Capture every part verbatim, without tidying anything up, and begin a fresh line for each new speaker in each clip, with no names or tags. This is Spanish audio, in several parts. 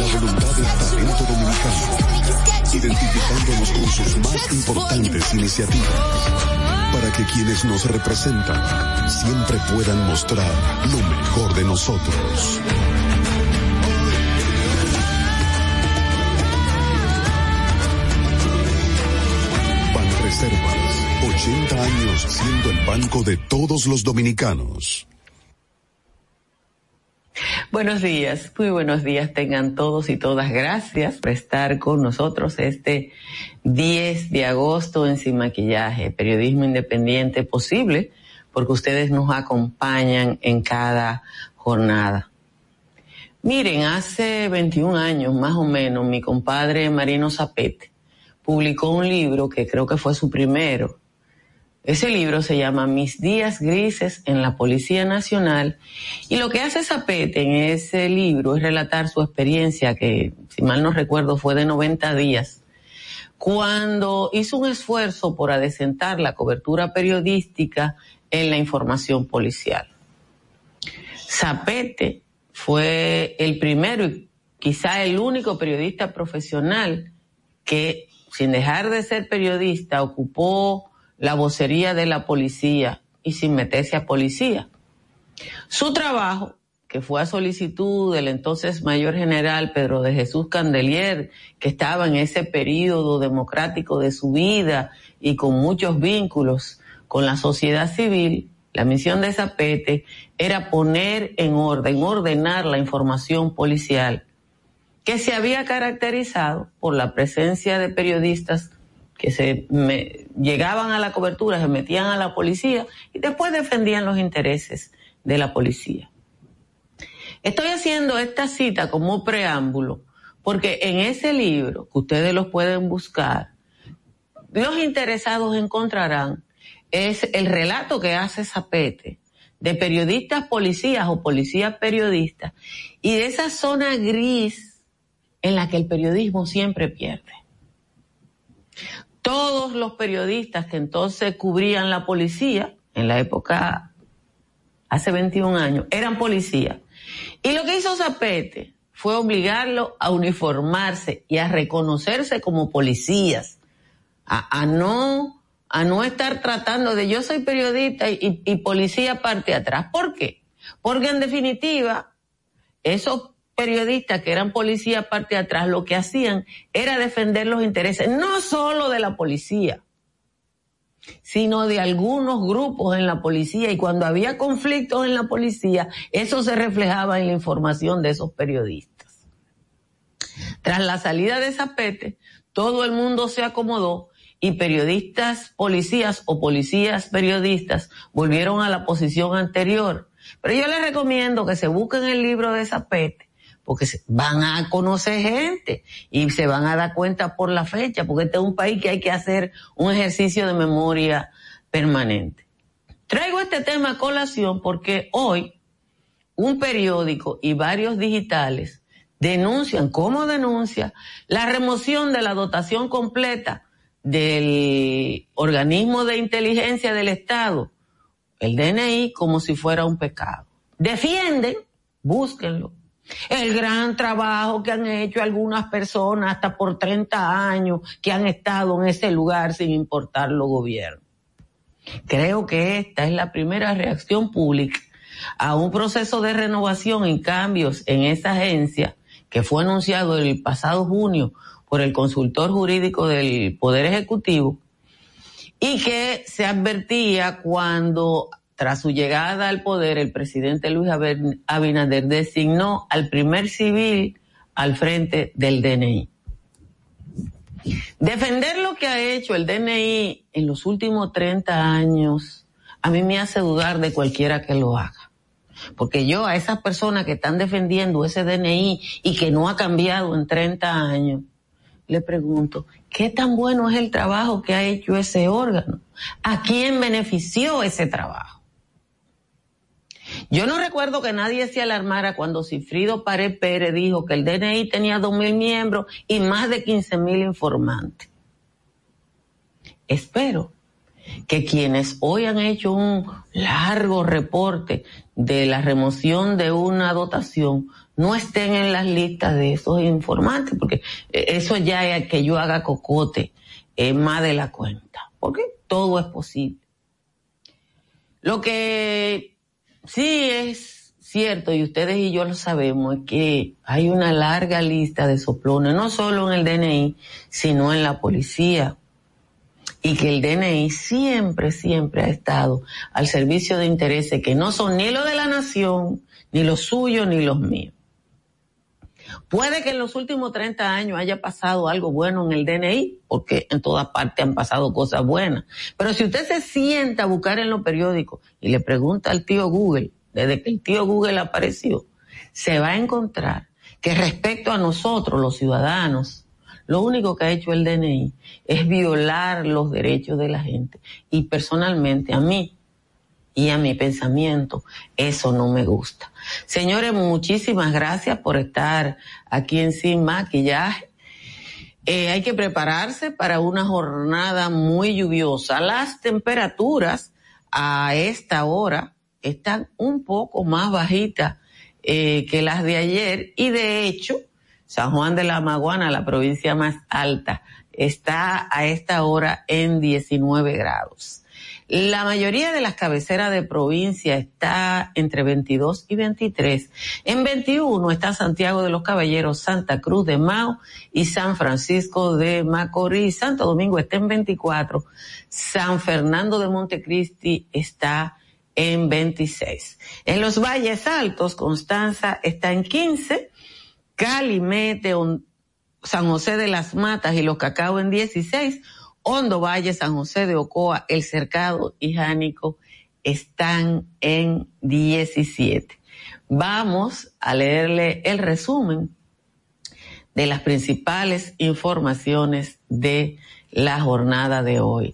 la voluntad del talento dominicano, identificándonos con sus más importantes iniciativas, para que quienes nos representan siempre puedan mostrar lo mejor de nosotros. Banreservas, ochenta años siendo el banco de todos los dominicanos.
Buenos días, muy buenos días tengan todos y todas. Gracias por estar con nosotros este diez de agosto en Sin Maquillaje, periodismo independiente posible, porque ustedes nos acompañan en cada jornada. Miren, hace veintiún años más o menos, mi compadre Marino Zapete publicó un libro que creo que fue su primero. Ese libro se llama Mis días grises en la Policía Nacional, y lo que hace Zapete en ese libro es relatar su experiencia, que si mal no recuerdo fue de noventa días, cuando hizo un esfuerzo por adecentar la cobertura periodística en la información policial. Zapete fue el primero y quizá el único periodista profesional que, sin dejar de ser periodista, ocupó la vocería de la policía y sin meterse a policía. Su trabajo, que fue a solicitud del entonces mayor general Pedro de Jesús Candelier, que estaba en ese periodo democrático de su vida y con muchos vínculos con la sociedad civil, la misión de Zapete era poner en orden, ordenar la información policial, que se había caracterizado por la presencia de periodistas que se me, llegaban a la cobertura, se metían a la policía y después defendían los intereses de la policía. Estoy haciendo esta cita como preámbulo porque en ese libro, que ustedes los pueden buscar, los interesados encontrarán es el relato que hace Zapete de periodistas policías o policías periodistas y de esa zona gris en la que el periodismo siempre pierde. Todos los periodistas que entonces cubrían la policía, en la época, hace veintiún años, eran policías. Y lo que hizo Zapete fue obligarlo a uniformarse y a reconocerse como policías, a, a no, a no estar tratando de yo soy periodista y, y, y policía parte atrás. ¿Por qué? Porque en definitiva, esos periodistas que eran policía parte atrás, lo que hacían era defender los intereses no solo de la policía, sino de algunos grupos en la policía, y cuando había conflictos en la policía, eso se reflejaba en la información de esos periodistas. Tras la salida de Zapete, todo el mundo se acomodó y periodistas policías o policías periodistas volvieron a la posición anterior. Pero yo les recomiendo que se busquen el libro de Zapete, porque van a conocer gente y se van a dar cuenta por la fecha, porque este es un país que hay que hacer un ejercicio de memoria permanente. Traigo este tema a colación porque hoy un periódico y varios digitales denuncian, ¿cómo denuncia? La remoción de la dotación completa del organismo de inteligencia del Estado, el D N I, como si fuera un pecado. Defienden, búsquenlo, el gran trabajo que han hecho algunas personas hasta por treinta años que han estado en ese lugar sin importar los gobiernos. Creo que esta es la primera reacción pública a un proceso de renovación y cambios en esa agencia que fue anunciado el pasado junio por el consultor jurídico del Poder Ejecutivo y que se advertía cuando, tras su llegada al poder, el presidente Luis Abinader designó al primer civil al frente del D N I. Defender lo que ha hecho el D N I en los últimos treinta años, a mí me hace dudar de cualquiera que lo haga. Porque yo a esas personas que están defendiendo ese D N I y que no ha cambiado en treinta años, le pregunto, ¿qué tan bueno es el trabajo que ha hecho ese órgano? ¿A quién benefició ese trabajo? Yo no recuerdo que nadie se alarmara cuando Cifrido Pared Pérez dijo que el D N I tenía dos mil miembros y más de quince mil informantes. Espero que quienes hoy han hecho un largo reporte de la remoción de una dotación no estén en las listas de esos informantes, porque eso ya es que yo haga cocote eh, más de la cuenta, porque todo es posible. Lo que sí es cierto, y ustedes y yo lo sabemos, es que hay una larga lista de soplones, no solo en el D N I, sino en la policía, y que el D N I siempre, siempre ha estado al servicio de intereses que no son ni los de la nación, ni los suyos, ni los míos. Puede que en los últimos treinta años haya pasado algo bueno en el D N I, porque en todas partes han pasado cosas buenas. Pero si usted se sienta a buscar en los periódicos y le pregunta al tío Google, desde que el tío Google apareció, se va a encontrar que respecto a nosotros, los ciudadanos, lo único que ha hecho el D N I es violar los derechos de la gente. Y personalmente, a mí y a mi pensamiento, eso no me gusta. Señores, muchísimas gracias por estar aquí en Sin Maquillaje. Eh, hay que prepararse para una jornada muy lluviosa. Las temperaturas a esta hora están un poco más bajitas eh, que las de ayer, y de hecho, San Juan de la Maguana, la provincia más alta, está a esta hora en diecinueve grados. La mayoría de las cabeceras de provincia está entre veintidós y veintitrés. En veintiuno está Santiago de los Caballeros, Santa Cruz de Mao y San Francisco de Macorís. Santo Domingo está en veinticuatro. San Fernando de Montecristi está en veintiséis. En los Valles Altos, Constanza está en quince. Calimete, San José de las Matas y Los Cacao en dieciséis. Hondo Valle, San José de Ocoa, El Cercado y Jánico están en diecisiete. Vamos a leerle el resumen de las principales informaciones de la jornada de hoy.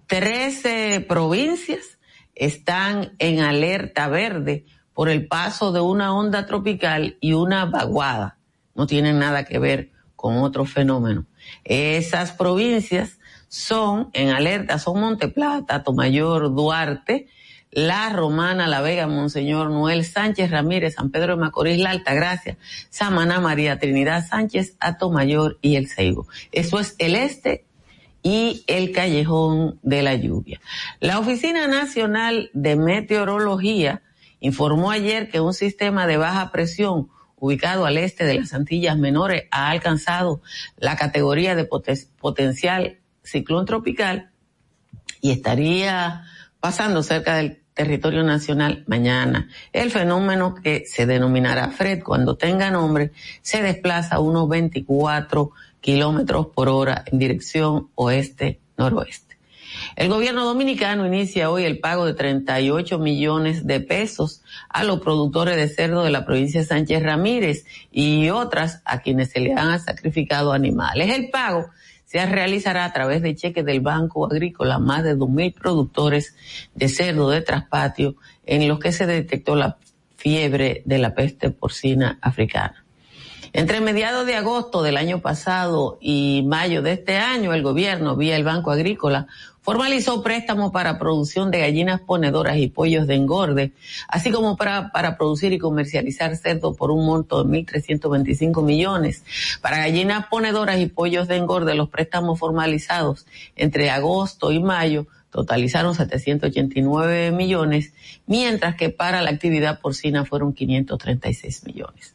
Trece provincias están en alerta verde por el paso de una onda tropical y una vaguada. No tienen nada que ver con otro fenómeno. Esas provincias son en alerta, son Monteplata, Atomayor, Duarte, La Romana, La Vega, Monseñor Noel, Sánchez Ramírez, San Pedro de Macorís, La Altagracia, Samaná, María Trinidad Sánchez, Atomayor y El Ceibo. Eso es el este y el Callejón de la Lluvia. La Oficina Nacional de Meteorología informó ayer que un sistema de baja presión ubicado al este de las Antillas Menores ha alcanzado la categoría de poten- potencial ciclón tropical y estaría pasando cerca del territorio nacional mañana. El fenómeno, que se denominará Fred cuando tenga nombre, se desplaza a unos veinticuatro kilómetros por hora en dirección oeste-noroeste. El gobierno dominicano inicia hoy el pago de treinta y ocho millones de pesos a los productores de cerdo de la provincia de Sánchez Ramírez y otras a quienes se le han sacrificado animales. El pago se realizará a través de cheques del Banco Agrícola a más de dos mil productores de cerdo de traspatio en los que se detectó la fiebre de la peste porcina africana. Entre mediados de agosto del año pasado y mayo de este año, el gobierno, vía el Banco Agrícola, formalizó préstamos para producción de gallinas ponedoras y pollos de engorde, así como para, para producir y comercializar cerdo por un monto de mil trescientos veinticinco millones. Para gallinas ponedoras y pollos de engorde, los préstamos formalizados entre agosto y mayo totalizaron setecientos ochenta y nueve millones, mientras que para la actividad porcina fueron quinientos treinta y seis millones.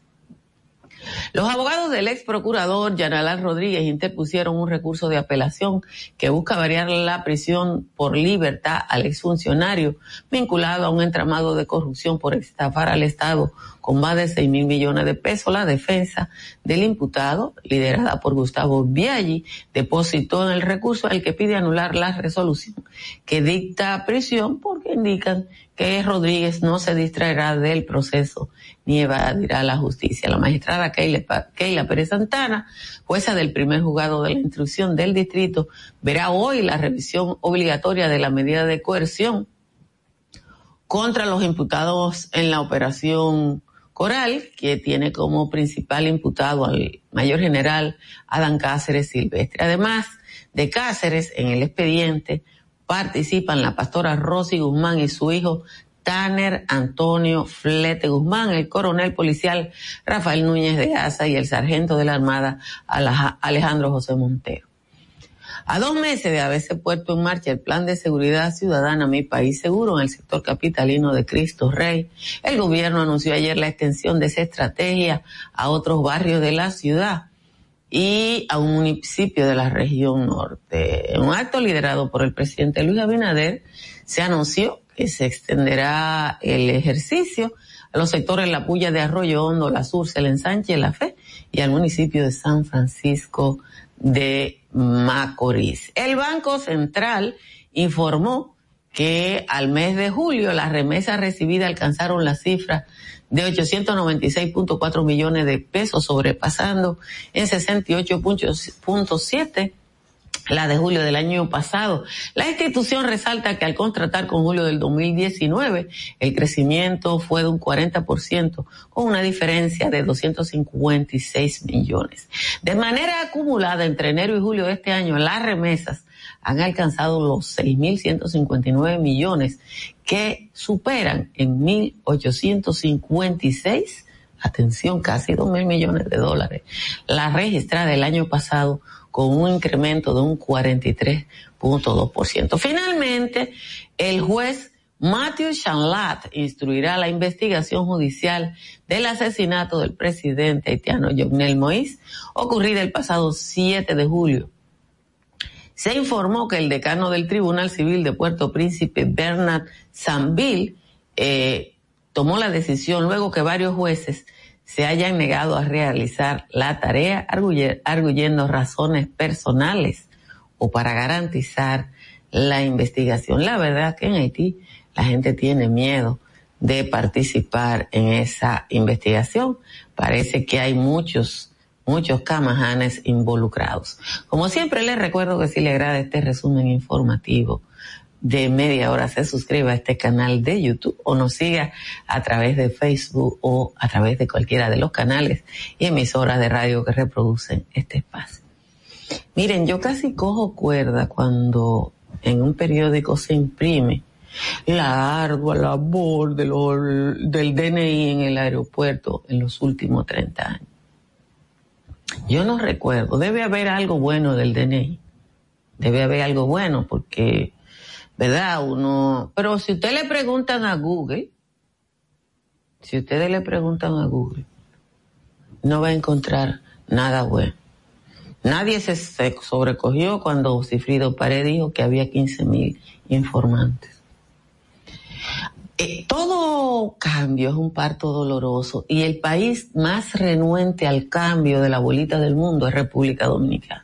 Los abogados del ex procurador Yanalán Rodríguez interpusieron un recurso de apelación que busca variar la prisión por libertad al exfuncionario vinculado a un entramado de corrupción por estafar al Estado con más de seis mil millones de pesos. La defensa del imputado, liderada por Gustavo Biaggi, depositó en el recurso al que pide anular la resolución que dicta prisión porque indican que Rodríguez no se distraerá del proceso ni evadirá la justicia. La magistrada Keila, Keila Pérez Santana, jueza del primer juzgado de la instrucción del distrito, verá hoy la revisión obligatoria de la medida de coerción contra los imputados en la operación Coral, que tiene como principal imputado al mayor general Adán Cáceres Silvestre. Además de Cáceres, en el expediente participan la pastora Rosy Guzmán y su hijo Tanner Antonio Flete Guzmán, el coronel policial Rafael Núñez de Asa y el sargento de la Armada Alejandro José Montero. A dos meses de haberse puesto en marcha el Plan de Seguridad Ciudadana Mi País Seguro en el sector capitalino de Cristo Rey, el gobierno anunció ayer la extensión de esa estrategia a otros barrios de la ciudad y a un municipio de la región norte. En un acto liderado por el presidente Luis Abinader, se anunció que se extenderá el ejercicio a los sectores La Puya de Arroyo Hondo, La Surce, El Ensanche, La Fe y al municipio de San Francisco de Macorís. El Banco Central informó que al mes de julio las remesas recibidas alcanzaron la cifra de ochocientos noventa y seis punto cuatro millones de pesos, sobrepasando en sesenta y ocho punto siete la de julio del año pasado. La institución resalta que al contratar con julio del dos mil diecinueve, el crecimiento fue de un cuarenta por ciento, con una diferencia de doscientos cincuenta y seis millones. De manera acumulada entre enero y julio de este año, las remesas han alcanzado los seis mil ciento cincuenta y nueve millones, que superan en mil ochocientos cincuenta y seis, atención, casi dos mil millones de dólares, la registrada el año pasado, con un incremento de un cuarenta y tres punto dos por ciento. Finalmente, el juez Matthew Chanlat instruirá la investigación judicial del asesinato del presidente haitiano Jovenel Moïse, ocurrido el pasado siete de julio. Se informó que el decano del Tribunal Civil de Puerto Príncipe, Bernard Sanville, eh, tomó la decisión luego que varios jueces se hayan negado a realizar la tarea, arguyendo razones personales o para garantizar la investigación. La verdad que en Haití la gente tiene miedo de participar en esa investigación. Parece que hay muchos, muchos camajanes involucrados. Como siempre, les recuerdo que si le agrada este resumen informativo de media hora, se suscriba a este canal de YouTube o nos siga a través de Facebook o a través de cualquiera de los canales y emisoras de radio que reproducen este espacio. Miren, yo casi cojo cuerda cuando en un periódico se imprime la ardua labor de lo, del D N I en el aeropuerto en los últimos treinta años. Yo no recuerdo, debe haber algo bueno del D N I, debe haber algo bueno porque ¿verdad? Uno, pero si ustedes le preguntan a Google, si ustedes le preguntan a Google, no va a encontrar nada bueno. Nadie se, se sobrecogió cuando Cifrido Pared dijo que había quince mil informantes. Eh, todo cambio es un parto doloroso y el país más renuente al cambio de la bolita del mundo es República Dominicana.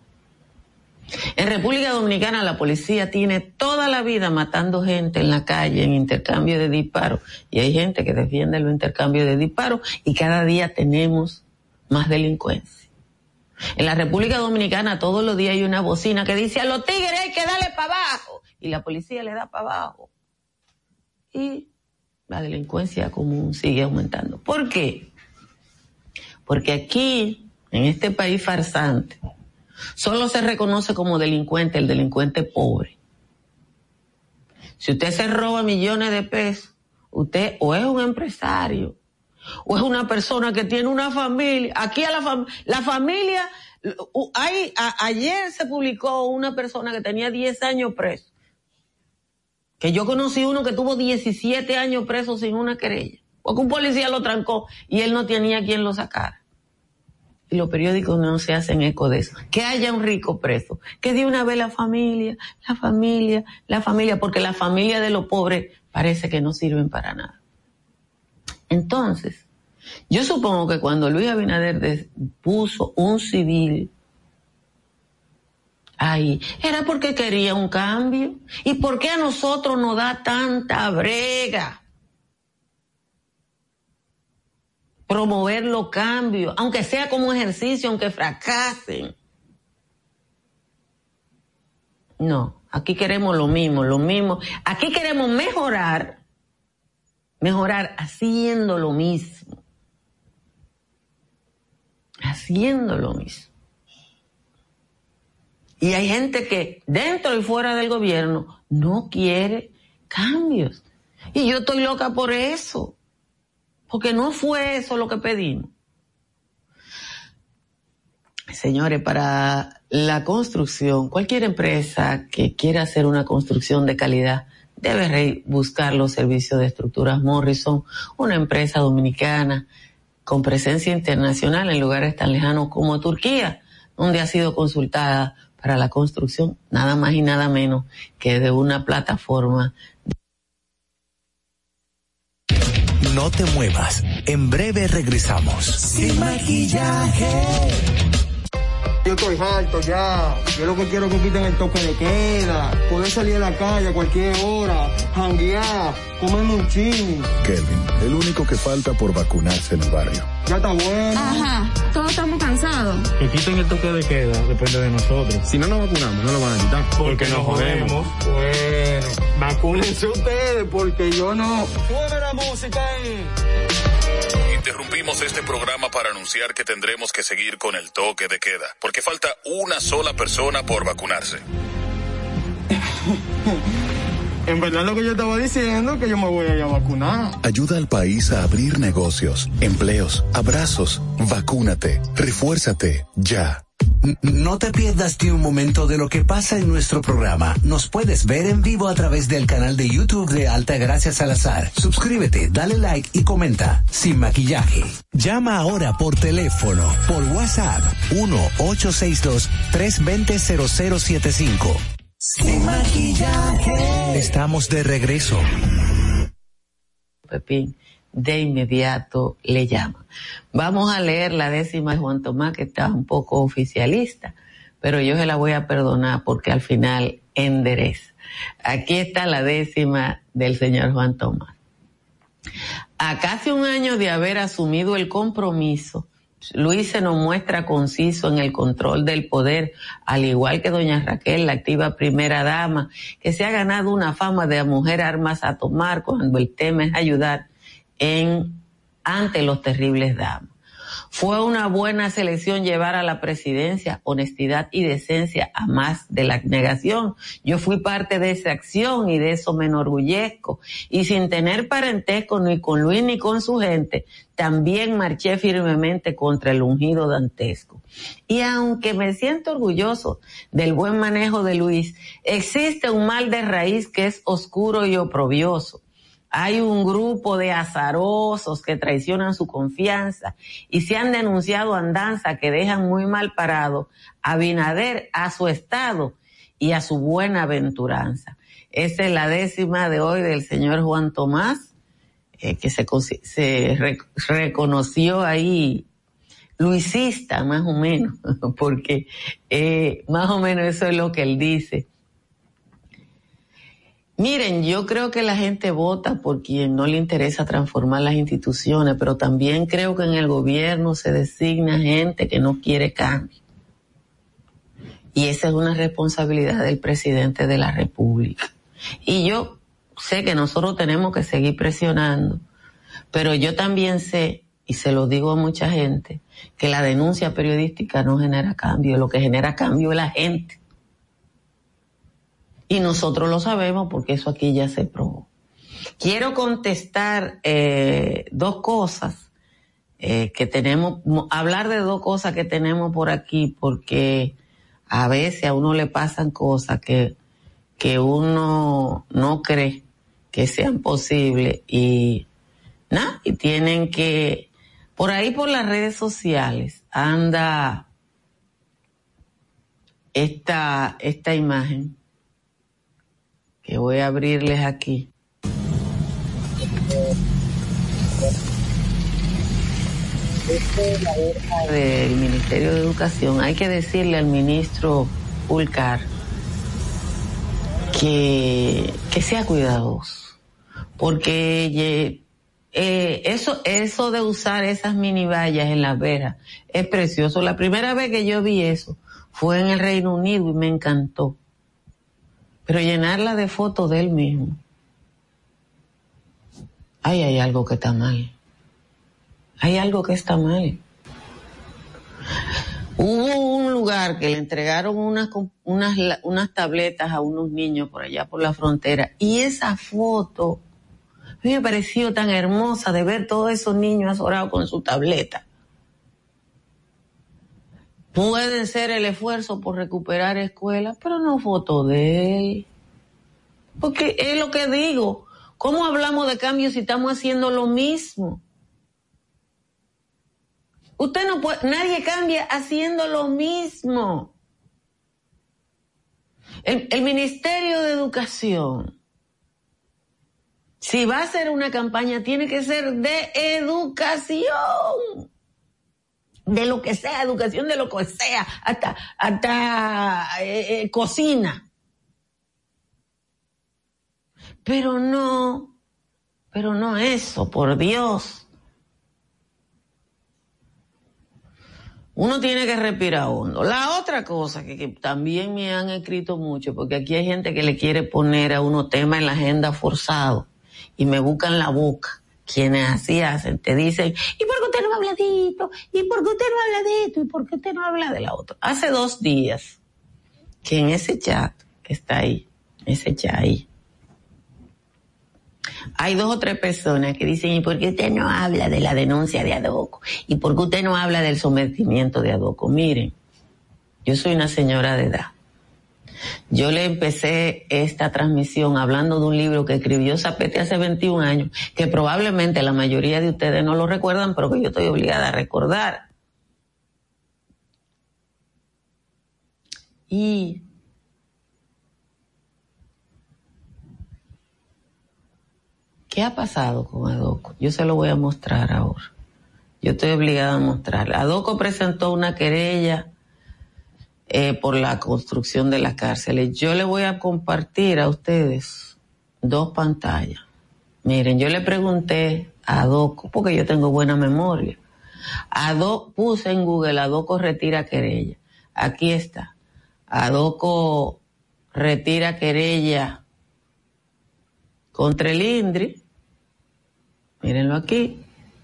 En República Dominicana la policía tiene toda la vida matando gente en la calle en intercambio de disparos y hay gente que defiende los intercambios de disparos y cada día tenemos más delincuencia. En la República Dominicana todos los días hay una bocina que dice a los tigres hay que darle para abajo y la policía le da para abajo y la delincuencia común sigue aumentando. ¿Por qué? Porque aquí, en este país farsante, solo se reconoce como delincuente el delincuente pobre. Si usted se roba millones de pesos, usted o es un empresario, o es una persona que tiene una familia. Aquí a la, fam la familia, hay, a, ayer se publicó una persona que tenía diez años preso. Que yo conocí uno que tuvo diecisiete años preso sin una querella. Porque un policía lo trancó y él no tenía quien lo sacara. Y los periódicos no se hacen eco de eso. Que haya un rico preso. Que de una vez la familia, la familia, la familia, porque la familia de los pobres parece que no sirven para nada. Entonces, yo supongo que cuando Luis Abinader puso un civil ahí, era porque quería un cambio. ¿Y por qué a nosotros nos da tanta brega promover los cambios, aunque sea como ejercicio, aunque fracasen? No, aquí queremos lo mismo, lo mismo. Aquí queremos mejorar, mejorar haciendo lo mismo. Haciendo lo mismo. Y hay gente que dentro y fuera del gobierno no quiere cambios. Y yo estoy loca por eso, porque no fue eso lo que pedimos. Señores, para la construcción, cualquier empresa que quiera hacer una construcción de calidad debe buscar los servicios de Estructuras Morrison, una empresa dominicana con presencia internacional en lugares tan lejanos como Turquía, donde ha sido consultada para la construcción nada más y nada menos que de una plataforma.
No te muevas, en breve regresamos. Sin maquillaje.
Yo estoy harto ya, yo lo que quiero es que quiten el toque de queda, poder salir a la calle a cualquier hora, janguear, comerme un chin.
Kelvin, el único que falta por vacunarse en el barrio.
Ya está bueno.
Ajá, todos estamos cansados.
Que quiten el toque de queda, depende de nosotros.
Si no nos vacunamos, no lo van a quitar.
Porque, porque nos jodemos.
Bueno, vacúnense ustedes, porque yo no... ¡Sube la música ahí!
Interrumpimos este programa para anunciar que tendremos que seguir con el toque de queda, porque falta una sola persona por vacunarse.
En verdad lo que yo estaba diciendo es que yo me voy a ir a vacunar.
Ayuda al país a abrir negocios, empleos, abrazos. Vacúnate, refuérzate, ya.
No te pierdas ni un momento de lo que pasa en nuestro programa. Nos puedes ver en vivo a través del canal de YouTube de Altagracia Salazar. Suscríbete, dale like y comenta. Sin maquillaje. Llama ahora por teléfono, por WhatsApp, uno ocho seis dos, tres dos cero, cero cero siete cinco. Sin maquillaje. Estamos de regreso.
Pepín de inmediato le llama. Vamos a leer la décima de Juan Tomás, que está un poco oficialista, pero yo se la voy a perdonar porque al final endereza. Aquí está la décima del señor Juan Tomás. A casi un año de haber asumido el compromiso, Luis se nos muestra conciso en el control del poder, al igual que doña Raquel, la activa primera dama, que se ha ganado una fama de mujer armas a tomar cuando el tema es ayudar en ante los terribles damas. Fue una buena selección llevar a la presidencia honestidad y decencia a más de la negación. Yo fui parte de esa acción y de eso me enorgullezco. Y sin tener parentesco ni con Luis ni con su gente, también marché firmemente contra el ungido dantesco. Y aunque me siento orgulloso del buen manejo de Luis, existe un mal de raíz que es oscuro y oprobioso. Hay un grupo de azarosos que traicionan su confianza y se han denunciado andanzas que dejan muy mal parado a Abinader, a su estado y a su buena aventuranza. Esa es la décima de hoy del señor Juan Tomás, eh, que se, se rec, reconoció ahí luisista más o menos, porque eh, más o menos eso es lo que él dice. Miren, yo creo que la gente vota por quien no le interesa transformar las instituciones, pero también creo que en el gobierno se designa gente que no quiere cambio. Y esa es una responsabilidad del presidente de la República. Y yo sé que nosotros tenemos que seguir presionando, pero yo también sé, y se lo digo a mucha gente, que la denuncia periodística no genera cambio, lo que genera cambio es la gente. Y nosotros lo sabemos porque eso aquí ya se probó. Quiero contestar eh, dos cosas eh, que tenemos, hablar de dos cosas que tenemos por aquí, porque a veces a uno le pasan cosas que, que uno no cree que sean posibles y nada, y tienen que, por ahí por las redes sociales anda esta, esta imagen que voy a abrirles aquí. Esta es la verja del Ministerio de Educación. Hay que decirle al ministro Fulcar que, que sea cuidadoso, porque eh, eso, eso de usar esas mini vallas en las verjas es precioso. La primera vez que yo vi eso fue en el Reino Unido y me encantó. Pero llenarla de fotos de él mismo. Ay, hay algo que está mal. Hay algo que está mal. Hubo un lugar que le entregaron unas, unas, unas tabletas a unos niños por allá por la frontera y esa foto A mí me pareció tan hermosa de ver todos esos niños azorados con su tableta. Pueden ser el esfuerzo por recuperar escuelas, pero no foto de él. Porque es lo que digo. ¿Cómo hablamos de cambio si estamos haciendo lo mismo? Usted no puede, nadie cambia haciendo lo mismo. El, el Ministerio de Educación, si va a hacer una campaña, tiene que ser de educación. De lo que sea, educación de lo que sea, hasta, hasta eh, eh, cocina. Pero no, pero no eso, por Dios. Uno tiene que respirar hondo. La otra cosa que, que también me han escrito mucho, porque aquí hay gente que le quiere poner a uno tema en la agenda forzado y me buscan la boca. Quienes así hacen, te dicen, ¿y por qué usted no habla de esto? ¿Y por qué usted no habla de esto? ¿Y por qué usted no habla de la otra? Hace dos días que en ese chat que está ahí, ese chat ahí, hay dos o tres personas que dicen, ¿y por qué usted no habla de la denuncia de Adoco? ¿Y por qué usted no habla del sometimiento de Adoco? Miren, yo soy una señora de edad. Yo le empecé esta transmisión hablando de un libro que escribió Zapete hace veintiún años, que probablemente la mayoría de ustedes no lo recuerdan, pero que yo estoy obligada a recordar. Y ¿qué ha pasado con Adoco? Yo se lo voy a mostrar ahora. Yo estoy obligada a mostrarle. Adoco presentó una querella Eh, por la construcción de las cárceles. Yo le voy a compartir a ustedes dos pantallas. Miren, yo le pregunté a Adoco, porque yo tengo buena memoria. Adoco, puse en Google, Adoco retira querella. Aquí está. Adoco retira querella contra el INDRI. Mírenlo aquí.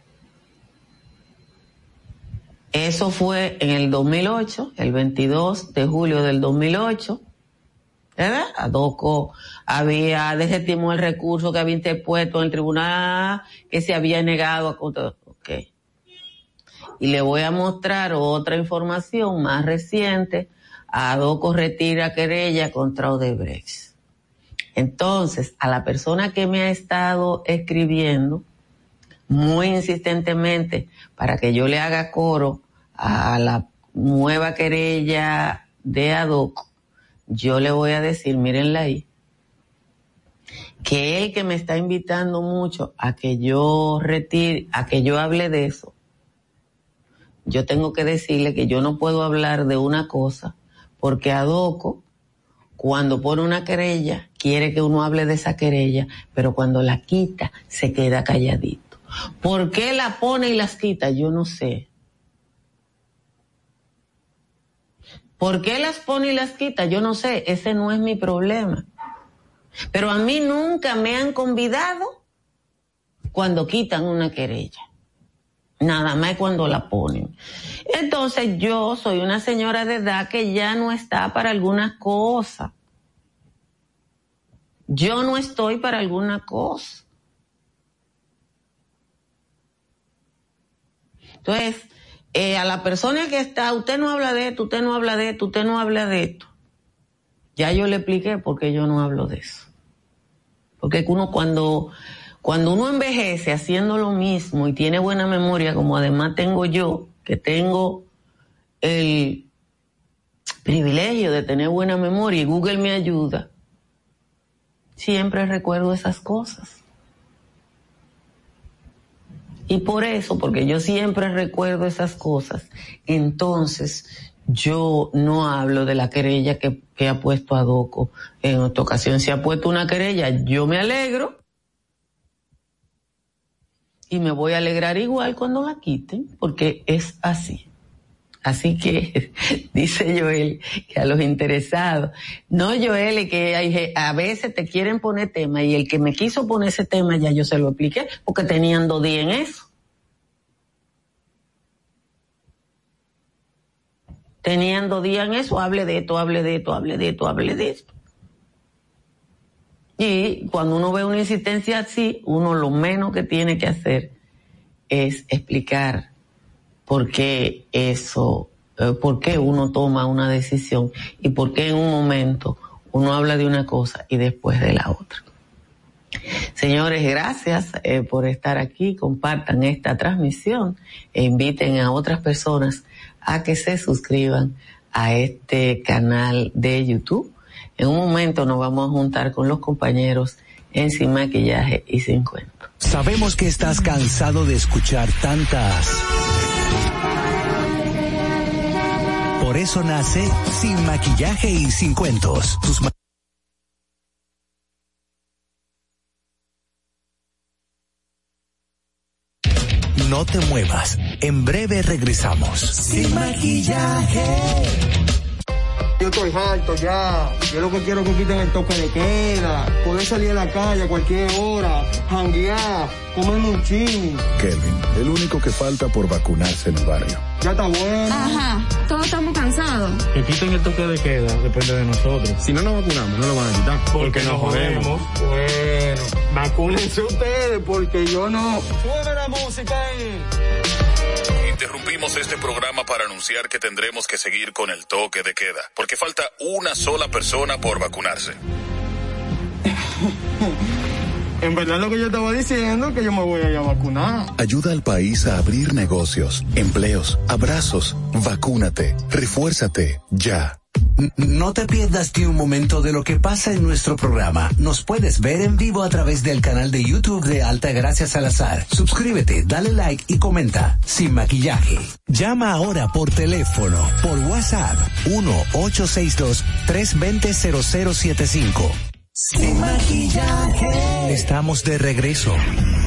Eso fue en el dos mil ocho, el veintidós de julio del dos mil ocho, ¿verdad? Adoco había desestimó el recurso que había interpuesto en el tribunal, que se había negado a contra... Ok. Y le voy a mostrar otra información más reciente. Adoco retira querella contra Odebrecht. Entonces, a la persona que me ha estado escribiendo muy insistentemente para que yo le haga coro a la nueva querella de Adoco, yo le voy a decir, mírenla ahí, que él que me está invitando mucho a que yo retire, a que yo hable de eso, yo tengo que decirle que yo no puedo hablar de una cosa, porque Adoco, cuando pone una querella, quiere que uno hable de esa querella, pero cuando la quita, se queda calladito. ¿Por qué la pone y las quita? Yo no sé. ¿Por qué las pone y las quita? Yo no sé. Ese no es mi problema. Pero a mí nunca me han convidado cuando quitan una querella. Nada más cuando la ponen. Entonces yo soy una señora de edad que ya no está para algunas cosas. Yo no estoy para alguna cosa. Entonces, eh, a la persona que está, usted no habla de esto, usted no habla de esto, usted no habla de esto. Ya yo le expliqué por qué yo no hablo de eso. Porque uno cuando, cuando uno envejece haciendo lo mismo y tiene buena memoria, como además tengo yo, que tengo el privilegio de tener buena memoria y Google me ayuda, siempre recuerdo esas cosas. Y por eso, porque yo siempre recuerdo esas cosas, entonces yo no hablo de la querella que, que ha puesto Adoco en otra ocasión. Si ha puesto una querella, yo me alegro y me voy a alegrar igual cuando la quiten, porque es así. Así que dice Joel que a los interesados, no Joel, que hay, a veces te quieren poner tema y el que me quiso poner ese tema ya yo se lo expliqué porque tenían dos días en eso. Tenían dos días en eso, hable de esto, hable de esto, hable de esto, hable de esto. Y cuando uno ve una insistencia así, uno lo menos que tiene que hacer es explicar por qué eso, eh, por qué uno toma una decisión y por qué en un momento uno habla de una cosa y después de la otra. Señores, gracias eh, por estar aquí. Compartan esta transmisión e inviten a otras personas a que se suscriban a este canal de YouTube. En un momento nos vamos a juntar con los compañeros en Sin Maquillaje y Sin Cuento.
Sabemos que estás cansado de escuchar tantas. Por eso nace Sin Maquillaje y Sin Cuentos. Tus ma- No te muevas. En breve regresamos. Sin Maquillaje.
Yo estoy harto ya. Yo lo que quiero es que quiten el toque de queda. Poder salir a la calle a cualquier hora. Janguear. Comerme un chin.
Kelvin, el único que falta por vacunarse en el barrio.
Ya está bueno.
Ajá, todos estamos cansados.
Que quiten el toque de queda, depende de nosotros.
Si no nos vacunamos, no lo van a quitar.
Porque nos jodemos.
Bueno, vacúnense ustedes porque yo no. Sube la música ahí.
Interrumpimos este programa para anunciar que tendremos que seguir con el toque de queda, porque falta una sola persona por vacunarse.
En verdad lo que yo estaba diciendo es que yo me voy a ir a vacunar.
Ayuda al país a abrir negocios, empleos, abrazos. Vacúnate, refuérzate, ya.
No te pierdas ni un momento de lo que pasa en nuestro programa. Nos puedes ver en vivo a través del canal de YouTube de Altagracia Salazar. Suscríbete, dale like y comenta. Sin Maquillaje. Llama ahora por teléfono, por WhatsApp, uno ocho seis dos, tres dos cero, cero cero siete cinco. Sin Maquillaje. Estamos de regreso.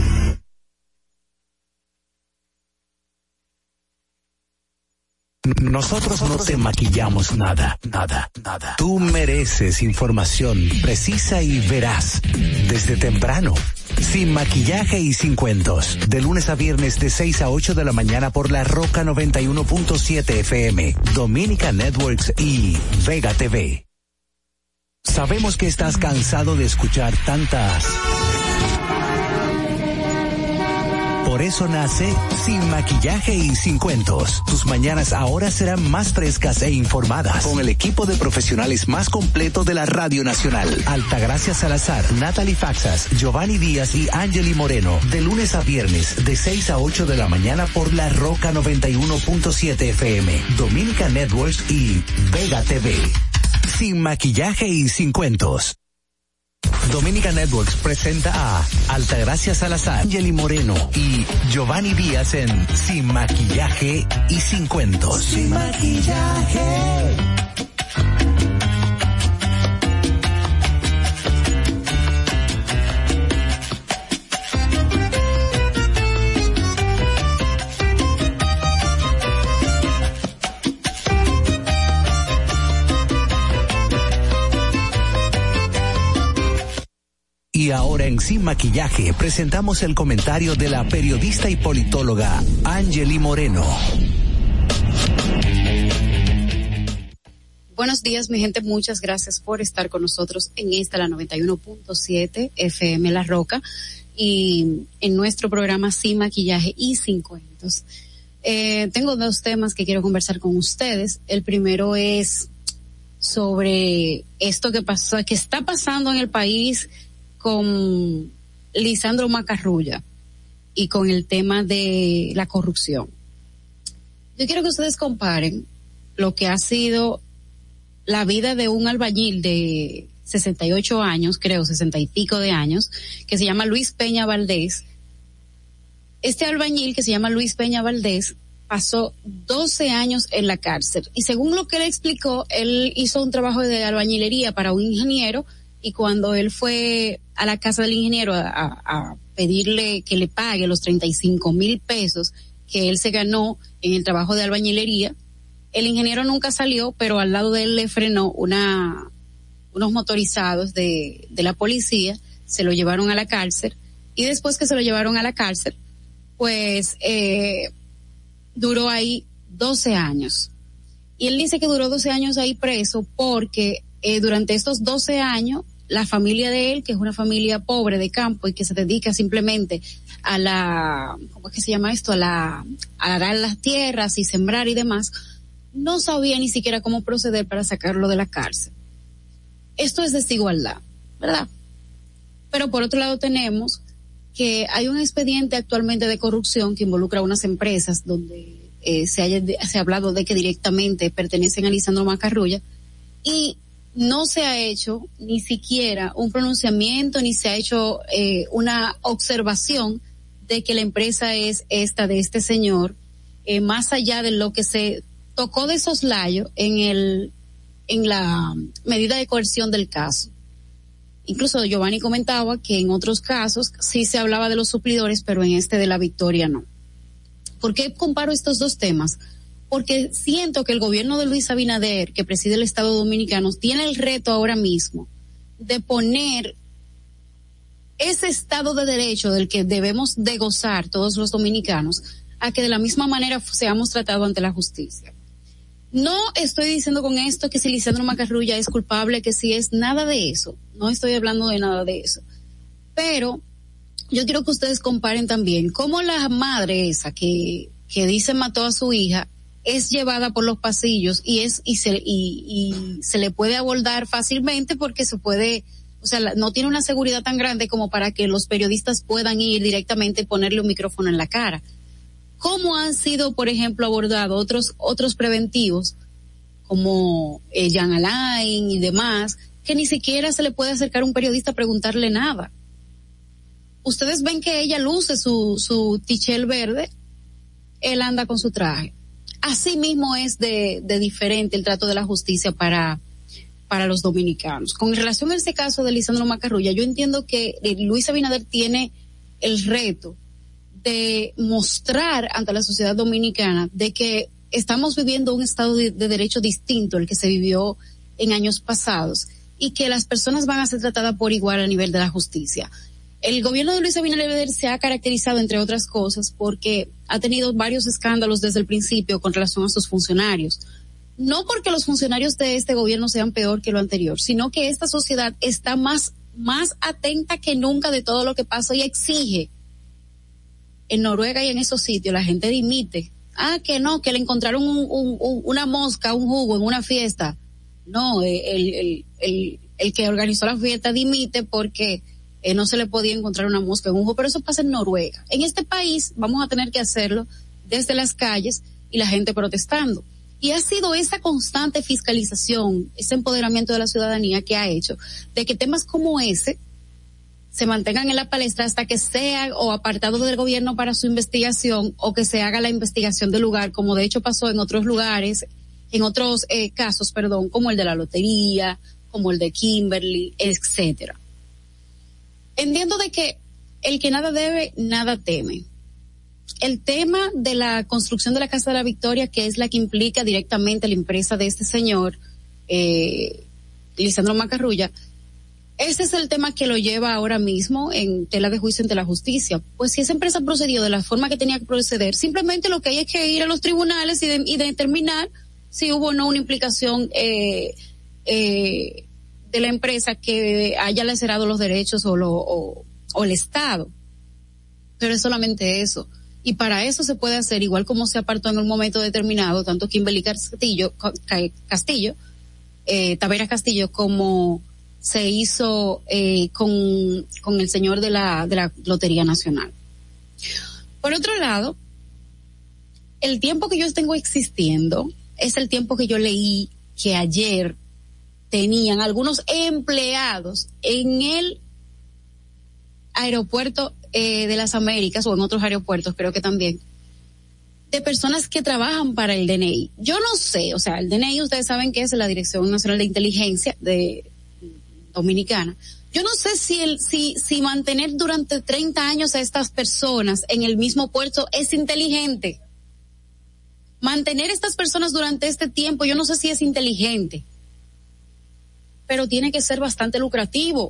Nosotros no te maquillamos nada, nada, nada. Tú mereces información precisa y veraz. Desde temprano. Sin Maquillaje y Sin Cuentos. De lunes a viernes de seis a ocho de la mañana por La Roca noventa y uno punto siete F M, Dominica Networks y Vega T V. Sabemos que estás cansado de escuchar tantas. Por eso nace Sin Maquillaje y Sin Cuentos. Tus mañanas ahora serán más frescas e informadas. Con el equipo de profesionales más completo de la Radio Nacional. Altagracia Salazar, Natalie Faxas, Giovanni Díaz y Angeli Moreno. De lunes a viernes, de seis a ocho de la mañana por La Roca noventa y uno punto siete F M, Dominica Networks y Vega T V. Sin Maquillaje y Sin Cuentos. Dominica Networks presenta a Altagracia Salazar, Angeli Moreno y Giovanni Díaz en Sin Maquillaje y Sin Cuentos. Sin Maquillaje. Y ahora en Sin Maquillaje presentamos el comentario de la periodista y politóloga Angeli Moreno.
Buenos días, mi gente. Muchas gracias por estar con nosotros en esta, la noventa y uno punto siete F M La Roca, y en nuestro programa Sin Maquillaje y Sin Cuentos. Eh, tengo dos temas que quiero conversar con ustedes. El primero es sobre esto que pasó, que está pasando en el país con Lisandro Macarrulla y con el tema de la corrupción. Yo quiero que ustedes comparen lo que ha sido la vida de un albañil de sesenta y ocho años, creo, sesenta y pico de años, que se llama Luis Peña Valdés. Este albañil que se llama Luis Peña Valdés pasó doce años en la cárcel, y según lo que él explicó, él hizo un trabajo de albañilería para un ingeniero, y cuando él fue a la casa del ingeniero a, a, a pedirle que le pague los treinta y cinco mil pesos que él se ganó en el trabajo de albañilería, el ingeniero nunca salió, pero al lado de él le frenó una unos motorizados de, de la policía, se lo llevaron a la cárcel, y después que se lo llevaron a la cárcel, pues eh, duró ahí doce años. Y él dice que duró doce años ahí preso porque eh, durante estos doce años la familia de él, que es una familia pobre de campo y que se dedica simplemente a la, ¿cómo es que se llama esto? A la, a arar las tierras y sembrar y demás, no sabía ni siquiera cómo proceder para sacarlo de la cárcel. Esto es desigualdad, ¿verdad? Pero por otro lado tenemos que hay un expediente actualmente de corrupción que involucra a unas empresas donde eh, se, haya, se ha hablado de que directamente pertenecen a Lisandro Macarrulla y no se ha hecho ni siquiera un pronunciamiento ni se ha hecho eh, una observación de que la empresa es esta de este señor, eh, más allá de lo que se tocó de soslayo en el en la medida de coerción del caso. Incluso Giovanni comentaba que en otros casos sí se hablaba de los suplidores, pero en este de la Victoria no. ¿Por qué comparo estos dos temas? Porque siento que el gobierno de Luis Abinader, que preside el Estado Dominicano, tiene el reto ahora mismo de poner ese Estado de Derecho del que debemos de gozar todos los dominicanos, a que de la misma manera seamos tratados ante la justicia. No estoy diciendo con esto que si Lisandro Macarrulla es culpable, que si es nada de eso. No estoy hablando de nada de eso. Pero yo quiero que ustedes comparen también cómo la madre esa que, que dice mató a su hija es llevada por los pasillos y es, y se, y, y se le puede abordar fácilmente porque se puede, o sea, no tiene una seguridad tan grande como para que los periodistas puedan ir directamente y ponerle un micrófono en la cara. ¿Cómo han sido, por ejemplo, abordados otros otros preventivos, como eh, Jean Alain y demás, que ni siquiera se le puede acercar a un periodista a preguntarle nada? Ustedes ven que ella luce su, su tichel verde, él anda con su traje. Así mismo es de, de diferente el trato de la justicia para, para los dominicanos. Con relación a este caso de Lisandro Macarrulla, yo entiendo que eh, Luis Abinader tiene el reto de mostrar ante la sociedad dominicana de que estamos viviendo un estado de, de derecho distinto al que se vivió en años pasados y que las personas van a ser tratadas por igual a nivel de la justicia. El gobierno de Luis Abinader se ha caracterizado, entre otras cosas, porque ha tenido varios escándalos desde el principio con relación a sus funcionarios. No porque los funcionarios de este gobierno sean peor que lo anterior, sino que esta sociedad está más, más atenta que nunca de todo lo que pasa y exige. En Noruega y en esos sitios la gente dimite. Ah, que no, que le encontraron un, un, un, una mosca, un jugo en una fiesta. No, el, el, el, el que organizó la fiesta dimite porque eh, no se le podía encontrar una mosca en un jugo, pero eso pasa en Noruega. En este país vamos a tener que hacerlo desde las calles y la gente protestando. Y ha sido esa constante fiscalización, ese empoderamiento de la ciudadanía que ha hecho de que temas como ese se mantengan en la palestra hasta que sea o apartado del gobierno para su investigación o que se haga la investigación del lugar, como de hecho pasó en otros lugares, en otros eh, casos, perdón, como el de la lotería, como el de Kimberly, etcétera. Entiendo de que el que nada debe, nada teme. El tema de la construcción de la Casa de la Victoria, que es la que implica directamente la empresa de este señor, eh, Lisandro Macarrulla, ese es el tema que lo lleva ahora mismo en tela de juicio ante la justicia. Pues si esa empresa procedió de la forma que tenía que proceder, simplemente lo que hay es que ir a los tribunales y, de, y determinar si hubo o no una implicación eh, eh, de la empresa que haya lacerado los derechos o, lo, o, o el Estado. Pero es solamente eso. Y para eso se puede hacer, igual como se apartó en un momento determinado, tanto Kimberly Castillo, Castillo eh, Taveras Castillo, como se hizo eh, con, con el señor de la, de la Lotería Nacional. Por otro lado, el tiempo que yo tengo existiendo es el tiempo que yo leí que ayer tenían algunos empleados en el aeropuerto eh, de las Américas o en otros aeropuertos, creo que también, de personas que trabajan para el D N I. Yo no sé, o sea, el D N I ustedes saben que es la Dirección Nacional de Inteligencia de Dominicana. Yo no sé si el si si mantener durante treinta años a estas personas en el mismo puerto es inteligente. Mantener a estas personas durante este tiempo, yo no sé si es inteligente. Pero tiene que ser bastante lucrativo.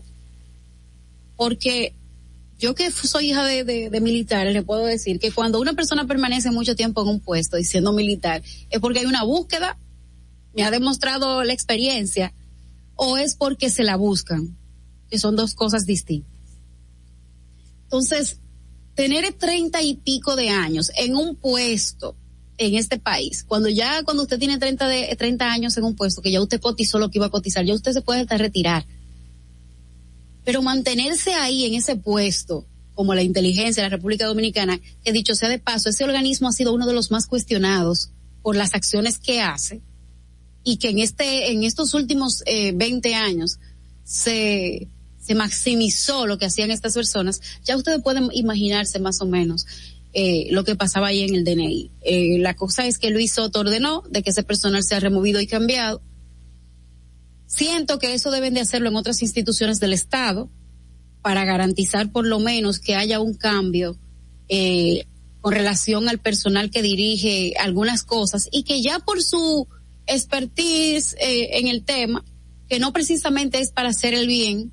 Porque yo que soy hija de, de, de militares, le puedo decir que cuando una persona permanece mucho tiempo en un puesto y siendo militar, es porque hay una búsqueda, me ha demostrado la experiencia, o es porque se la buscan. que son dos cosas distintas. Entonces, tener treinta y pico de años en un puesto en este país, cuando ya, cuando usted tiene treinta, de, treinta años en un puesto, que ya usted cotizó lo que iba a cotizar, ya usted se puede hasta retirar. Pero mantenerse ahí en ese puesto, como la inteligencia de la República Dominicana, que dicho sea de paso, ese organismo ha sido uno de los más cuestionados por las acciones que hace, y que en este, en estos últimos eh, veinte años se, se maximizó lo que hacían estas personas. Ya ustedes pueden imaginarse más o menos eh, lo que pasaba ahí en el D N I. Eh, la cosa es que Luis Soto ordenó de que ese personal sea removido y cambiado. Siento que eso deben de hacerlo en otras instituciones del Estado para garantizar por lo menos que haya un cambio eh, con relación al personal que dirige algunas cosas, y que ya por su expertise eh, en el tema, que no precisamente es para hacer el bien,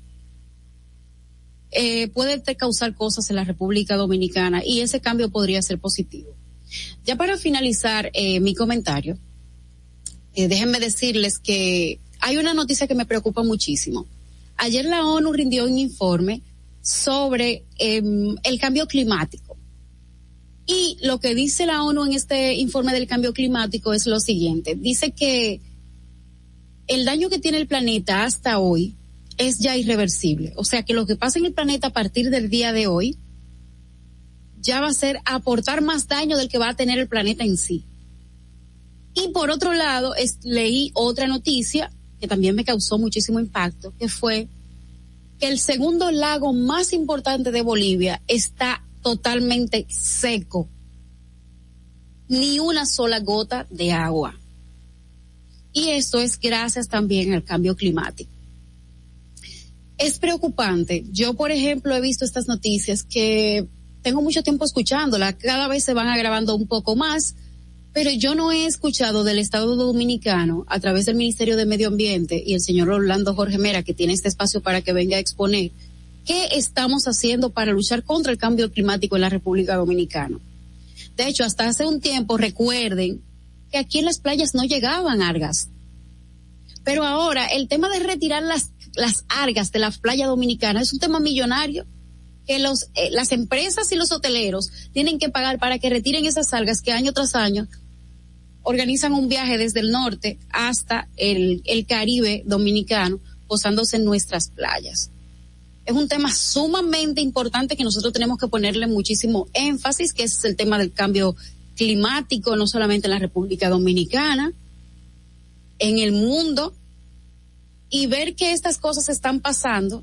eh, puede causar cosas en la República Dominicana, y ese cambio podría ser positivo. Ya para finalizar eh, mi comentario, eh, déjenme decirles que hay una noticia que me preocupa muchísimo. Ayer la ONU rindió un informe sobre eh, el cambio climático. Y lo que dice la ONU en este informe del cambio climático es lo siguiente. Dice que el daño que tiene el planeta hasta hoy es ya irreversible. O sea que lo que pasa en el planeta a partir del día de hoy ya va a ser aportar más daño del que va a tener el planeta en sí. Y por otro lado, es, leí otra noticia que también me causó muchísimo impacto, que fue que el segundo lago más importante de Bolivia está totalmente seco. Ni una sola gota de agua. Y esto es gracias también al cambio climático. Es preocupante. Yo, por ejemplo, he visto estas noticias que tengo mucho tiempo escuchándolas, cada vez se van agravando un poco más, pero yo no he escuchado del Estado Dominicano, a través del Ministerio de Medio Ambiente y el señor Orlando Jorge Mera, que tiene este espacio para que venga a exponer, qué estamos haciendo para luchar contra el cambio climático en la República Dominicana. De hecho, hasta hace un tiempo, recuerden que aquí en las playas no llegaban algas. Pero ahora, el tema de retirar las, las algas de la playa dominicana es un tema millonario, que los, eh, las empresas y los hoteleros tienen que pagar para que retiren esas algas que año tras año organizan un viaje desde el norte hasta el, el Caribe dominicano, posándose en nuestras playas. Es un tema sumamente importante que nosotros tenemos que ponerle muchísimo énfasis, que es el tema del cambio climático, no solamente en la República Dominicana, en el mundo, y ver que estas cosas están pasando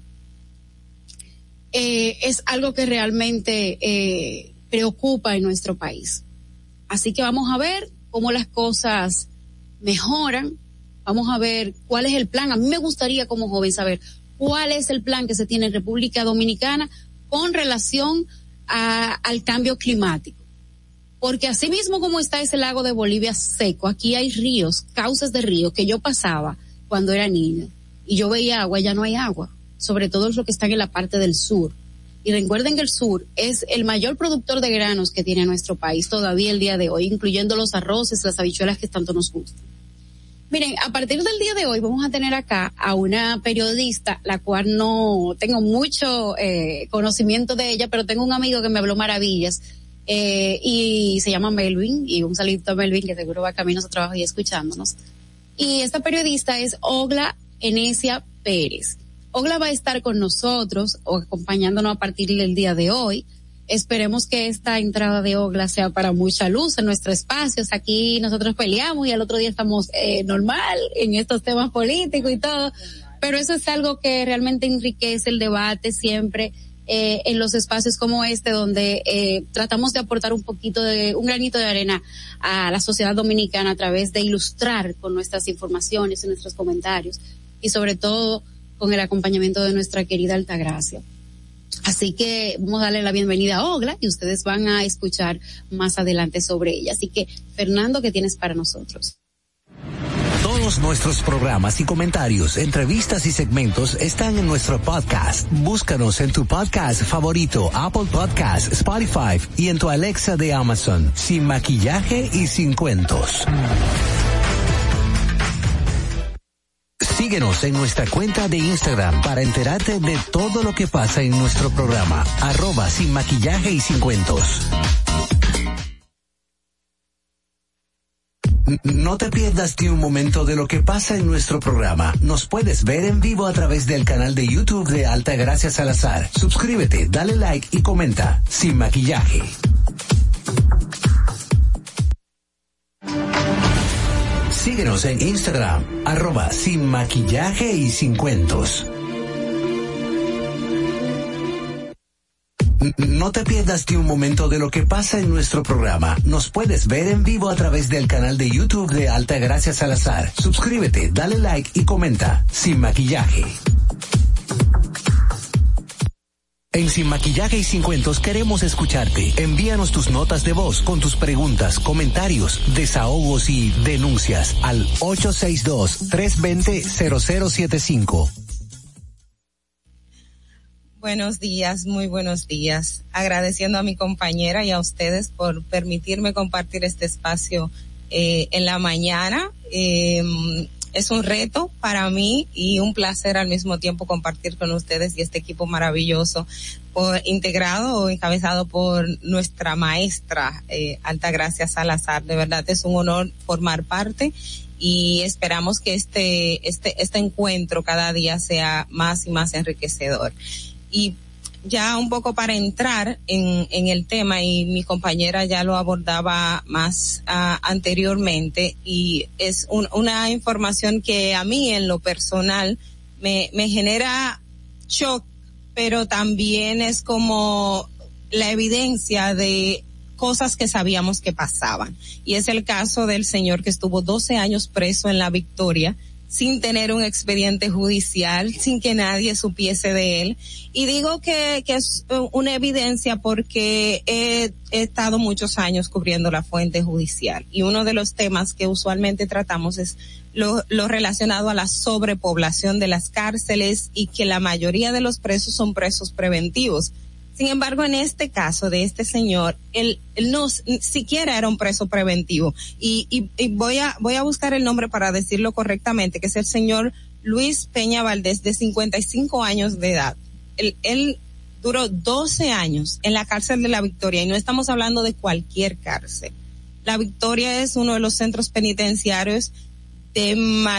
eh, es algo que realmente eh, preocupa en nuestro país. Así que vamos a ver cómo las cosas mejoran, vamos a ver cuál es el plan. A mí me gustaría como joven saber cuál es el plan que se tiene en República Dominicana con relación a, al cambio climático. Porque así mismo como está ese lago de Bolivia seco, aquí hay ríos, cauces de ríos que yo pasaba cuando era niña y yo veía agua, ya no hay agua, sobre todo lo que están en la parte del sur. Y recuerden que el sur es el mayor productor de granos que tiene nuestro país todavía el día de hoy, incluyendo los arroces, las habichuelas que tanto nos gustan. Miren, a partir del día de hoy vamos a tener acá a una periodista, la cual no tengo mucho eh, conocimiento de ella, pero tengo un amigo que me habló maravillas, eh, y se llama Melvin, y un saludito a Melvin, que seguro va camino a su trabajo y escuchándonos. Y esta periodista es Ogla Enesia Pérez. Ogla va a estar con nosotros, o acompañándonos a partir del día de hoy. Esperemos que esta entrada de Ogla sea para mucha luz en nuestros espacios. Aquí nosotros peleamos y al otro día estamos eh, normal en estos temas políticos y todo, pero eso es algo que realmente enriquece el debate siempre eh, en los espacios como este, donde eh, tratamos de aportar un poquito de, un granito de arena a la sociedad dominicana a través de ilustrar con nuestras informaciones y nuestros comentarios, y sobre todo con el acompañamiento de nuestra querida Altagracia. Así que vamos a darle la bienvenida a Ogla y ustedes van a escuchar más adelante sobre ella. Así que, Fernando, ¿qué tienes para nosotros?
Todos nuestros programas y comentarios, entrevistas y segmentos están en nuestro podcast. Búscanos en tu podcast favorito, Apple Podcast, Spotify y en tu Alexa de Amazon. Sin maquillaje y sin cuentos. Síguenos en nuestra cuenta de Instagram para enterarte de todo lo que pasa en nuestro programa. Arroba sin maquillaje y sin cuentos. No te pierdas ni un momento de lo que pasa en nuestro programa. Nos puedes ver en vivo a través del canal de YouTube de Altagracia Salazar. Suscríbete, dale like y comenta. Sin maquillaje. Síguenos en Instagram, arroba sin maquillaje y sin cuentos. No te pierdas ni un momento de lo que pasa en nuestro programa. Nos puedes ver en vivo a través del canal de YouTube de Altagracia Salazar. Suscríbete, dale like y comenta. Sin maquillaje. En Sin Maquillaje y Sin Cuentos queremos escucharte. Envíanos tus notas de voz con tus preguntas, comentarios, desahogos y denuncias al ocho seis dos, tres dos cero, cero cero siete cinco.
Buenos días, muy buenos días. Agradeciendo a mi compañera y a ustedes por permitirme compartir este espacio eh, en la mañana. Eh, es un reto para mí y un placer al mismo tiempo compartir con ustedes y este equipo maravilloso, por, integrado o encabezado por nuestra maestra eh, Altagracia Salazar. De verdad es un honor formar parte y esperamos que este este este encuentro cada día sea más y más enriquecedor. Y ya un poco para entrar en, en el tema, y mi compañera ya lo abordaba más uh, anteriormente, y es un, una información que a mí en lo personal me, me genera shock, pero también es como la evidencia de cosas que sabíamos que pasaban. Y es el caso del señor que estuvo doce años preso en La Victoria, sin tener un expediente judicial, sin que nadie supiese de él. Y digo que, que es una evidencia porque he, he estado muchos años cubriendo la fuente judicial. Y uno de los temas que usualmente tratamos es lo, lo relacionado a la sobrepoblación de las cárceles, y que la mayoría de los presos son presos preventivos. Sin embargo, en este caso de este señor, él, él no siquiera era un preso preventivo. Y, y, y voy a, voy a buscar el nombre para decirlo correctamente, que es el señor Luis Peña Valdés, de cincuenta y cinco años de edad. Él, él duró doce años en la cárcel de La Victoria, y no estamos hablando de cualquier cárcel. La Victoria es uno de los centros penitenciarios de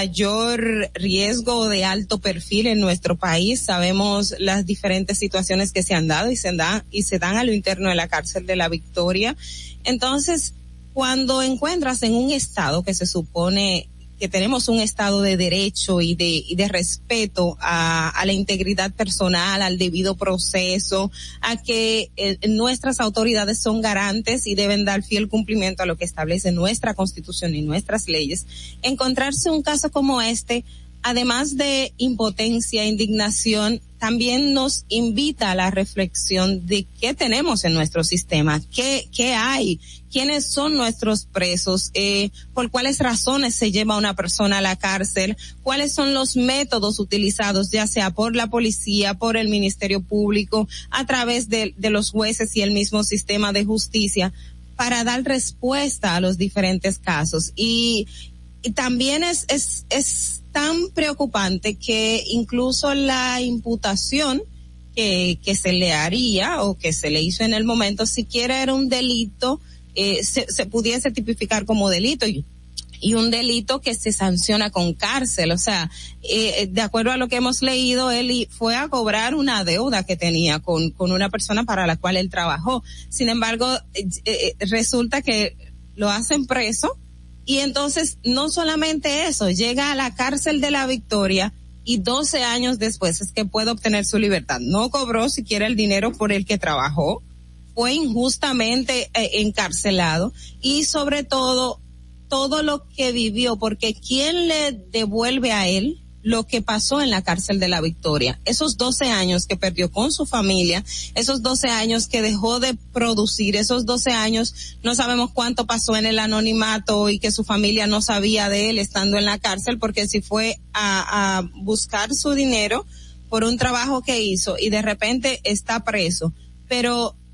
mayor riesgo, de alto perfil en nuestro país. Sabemos las diferentes situaciones que se han dado y se dan y se dan a lo interno de la cárcel de La Victoria. Entonces, cuando encuentras en un estado que se supone que tenemos un estado de derecho y de y de respeto a, a la integridad personal, al debido proceso, a que eh, nuestras autoridades son garantes y deben dar fiel cumplimiento a lo que establece nuestra Constitución y nuestras leyes, encontrarse un caso como este, además de impotencia, indignación, también nos invita a la reflexión de qué tenemos en nuestro sistema, qué, qué hay, quiénes son nuestros presos, eh, por cuáles razones se lleva una persona a la cárcel, cuáles son los métodos utilizados, ya sea por la policía, por el Ministerio Público, a través de, de los jueces y el mismo sistema de justicia, para dar respuesta a los diferentes casos. Y, y también es, es, es tan preocupante que incluso la imputación que, que se le haría o que se le hizo en el momento, siquiera era un delito, eh, se, se pudiese tipificar como delito, y, y un delito que se sanciona con cárcel. O sea, eh, de acuerdo a lo que hemos leído, él fue a cobrar una deuda que tenía con, con una persona para la cual él trabajó. Sin embargo, eh, eh, resulta que lo hacen preso. Y entonces, no solamente eso, llega a la cárcel de La Victoria y doce años después es que puede obtener su libertad. No cobró siquiera el dinero por el que trabajó, fue injustamente eh, encarcelado, y sobre todo, todo lo que vivió, porque ¿quién le devuelve a él lo que pasó en la cárcel de La Victoria? Esos doce años que perdió con su familia, esos doce años que dejó de producir, esos doce años no sabemos cuánto pasó en el anonimato y que su familia no sabía de él estando en la cárcel, porque si fue a, a buscar su dinero por un trabajo que hizo y de repente está preso. Pero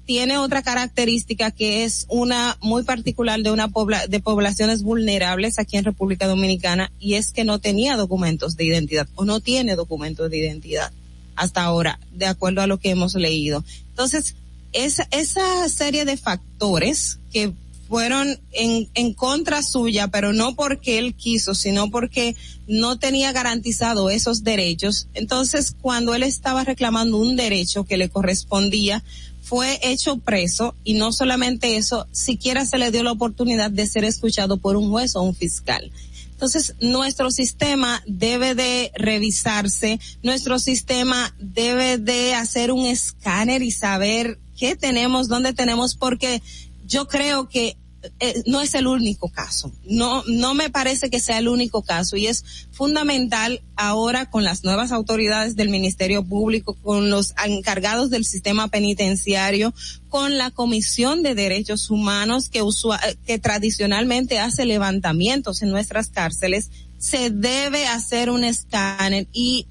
tiene otra característica que es una muy particular de una pobla, de poblaciones vulnerables aquí en República Dominicana, y es que no tenía documentos de identidad o no tiene documentos de identidad hasta ahora, de acuerdo a lo que hemos leído. Entonces, esa, esa serie de factores que fueron en, en contra suya, pero no porque él quiso, sino porque no tenía garantizado esos derechos. Entonces, cuando él estaba reclamando un derecho que le correspondía, fue hecho preso, y no solamente eso, siquiera se le dio la oportunidad de ser escuchado por un juez o un fiscal. Entonces, nuestro sistema debe de revisarse, nuestro sistema debe de hacer un escáner y saber qué tenemos, dónde tenemos, porque yo creo que eh, no es el único caso. No, no me parece que sea el único caso, y es fundamental ahora con las nuevas autoridades del Ministerio Público, con los encargados del sistema penitenciario, con la Comisión de Derechos Humanos que usua, que tradicionalmente hace levantamientos en nuestras cárceles. Se debe hacer un escáner y,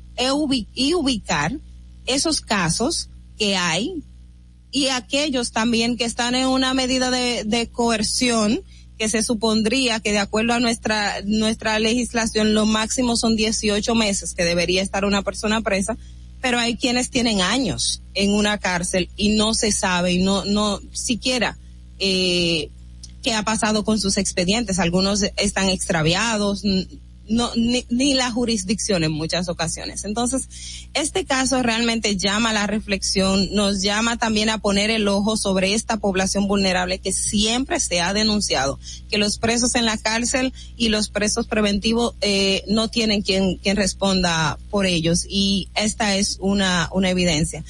y ubicar esos casos que hay, y aquellos también que están en una medida de, de coerción, que se supondría que de acuerdo a nuestra nuestra legislación lo máximo son dieciocho meses que debería estar una persona presa, pero hay quienes tienen años en una cárcel y no se sabe, y no no siquiera eh, qué ha pasado con sus expedientes. Algunos están extraviados, no ni, ni la jurisdicción en muchas ocasiones. Entonces, este caso realmente llama a la reflexión, nos llama también a poner el ojo sobre esta población vulnerable que siempre se ha denunciado, que los presos en la cárcel y los presos preventivos eh, no tienen quien quien responda por ellos, y esta es una una evidencia.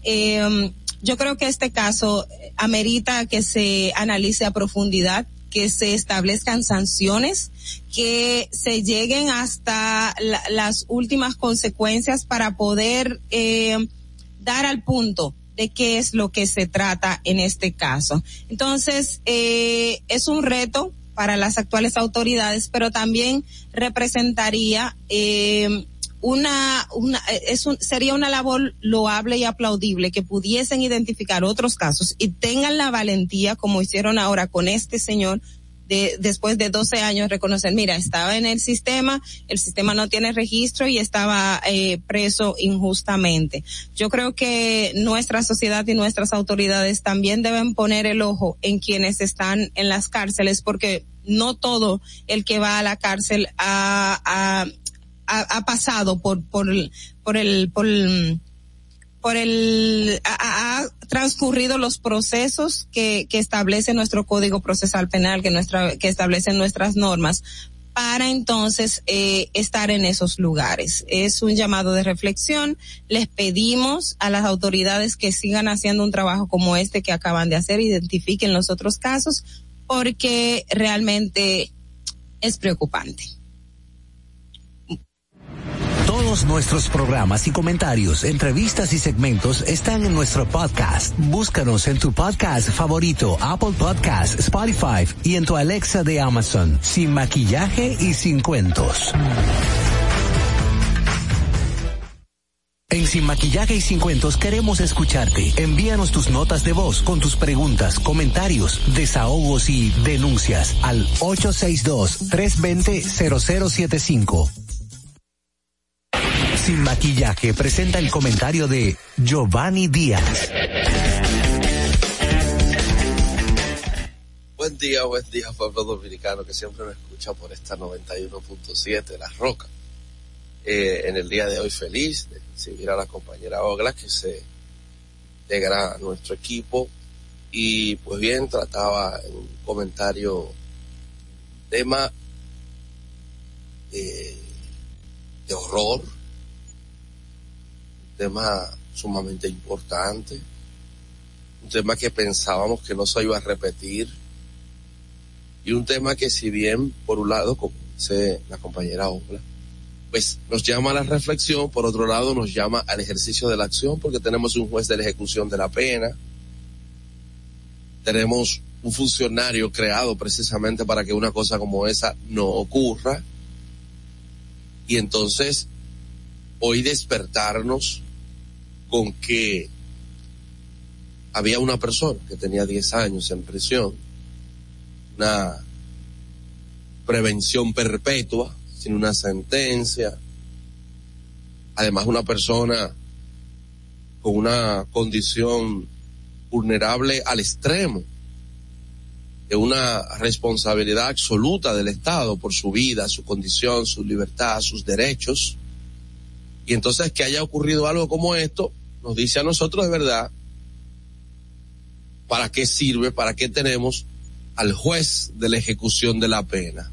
Eh, yo creo que este caso amerita que se analice a profundidad, que se establezcan sanciones, que se lleguen hasta la, las últimas consecuencias para poder eh, dar al punto de qué es lo que se trata en este caso. Entonces, eh, es un reto para las actuales autoridades, pero también representaría eh, una, una, es un, sería una labor loable y aplaudible que pudiesen identificar otros casos y tengan la valentía, como hicieron ahora con este señor, de, después de doce años, reconocer, mira, estaba en el sistema, el sistema no tiene registro y estaba eh, preso injustamente. Yo creo que nuestra sociedad y nuestras autoridades también deben poner el ojo en quienes están en las cárceles, porque no todo el que va a la cárcel ha, ha Ha, ha pasado por por por el por el, por el ha, ha transcurrido los procesos que que establece nuestro Código Procesal Penal, que nuestra que establecen nuestras normas, para entonces eh, estar en esos lugares. Es un llamado de reflexión. Les pedimos a las autoridades que sigan haciendo un trabajo como este que acaban de hacer, identifiquen los otros casos, porque realmente es preocupante.
Todos nuestros programas y comentarios, entrevistas y segmentos están en nuestro podcast. Búscanos en tu podcast favorito, Apple Podcasts, Spotify y en tu Alexa de Amazon. Sin maquillaje y sin cuentos. En Sin Maquillaje y Sin Cuentos queremos escucharte. Envíanos tus notas de voz con tus preguntas, comentarios, desahogos y denuncias al ocho seis dos, tres dos cero, cero cero siete cinco. Sin Maquillaje presenta el comentario de Giovanni Díaz.
Buen día, buen día, pueblo dominicano que siempre me escucha por esta noventa y uno punto siete, La Roca. Eh, en el día de hoy feliz de recibir a la compañera Ogla, que se integra a nuestro equipo, y pues bien, trataba en un comentario tema eh, de horror, tema sumamente importante, un tema que pensábamos que no se iba a repetir, y un tema que, si bien por un lado, como dice la compañera Ogla, pues nos llama a la reflexión, por otro lado nos llama al ejercicio de la acción, porque tenemos un juez de la ejecución de la pena, tenemos un funcionario creado precisamente para que una cosa como esa no ocurra, y entonces hoy despertarnos con que había una persona que tenía diez años en prisión, una prevención perpetua, sin una sentencia, además una persona con una condición vulnerable al extremo, de una responsabilidad absoluta del Estado por su vida, su condición, su libertad, sus derechos. Y entonces que haya ocurrido algo como esto, nos dice a nosotros de verdad, ¿para qué sirve? ¿Para qué tenemos al juez de la ejecución de la pena?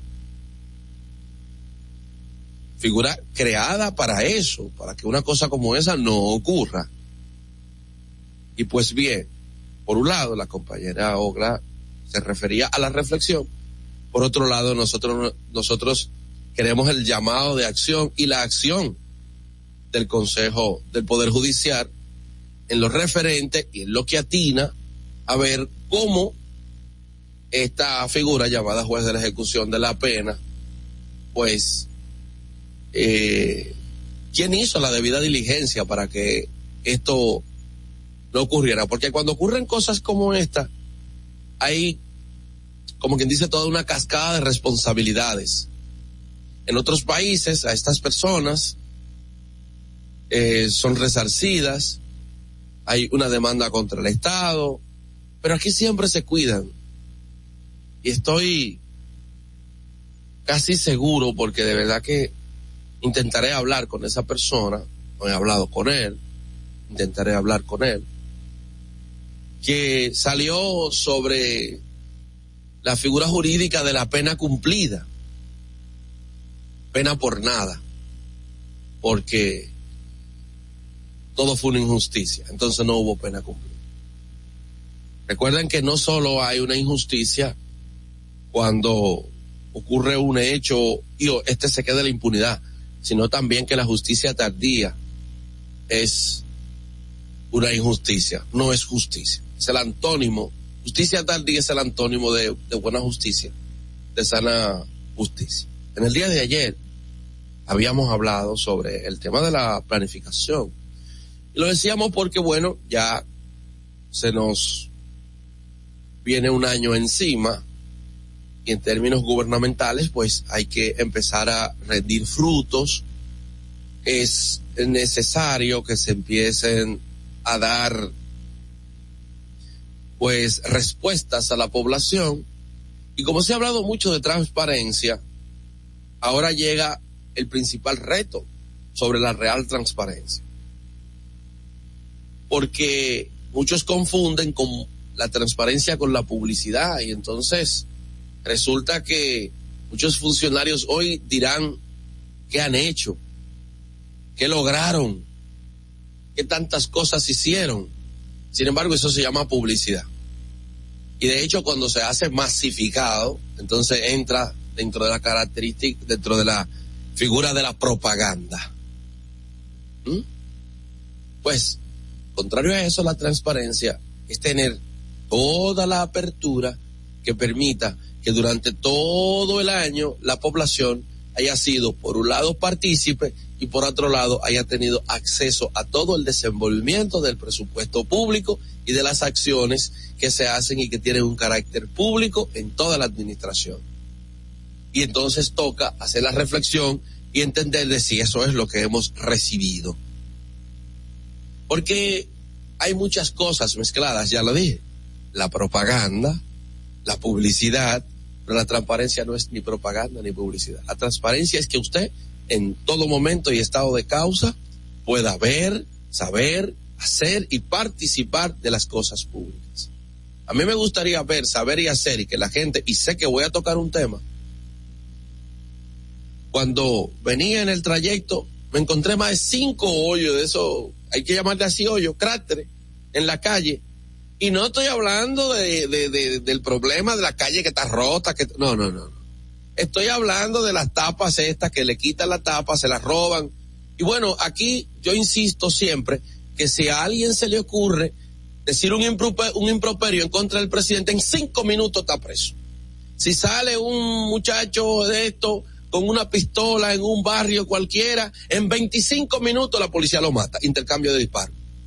Figura creada para eso, para que una cosa como esa no ocurra. Y pues bien, por un lado, la compañera Ogla se refería a la reflexión. Por otro lado, nosotros, nosotros queremos el llamado de acción y la acción del Consejo del Poder Judicial en lo referente y en lo que atina a ver cómo esta figura llamada juez de la ejecución de la pena, pues, eh, ¿quién hizo la debida diligencia para que esto no ocurriera? Porque cuando ocurren cosas como esta, hay, como quien dice, toda una cascada de responsabilidades. En otros países, a estas personas eh, son resarcidas, hay una demanda contra el Estado, pero aquí siempre se cuidan. Y estoy casi seguro, porque de verdad que intentaré hablar con esa persona, no he hablado con él, intentaré hablar con él, que salió sobre la figura jurídica de la pena cumplida, pena por nada, porque todo fue una injusticia, entonces no hubo pena cumplida. Recuerden que no solo hay una injusticia cuando ocurre un hecho y este se queda en la impunidad, sino también que la justicia tardía es una injusticia, no es justicia. Es el antónimo, justicia tardía es el antónimo de, de buena justicia, de sana justicia. En el día de ayer habíamos hablado sobre el tema de la planificación. Y lo decíamos porque, bueno, ya se nos viene un año encima y en términos gubernamentales, pues hay que empezar a rendir frutos. Es necesario que se empiecen a dar pues respuestas a la población, y como se ha hablado mucho de transparencia, ahora llega el principal reto sobre la real transparencia, porque muchos confunden con la transparencia con la publicidad, y entonces resulta que muchos funcionarios hoy dirán qué han hecho, qué lograron, qué tantas cosas hicieron. Sin embargo, eso se llama publicidad. Y de hecho, cuando se hace masificado, entonces entra dentro de la característica, dentro de la figura de la propaganda. ¿Mm? Pues, contrario a eso, la transparencia es tener toda la apertura que permita que durante todo el año la población haya sido, por un lado, partícipe y por otro lado haya tenido acceso a todo el desenvolvimiento del presupuesto público y de las acciones que se hacen y que tienen un carácter público en toda la administración. Y entonces toca hacer la reflexión y entender de si eso es lo que hemos recibido. Porque hay muchas cosas mezcladas, ya lo dije, la propaganda, la publicidad, pero la transparencia no es ni propaganda ni publicidad. La transparencia es que usted en todo momento y estado de causa pueda ver, saber, hacer y participar de las cosas públicas. A mí me gustaría ver, saber y hacer, y que la gente, y sé que voy a tocar un tema, cuando venía en el trayecto me encontré más de cinco hoyos de eso, hay que llamarle así hoyos, cráteres, en la calle. Y no estoy hablando de, de, de, del problema de la calle que está rota, que no, no, no. Estoy hablando de las tapas estas que le quitan la tapa, se las roban. Y bueno, aquí yo insisto siempre que si a alguien se le ocurre decir un, improper, un improperio en contra del presidente, en cinco minutos está preso. Si sale un muchacho de esto con una pistola en un barrio cualquiera, en veinticinco minutos la policía lo mata, intercambio de disparos.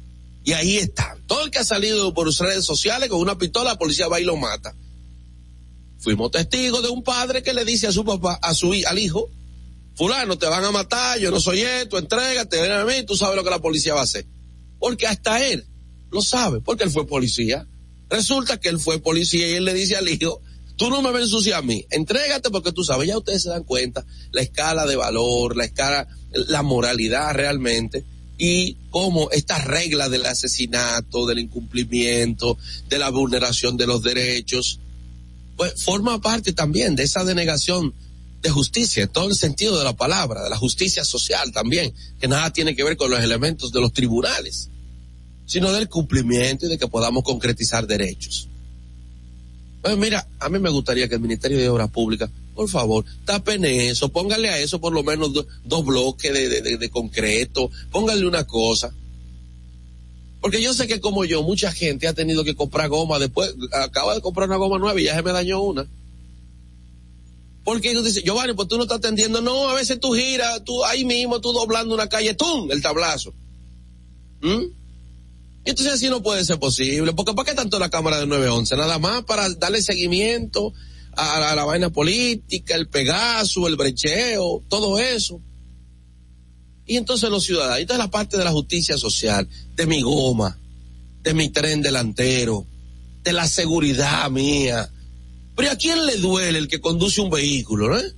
Y ahí están. Todo el que ha salido por sus redes sociales con una pistola, la policía va y lo mata. Fuimos testigos de un padre que le dice a su papá, a su al hijo, fulano, te van a matar, yo no soy esto, entrégate, ven a mí, tú sabes lo que la policía va a hacer. Porque hasta él lo sabe, porque él fue policía. Resulta que él fue policía y él le dice al hijo, tú no me vas a ensuciar a mí, entrégate porque tú sabes, ya ustedes se dan cuenta, la escala de valor, la escala, la moralidad realmente, y cómo estas reglas del asesinato, del incumplimiento, de la vulneración de los derechos, pues forma parte también de esa denegación de justicia, en todo el sentido de la palabra, de la justicia social también, que nada tiene que ver con los elementos de los tribunales, sino del cumplimiento y de que podamos concretizar derechos. Pues mira, a mí me gustaría que el Ministerio de Obras Públicas, por favor, tapen eso, pónganle a eso por lo menos do, dos bloques de, de, de, de concreto, pónganle una cosa. Porque yo sé que como yo, mucha gente ha tenido que comprar goma, después acaba de comprar una goma nueva y ya se me dañó una. Porque tú dices, Giovanni, pues tú no estás atendiendo, no, a veces tú giras, tú ahí mismo, tú doblando una calle, ¡tum!, el tablazo. ¿Mm? Entonces así no puede ser posible, porque ¿para qué tanto la cámara de nueve once? Nada más para darle seguimiento a la, a la vaina política, el pegazo, el brecheo, todo eso. Y entonces los ciudadanos, esta es la parte de la justicia social, de mi goma, de mi tren delantero, de la seguridad mía. Pero ¿a quién le duele el que conduce un vehículo, no?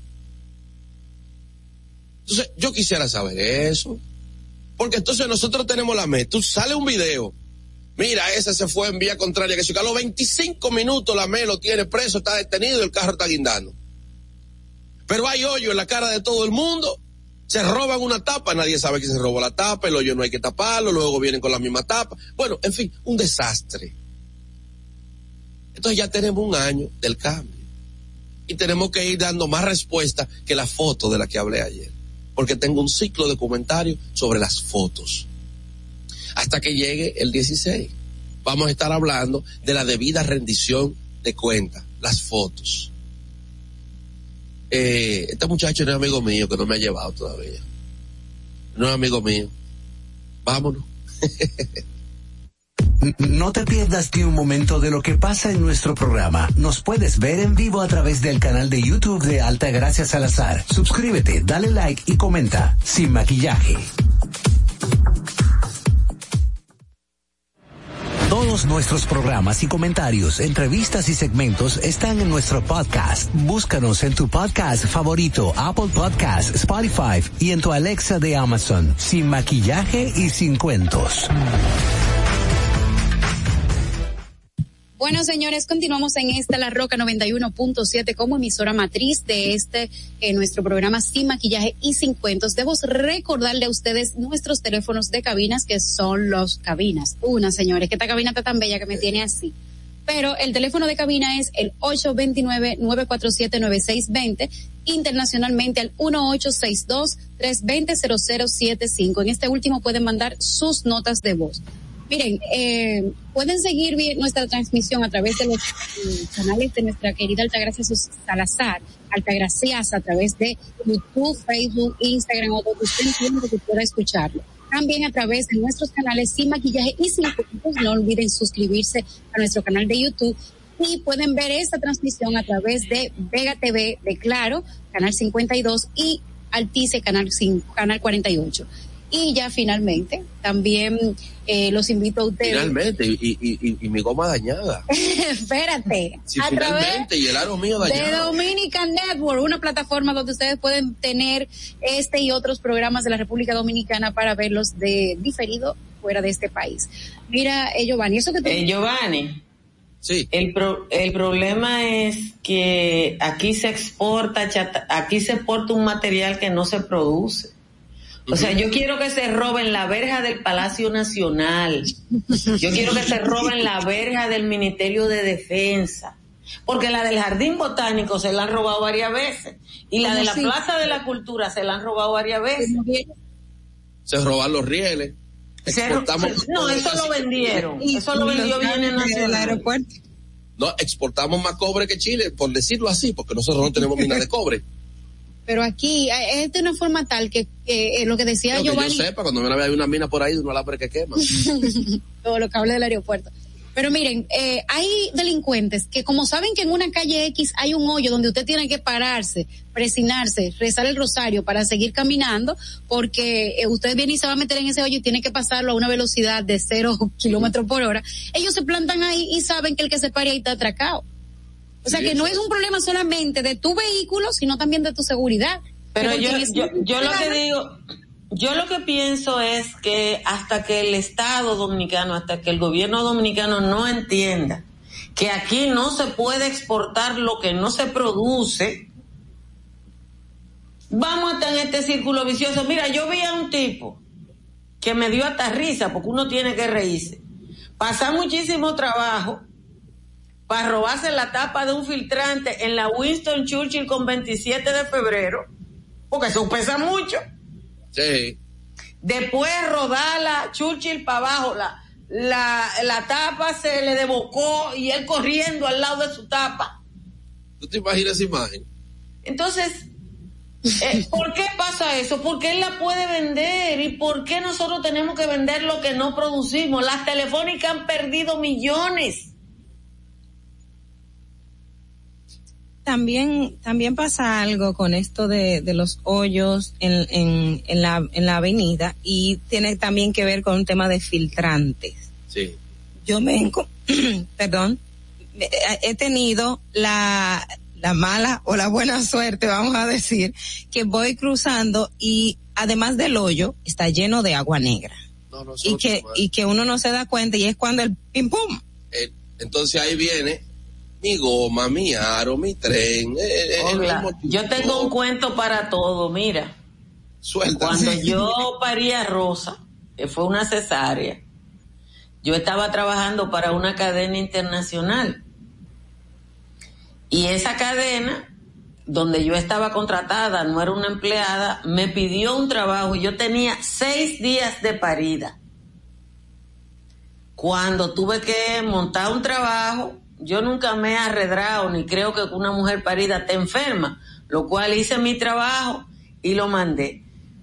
Entonces yo quisiera saber eso. Porque entonces nosotros tenemos la meta. Tú sale un video. Mira, ese se fue en vía contraria. Que si a los veinticinco minutos la M E lo tiene preso, está detenido y el carro está guindando. Pero hay hoyo en la cara de todo el mundo. Se roban una tapa, nadie sabe que se robó la tapa, el hoyo no hay que taparlo, luego vienen con la misma tapa. Bueno, en fin, un desastre. Entonces ya tenemos un año del cambio. Y tenemos que ir dando más respuesta que la foto de la que hablé ayer. Porque tengo un ciclo de comentarios sobre las fotos. Hasta que llegue el dieciséis. Vamos a estar hablando de la debida rendición de cuentas, las fotos. Eh, este muchacho no es amigo mío, que no me ha llevado todavía. No es amigo mío. Vámonos.
No te pierdas ni un momento de lo que pasa en nuestro programa. Nos puedes ver en vivo a través del canal de YouTube de Altagracia Salazar. Suscríbete, dale like y comenta. Sin maquillaje. Todos nuestros programas y comentarios, entrevistas y segmentos están en nuestro podcast. Búscanos en tu podcast favorito, Apple Podcasts, Spotify y en tu Alexa de Amazon. Sin maquillaje y sin cuentos.
Bueno, señores, continuamos en esta La Roca noventa y uno punto siete como emisora matriz de este, eh, nuestro programa Sin Maquillaje y Sin Cuentos. Debo recordarle a ustedes nuestros teléfonos de cabinas, que son los cabinas. Una, señores, que esta cabina está tan bella que me tiene así. Pero el teléfono de cabina es el ocho dos nueve, nueve cuatro siete, nueve seis dos cero, internacionalmente al uno ocho seis dos, tres dos cero, cero cero siete cinco. En este último pueden mandar sus notas de voz. Miren, eh, pueden seguir nuestra transmisión a través de los eh, canales de nuestra querida Altagracia Salazar, Altagracias, a través de YouTube, Facebook, Instagram, o donde usted entienda que pueda escucharlo. También a través de nuestros canales Sin Maquillaje y Sin Cuentos. No olviden suscribirse a nuestro canal de YouTube y pueden ver esta transmisión a través de Vega T V de Claro, canal cincuenta y dos, y Altice, canal, canal cuarenta y ocho. Y ya finalmente, también eh, los invito a ustedes.
Finalmente, y, y, y, y mi goma dañada.
Espérate.
Sí,
a
finalmente, y el aro mío dañado.
De Dominican Network, una plataforma donde ustedes pueden tener este y otros programas de la República Dominicana para verlos de diferido fuera de este país. Mira, eh, Giovanni, eso que tú...
Eh, Giovanni.
Sí.
El pro, el problema es que aquí se exporta, chata, aquí se exporta un material que no se produce. O sea, yo quiero que se roben la verja del Palacio Nacional. Yo quiero que se roben la verja del Ministerio de Defensa. Porque la del Jardín Botánico se la han robado varias veces. Y la de la sí? Plaza de la Cultura se la han robado varias veces.
Se roban los rieles.
Exportamos se, no, eso lo vendieron. Y, eso lo vendió Bienes Nacionales.
No, exportamos más cobre que Chile, por decirlo así, porque nosotros no tenemos mina de cobre.
Pero aquí es de una forma tal que, que eh, lo que decía
Pero
Giovanni.
Que yo sepa, cuando hay una mina por ahí, uno la abre que quema.
Todos los cables del aeropuerto. Pero miren, eh, hay delincuentes que como saben que en una calle X hay un hoyo donde usted tiene que pararse, presinarse, rezar el rosario para seguir caminando, porque eh, usted viene y se va a meter en ese hoyo y tiene que pasarlo a una velocidad de cero kilómetros por hora, ellos se plantan ahí y saben que el que se pare ahí está atracado. O sea, sí, que no es un problema solamente de tu vehículo, sino también de tu seguridad.
Pero yo, yo, yo lo que digo... Yo lo que pienso es que hasta que el Estado dominicano, hasta que el gobierno dominicano no entienda que aquí no se puede exportar lo que no se produce, vamos a estar en este círculo vicioso. Mira, yo vi a un tipo que me dio hasta risa, porque uno tiene que reírse, pasar muchísimo trabajo para robarse la tapa de un filtrante en la Winston Churchill con veintisiete de febrero, porque eso pesa mucho.
Sí.
Después rodarla Churchill para abajo, la, la, la tapa se le desbocó y él corriendo al lado de su tapa.
¿Tú te imaginas esa imagen?
Entonces, eh, ¿por qué pasa eso? Porque él la puede vender. ¿Y por qué nosotros tenemos que vender lo que no producimos? Las telefónicas han perdido millones.
También, también pasa algo con esto de, de los hoyos en, en, en la, en la avenida, y tiene también que ver con un tema de filtrantes.
Sí.
Yo me, perdón, he tenido la, la mala o la buena suerte, vamos a decir, que voy cruzando y además del hoyo está lleno de agua negra.
No, no,
y que, y que uno no se da cuenta, y es cuando el pim pum.
Eh, entonces ahí viene mi goma, mi aro, mi tren. Eh,
Hola, yo tengo un cuento para todo, mira.
Suelta.
Cuando yo parí a Rosa, que fue una cesárea, yo estaba trabajando para una cadena internacional. Y esa cadena, donde yo estaba contratada, no era una empleada, me pidió un trabajo y yo tenía seis días de parida. Cuando tuve que montar un trabajo, yo nunca me he arredrado, ni creo que una mujer parida esté enferma, lo cual hice mi trabajo y lo mandé.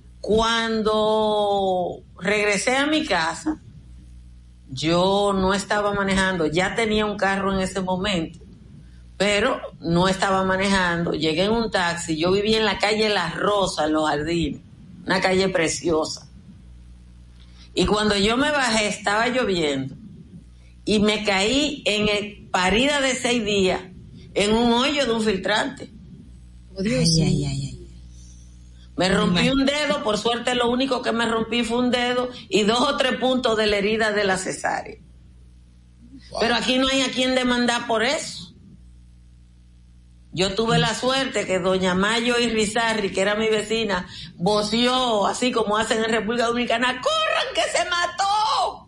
Cuando regresé a mi casa, yo no estaba manejando, ya tenía un carro en ese momento, pero no estaba manejando. Llegué en un taxi, yo vivía en la calle Las Rosas, en Los Jardines, una calle preciosa. Y cuando yo me bajé, estaba lloviendo, y me caí en el parida de seis días en un hoyo de un filtrante.
Oh, Dios. Ay, ay, ay, ay.
Me rompí un dedo, por suerte lo único que me rompí fue un dedo y dos o tres puntos de la herida de la cesárea. Wow. Pero aquí no hay a quien demandar por eso. Yo tuve la suerte que doña Mayo y Rizarri, que era mi vecina, voció, así como hacen en República Dominicana, ¡corran que se mató!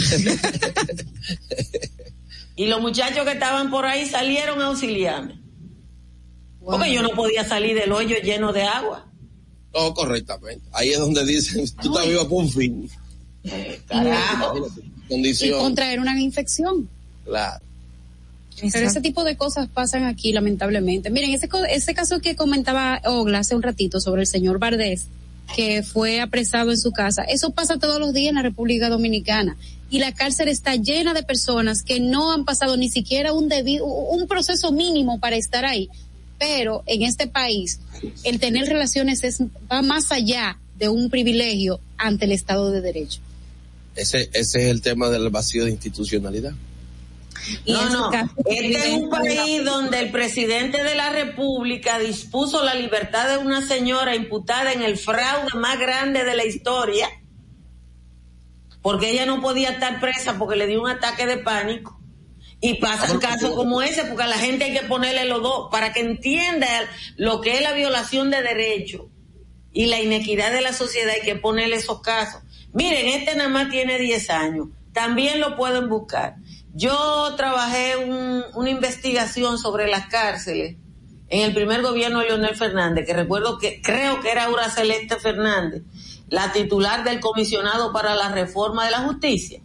Y los muchachos que estaban por ahí salieron a auxiliarme. Wow. Porque yo no podía salir del hoyo lleno de agua.
Oh, correctamente. Ahí es donde dicen, tú estás viva por un fin.
Eh, carajo.
Y contraer una infección.
Claro.
Pero ese tipo de cosas pasan aquí, lamentablemente. Miren, ese, ese caso que comentaba Ogla hace un ratito sobre el señor Vardés, que fue apresado en su casa, eso pasa todos los días en la República Dominicana. Y la cárcel está llena de personas que no han pasado ni siquiera un debido, un proceso mínimo para estar ahí. Pero en este país, el tener relaciones es, va más allá de un privilegio ante el Estado de Derecho.
Ese, ese es el tema del vacío de institucionalidad.
No, no, este es un país donde el presidente de la República dispuso la libertad de una señora imputada en el fraude más grande de la historia, porque ella no podía estar presa porque le dio un ataque de pánico. Y pasan casos como ese, porque a la gente hay que ponerle los dos, para que entienda lo que es la violación de derechos y la inequidad de la sociedad, hay que ponerle esos casos. Miren, este nada más tiene diez años, también lo pueden buscar. Yo trabajé un, una investigación sobre las cárceles en el primer gobierno de Leonel Fernández, que recuerdo que creo que era Aura Celeste Fernández, la titular del comisionado para la reforma de la justicia.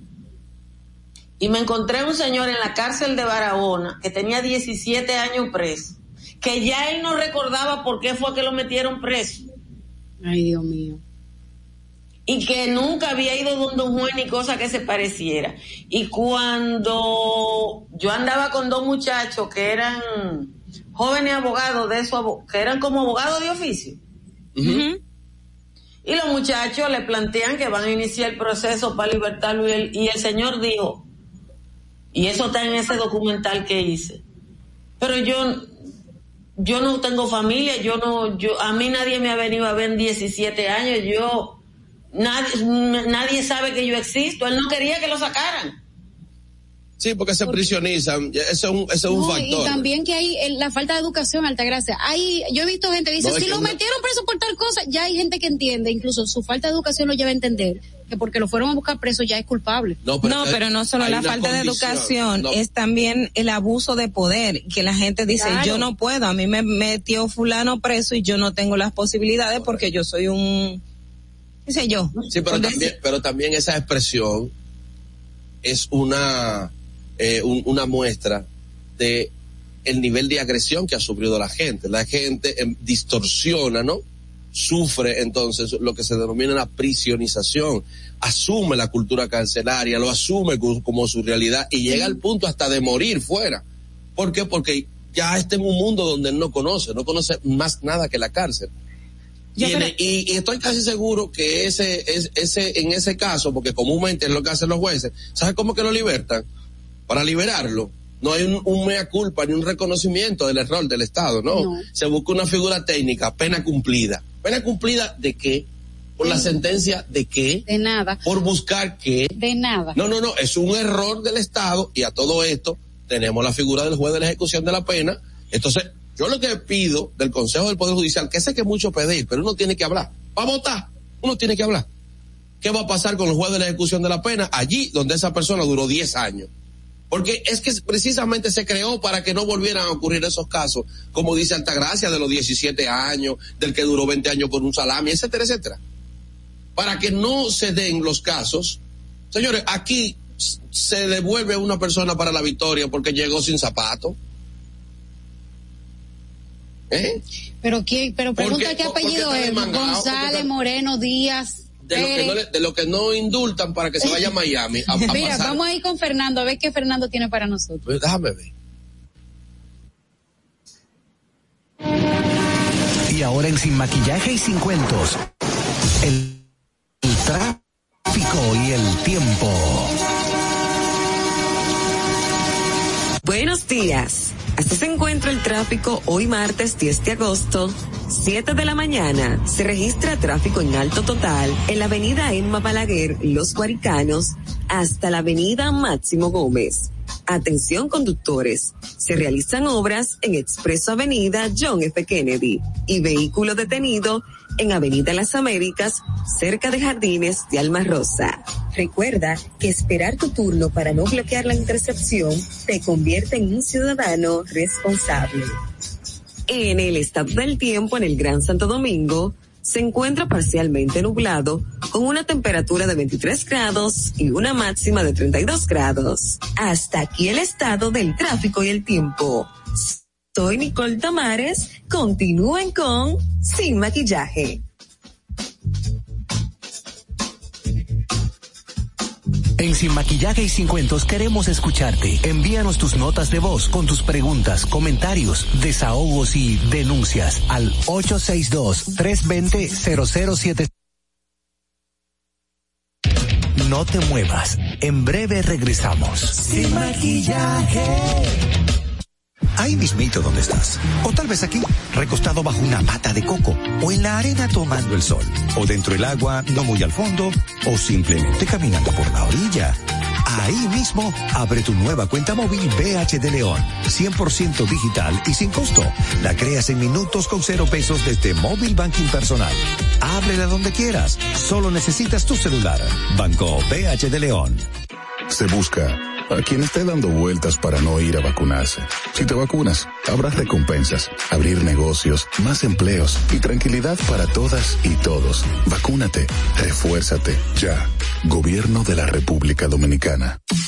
Y me encontré un señor en la cárcel de Barahona que tenía diecisiete años preso, que ya él no recordaba por qué fue que lo metieron preso.
Ay, Dios mío.
Y que nunca había ido donde un juez ni cosa que se pareciera. Y cuando yo andaba con dos muchachos que eran jóvenes abogados de eso, que eran como abogados de oficio. Uh-huh. Y los muchachos le plantean que van a iniciar el proceso para libertarlo y el, y el señor dijo, y eso está en ese documental que hice, pero yo yo no tengo familia, yo no, yo a mí nadie me ha venido a ver en diecisiete años, yo Nadie, nadie sabe que yo existo. Él no quería que lo sacaran.
Sí, porque se porque, prisionizan. Ese es un, ese es un
no,
factor.
Y también que hay el, la falta de educación, Altagracia. Hay, yo he visto gente que dice, no, si lo no. metieron preso por tal cosa, ya hay gente que entiende, incluso su falta de educación lo lleva a entender que porque lo fueron a buscar preso ya es culpable.
No, pero no, hay, pero no solo la falta condición. de educación, no. es también el abuso de poder, que la gente dice, claro. yo no puedo, a mí me metió fulano preso y yo no tengo las posibilidades porque yo soy un... sé yo.
Sí, pero también, pero también esa expresión es una eh, un, una muestra de el nivel de agresión que ha sufrido la gente. La gente eh, distorsiona, ¿no? Sufre entonces lo que se denomina la prisionización, asume la cultura carcelaria, lo asume como, como su realidad y llega al punto hasta de morir fuera. ¿Por qué? Porque ya está en un mundo donde él no conoce, no conoce más nada que la cárcel. Y, en, y, y estoy casi seguro que ese, es, ese, en ese caso, porque comúnmente es lo que hacen los jueces, ¿sabes cómo que lo libertan? Para liberarlo, no hay un, un mea culpa ni un reconocimiento del error del Estado, ¿no? no. Se busca una figura técnica, pena cumplida. ¿Pena cumplida de qué? ¿Por sí. la sentencia de qué?
De nada.
¿Por buscar qué?
De nada.
No, no, no, es un error del Estado y a todo esto tenemos la figura del juez de la ejecución de la pena. Entonces, yo lo que pido del Consejo del Poder Judicial, que sé que es mucho pedir, pero uno tiene que hablar. Para votar, uno tiene que hablar. ¿Qué va a pasar con el juez de la ejecución de la pena? Allí donde esa persona duró diez años. Porque es que precisamente se creó para que no volvieran a ocurrir esos casos, como dice Altagracia, de los diecisiete años, del que duró veinte años por un salami, etcétera, etcétera. Para que no se den los casos. Señores, aquí se devuelve a una persona para la victoria porque llegó sin zapato. ¿Eh?
Pero quién, pero pregunta qué apellido es. González, Moreno, Díaz.
De lo, que no le, de lo que no indultan para que se vaya a Miami. A, a
Mira,
pasar.
Vamos a ir con Fernando a ver qué Fernando tiene para nosotros.
Pues déjame ver.
Y ahora en Sin Maquillaje y Sin Cuentos, el, el tráfico y el tiempo.
Buenos días. Así se encuentra el tráfico hoy martes diez de agosto, siete de la mañana. Se registra tráfico en alto total en la avenida Emma Balaguer, Los Guaricanos, hasta la avenida Máximo Gómez. Atención conductores, se realizan obras en Expreso Avenida John F. Kennedy y vehículo detenido en Avenida Las Américas, cerca de Jardines de Alma Rosa. Recuerda que esperar tu turno para no bloquear la intercepción te convierte en un ciudadano responsable. En el estado del tiempo en el Gran Santo Domingo, se encuentra parcialmente nublado, con una temperatura de veintitrés grados y una máxima de treinta y dos grados. Hasta aquí el estado del tráfico y el tiempo. Soy Nicole Tamares, continúen con Sin Maquillaje.
En Sin Maquillaje y Sin Cuentos queremos escucharte. Envíanos tus notas de voz con tus preguntas, comentarios, desahogos y denuncias al ocho seis dos, tres dos cero, cero cero siete. No te muevas. En breve regresamos.
Sin Maquillaje. Ahí mismito donde estás. O tal vez aquí, recostado bajo una mata de coco. O en la arena tomando el sol. O dentro del agua, no muy al fondo. O simplemente caminando por la orilla. Ahí mismo, abre tu nueva cuenta móvil B H de León. cien por ciento digital y sin costo. La creas en minutos con cero pesos desde Móvil Banking Personal. Ábrela donde quieras. Solo necesitas tu celular. Banco B H de León.
Se busca a quien esté dando vueltas para no ir a vacunarse. Si te vacunas, habrá recompensas, abrir negocios, más empleos y tranquilidad para todas y todos. Vacúnate, refuérzate, ya. Gobierno de la República Dominicana.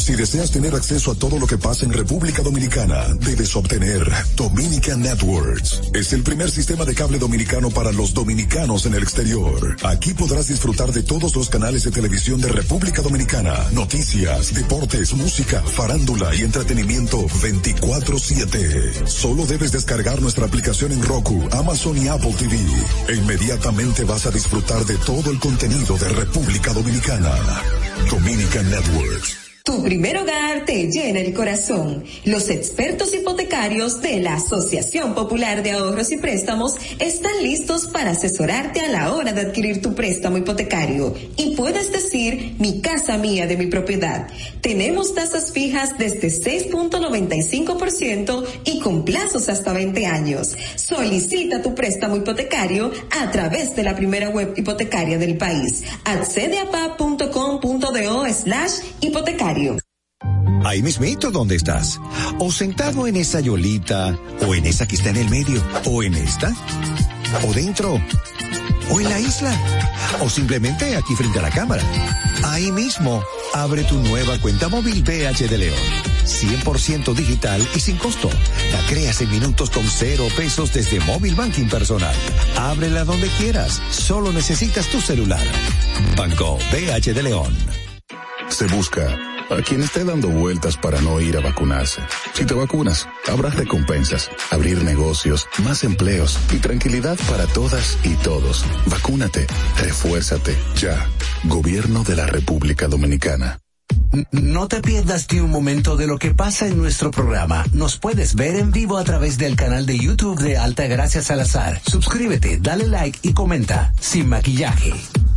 Si deseas tener acceso a todo lo que pasa en República Dominicana, debes obtener Dominican Networks. Es el primer sistema de cable dominicano para los dominicanos en el exterior. Aquí podrás disfrutar de todos los canales de televisión de República Dominicana, noticias, deportes, música, farándula y entretenimiento veinticuatro siete. Solo debes descargar nuestra aplicación en Roku, Amazon y Apple T V. E inmediatamente vas a disfrutar de todo el contenido de República Dominicana. Dominican Networks.
Tu primer hogar te llena el corazón. Los expertos hipotecarios de la Asociación Popular de Ahorros y Préstamos están listos para asesorarte a la hora de adquirir tu préstamo hipotecario. Y puedes decir, mi casa mía de mi propiedad. Tenemos tasas fijas desde seis punto noventa y cinco por ciento y con plazos hasta veinte años. Solicita tu préstamo hipotecario a través de la primera web hipotecaria del país. accede a pa punto com punto do slash hipotecario.
Ahí mismito donde estás, o sentado en esa yolita, o en esa que está en el medio, o en esta, o dentro, o en la isla, o simplemente aquí frente a la cámara. Ahí mismo, abre tu nueva cuenta móvil B H de León, cien por ciento digital y sin costo. La creas en minutos con cero pesos desde Móvil Banking Personal. Ábrela donde quieras, solo necesitas tu celular. Banco B H de León.
Se busca a quien esté dando vueltas para no ir a vacunarse. Si te vacunas, habrá recompensas, abrir negocios, más empleos y tranquilidad para todas y todos. Vacúnate, refuérzate, ya. Gobierno de la República Dominicana.
No te pierdas ni un momento de lo que pasa en nuestro programa. Nos puedes ver en vivo a través del canal de YouTube de Altagracia Salazar. Suscríbete, dale like y comenta. Sin maquillaje.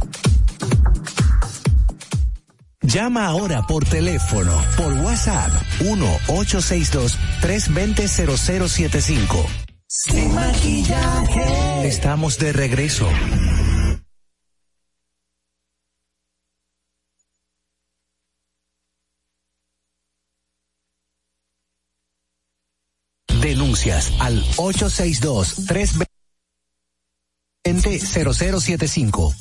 Llama ahora por teléfono, por WhatsApp, uno ocho seis dos, tres dos cero, cero cero siete cinco. Sin maquillaje. Estamos de regreso. Denuncias al ocho seis dos, tres dos cero, cero cero siete cinco.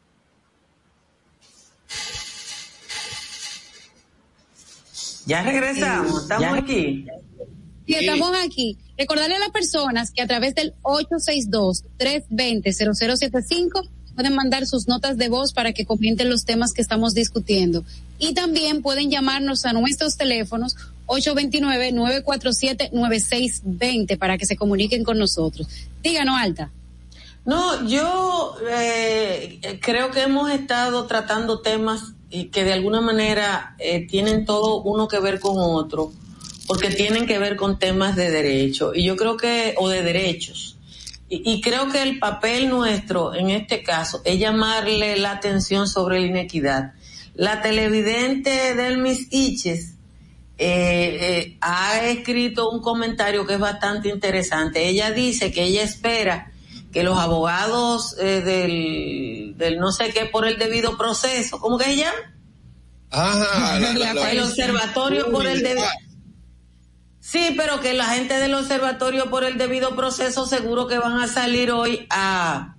Ya regresamos, estamos
ya.
aquí.
Sí, estamos aquí. Recordarle a las personas que a través del ocho seis dos, tres dos cero, cero cero siete cinco pueden mandar sus notas de voz para que comenten los temas que estamos discutiendo. Y también pueden llamarnos a nuestros teléfonos ocho dos nueve, nueve cuatro siete, nueve seis dos cero para que se comuniquen con nosotros. Díganos, Alta.
No, yo eh, creo que hemos estado tratando temas que de alguna manera eh, tienen todo uno que ver con otro, porque tienen que ver con temas de derecho, y yo creo que, o de derechos, y, y creo que el papel nuestro en este caso es llamarle la atención sobre la inequidad. La televidente Delmis Iches eh, eh, ha escrito un comentario que es bastante interesante. Ella dice que ella espera que los abogados eh, del, del no sé qué por el debido proceso, ¿cómo que se llama?
Ajá, la, la, la,
el observatorio por el debido. Sí, pero que la gente del observatorio por el debido proceso seguro que van a salir hoy a,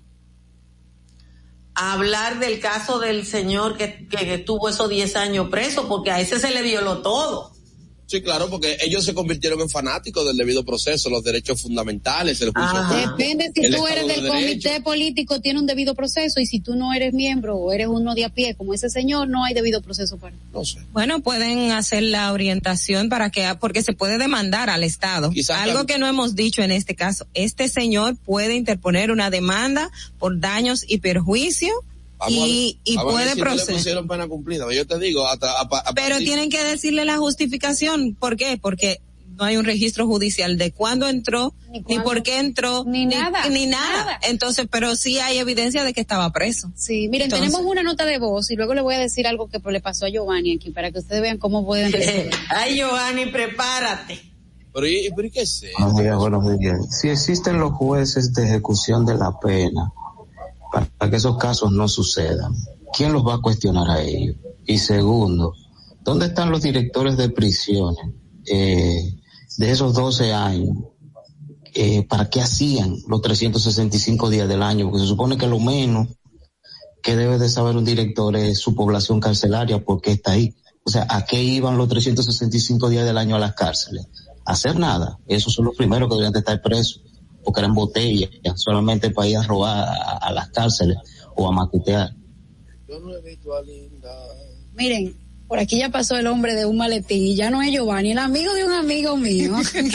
a hablar del caso del señor que, que estuvo esos diez años preso, porque a ese se le violó todo.
Sí, claro, porque ellos se convirtieron en fanáticos del debido proceso, los derechos fundamentales, el juicio.
Depende si tú eres del comité político, tiene un debido proceso, y si tú no eres miembro o eres uno de a pie como ese señor, no hay debido proceso para él.
No sé.
Bueno, pueden hacer la orientación para que, porque se puede demandar al Estado. Quizás algo que no hemos dicho en este caso, este señor puede interponer una demanda por daños y perjuicio. Vamos y, y puede si proceder. No le
pusieron pena cumplida, yo te digo, hasta, a, a,
pero partir... tienen que decirle la justificación. ¿Por qué? Porque no hay un registro judicial de cuándo entró, ni, cuándo, ni por qué entró,
ni, ni nada,
ni nada. nada. Entonces, pero sí hay evidencia de que estaba preso.
Sí, miren, Entonces, tenemos una nota de voz y luego le voy a decir algo que le pasó a Giovanni aquí para que ustedes vean cómo pueden resolver.
Ay, Giovanni, prepárate.
Pero, ¿y, pero qué sé?
Buenos días, buenos días. Si existen los jueces de ejecución de la pena para que esos casos no sucedan, ¿quién los va a cuestionar a ellos? Y segundo, ¿dónde están los directores de prisiones eh, de esos doce años? Eh, ¿Para qué hacían los trescientos sesenta y cinco días del año? Porque se supone que lo menos que debe de saber un director es su población carcelaria, porque está ahí. O sea, ¿a qué iban los trescientos sesenta y cinco días del año a las cárceles? A hacer nada. Esos son los primeros que deberían de estar presos, porque eran botellas, solamente para ir a robar a, a las cárceles o a macutear.
Yo no he visto a Linda.
Miren, por aquí ya pasó el hombre de un maletín y ya no es Giovanni, el amigo de un amigo mío.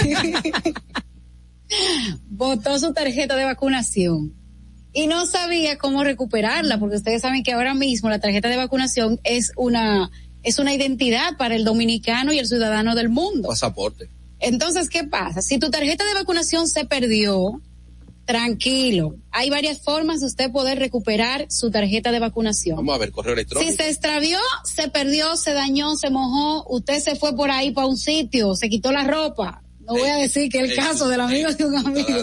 Botó su tarjeta de vacunación y no sabía cómo recuperarla, porque ustedes saben que ahora mismo la tarjeta de vacunación es una es una identidad para el dominicano y el ciudadano del mundo.
Pasaporte.
Entonces, ¿qué pasa? Si tu tarjeta de vacunación se perdió, tranquilo, hay varias formas de usted poder recuperar su tarjeta de vacunación.
Vamos a ver, correo electrónico.
Si se extravió, se perdió, se dañó, se mojó, usted se fue por ahí para un sitio, se quitó la ropa. No voy a decir que es el caso del amigo de un amigo.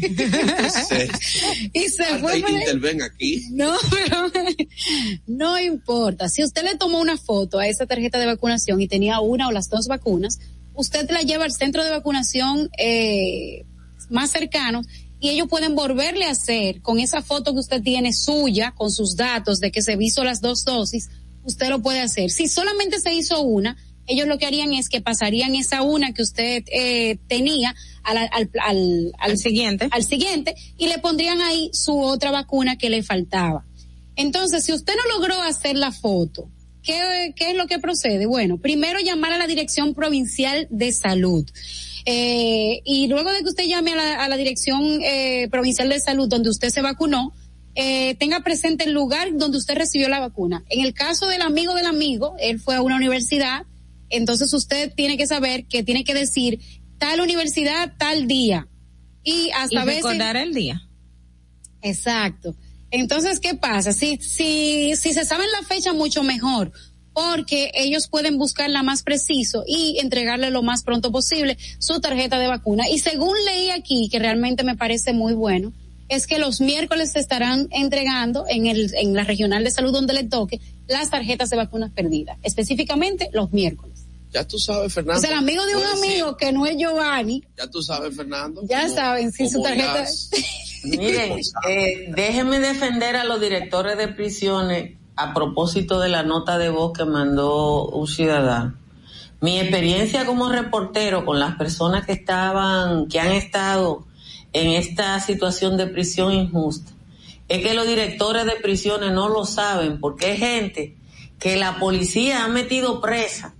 Y se fue.
Que intervenga aquí.
No, pero no importa. Si usted le tomó una foto a esa tarjeta de vacunación y tenía una o las dos vacunas, usted la lleva al centro de vacunación eh, más cercano y ellos pueden volverle a hacer con esa foto que usted tiene suya, con sus datos de que se hizo las dos dosis, usted lo puede hacer. Si solamente se hizo una, ellos lo que harían es que pasarían esa una que usted eh, tenía al, al, al, al,
al siguiente
al siguiente y le pondrían ahí su otra vacuna que le faltaba. Entonces, si usted no logró hacer la foto, ¿qué, qué es lo que procede? Bueno, primero llamar a la Dirección Provincial de Salud. Eh, y luego de que usted llame a la, a la Dirección eh, Provincial de Salud donde usted se vacunó, eh, tenga presente el lugar donde usted recibió la vacuna. En el caso del amigo del amigo, él fue a una universidad. Entonces usted tiene que saber que tiene que decir tal universidad, tal día. Y hasta
y
veces
recordar el día.
Exacto. Entonces, ¿qué pasa? Si, si, si se sabe la fecha, mucho mejor, porque ellos pueden buscarla más preciso y entregarle lo más pronto posible su tarjeta de vacuna. Y según leí aquí, que realmente me parece muy bueno, es que los miércoles se estarán entregando en el, en la regional de salud donde le toque las tarjetas de vacunas perdidas, específicamente los miércoles.
Ya tú sabes, Fernando.
O sea, el amigo de un amigo que no es Giovanni.
Ya tú sabes, Fernando.
Ya saben, si su tarjeta.
Miren, eh, déjenme defender a los directores de prisiones a propósito de la nota de voz que mandó un ciudadano. Mi experiencia como reportero con las personas que estaban, que han estado en esta situación de prisión injusta, es que los directores de prisiones no lo saben, porque hay gente que la policía ha metido presa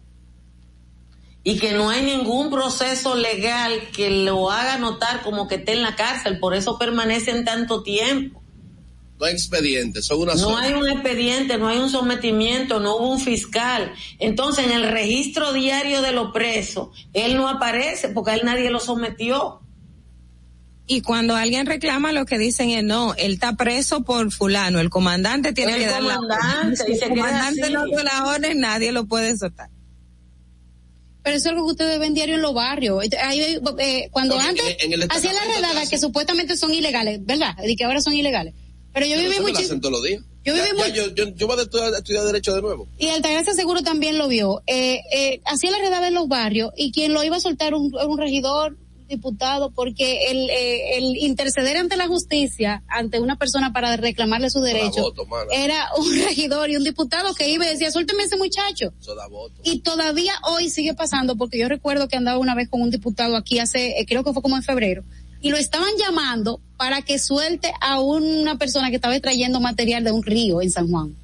y que no hay ningún proceso legal que lo haga notar como que esté en la cárcel, por eso permanecen tanto tiempo.
No hay expediente, son una
No
sola.
hay un expediente, no hay un sometimiento, no hubo un fiscal. Entonces, en el registro diario de los presos, él no aparece porque a él nadie lo sometió.
Y cuando alguien reclama, lo que dicen es, no, él está preso por fulano, el comandante tiene
el
que dar la orden. Si el comandante no dio la orden, nadie lo puede soltar.
Pero eso es algo que ustedes ven diario en los barrios. Ahí, eh, cuando
Porque
antes
en, en
hacían las redadas que supuestamente son ilegales, ¿verdad? Y que ahora son ilegales. Pero yo viví muchísimo.
todos los días.
Yo viví
ya, ya, yo, yo, yo voy a estudiar, a estudiar Derecho de nuevo.
Y Altagracia seguro también lo vio. Eh, eh, hacía la redada en los barrios y quien lo iba a soltar un, un regidor, diputado, porque el, eh, el interceder ante la justicia, ante una persona para reclamarle su derecho,
voto,
era un regidor y un diputado que iba y decía, suélteme ese muchacho.
Eso da voto.
Y todavía hoy sigue pasando, porque yo recuerdo que andaba una vez con un diputado aquí hace, eh, creo que fue como en febrero, y lo estaban llamando para que suelte a una persona que estaba extrayendo material de un río en San Juan.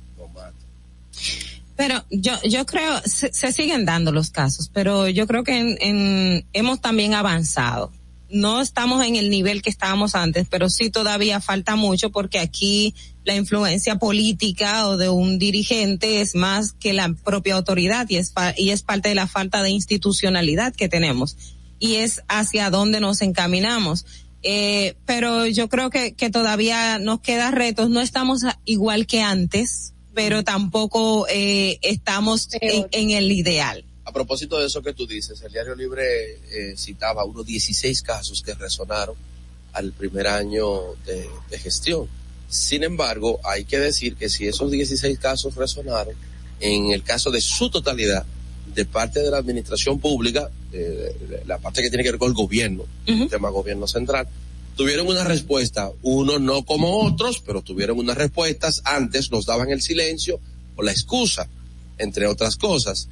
Pero yo yo creo, se, se siguen dando los casos, pero yo creo que en, en, hemos también avanzado. No estamos en el nivel que estábamos antes, pero sí todavía falta mucho, porque aquí la influencia política o de un dirigente es más que la propia autoridad, y es, y es parte de la falta de institucionalidad que tenemos, y es hacia dónde nos encaminamos. Eh, pero yo creo que, que todavía nos queda retos, no estamos igual que antes, pero tampoco eh, estamos en, en el ideal.
A propósito de eso que tú dices, el Diario Libre eh, citaba unos dieciséis casos que resonaron al primer año de, de gestión. Sin embargo, hay que decir que si esos dieciséis casos resonaron, en el caso de su totalidad, de parte de la administración pública, eh, la parte que tiene que ver con el gobierno, uh-huh. el tema gobierno central, tuvieron una respuesta, unos no como otros, pero tuvieron unas respuestas. Antes nos daban el silencio o la excusa entre otras cosas.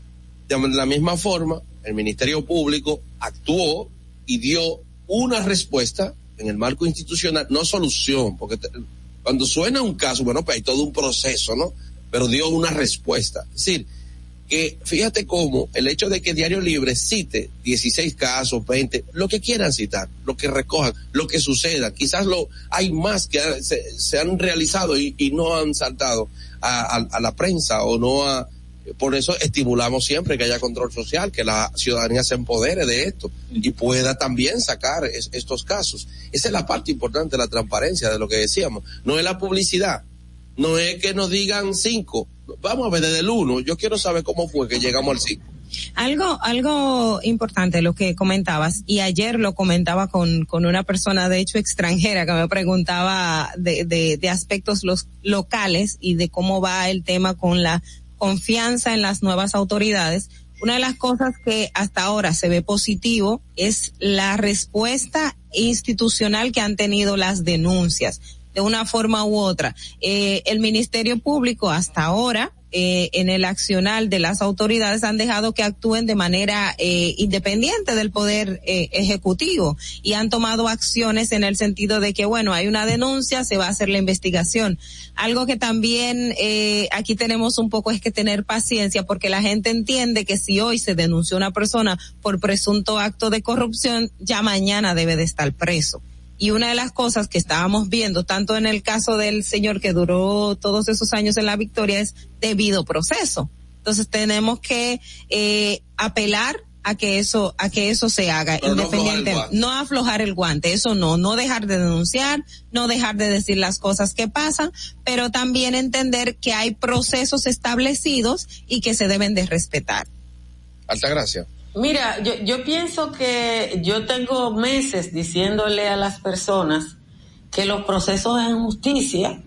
De la misma forma, el Ministerio Público actuó y dio una respuesta en el marco institucional, no solución, porque te, cuando suena un caso, bueno, pues hay todo un proceso, ¿no? Pero dio una respuesta. Es decir, que fíjate cómo el hecho de que Diario Libre cite dieciséis casos, veinte, lo que quieran citar, lo que recojan, lo que suceda, quizás lo hay más que se, se han realizado y, y no han saltado a, a, a la prensa o no a... Por eso estimulamos siempre que haya control social, que la ciudadanía se empodere de esto y pueda también sacar es, estos casos. Esa es la parte importante de la transparencia, de lo que decíamos. No es la publicidad, no es que nos digan cinco. Vamos a ver desde el uno. Yo quiero saber cómo fue que llegamos al cinco.
Algo, algo importante lo que comentabas, y ayer lo comentaba con, con una persona, de hecho extranjera, que me preguntaba de, de, de aspectos los locales y de cómo va el tema con la confianza en las nuevas autoridades. Una de las cosas que hasta ahora se ve positivo es la respuesta institucional que han tenido las denuncias, de una forma u otra. Eh, el Ministerio Público hasta ahora, eh, en el accionar de las autoridades, han dejado que actúen de manera eh, independiente del poder eh, ejecutivo, y han tomado acciones en el sentido de que, bueno, hay una denuncia, se va a hacer la investigación. Algo que también eh, aquí tenemos un poco es que tener paciencia, porque la gente entiende que si hoy se denunció una persona por presunto acto de corrupción, ya mañana debe de estar preso. Y una de las cosas que estábamos viendo, tanto en el caso del señor que duró todos esos años en la Victoria, es debido proceso. Entonces tenemos que eh, apelar a que eso, a que eso se haga. Pero independiente, no aflojar, no aflojar el guante, eso no, no dejar de denunciar, no dejar de decir las cosas que pasan, pero también entender que hay procesos establecidos y que se deben de respetar.
Altagracia.
Mira, yo, yo pienso que yo tengo meses diciéndole a las personas que los procesos en justicia,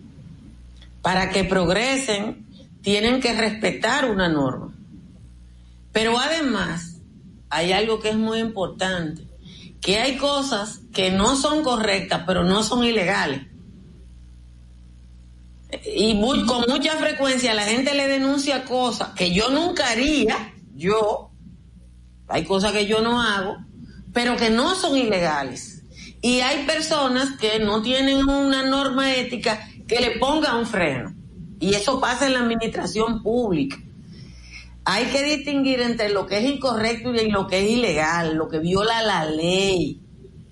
para que progresen, tienen que respetar una norma. Pero además, hay algo que es muy importante, que hay cosas que no son correctas, pero no son ilegales. Y muy, con mucha frecuencia la gente le denuncia cosas que yo nunca haría, yo... Hay cosas que yo no hago, pero que no son ilegales. Y hay personas que no tienen una norma ética que le ponga un freno. Y eso pasa en la administración pública. Hay que distinguir entre lo que es incorrecto y lo que es ilegal, lo que viola la ley.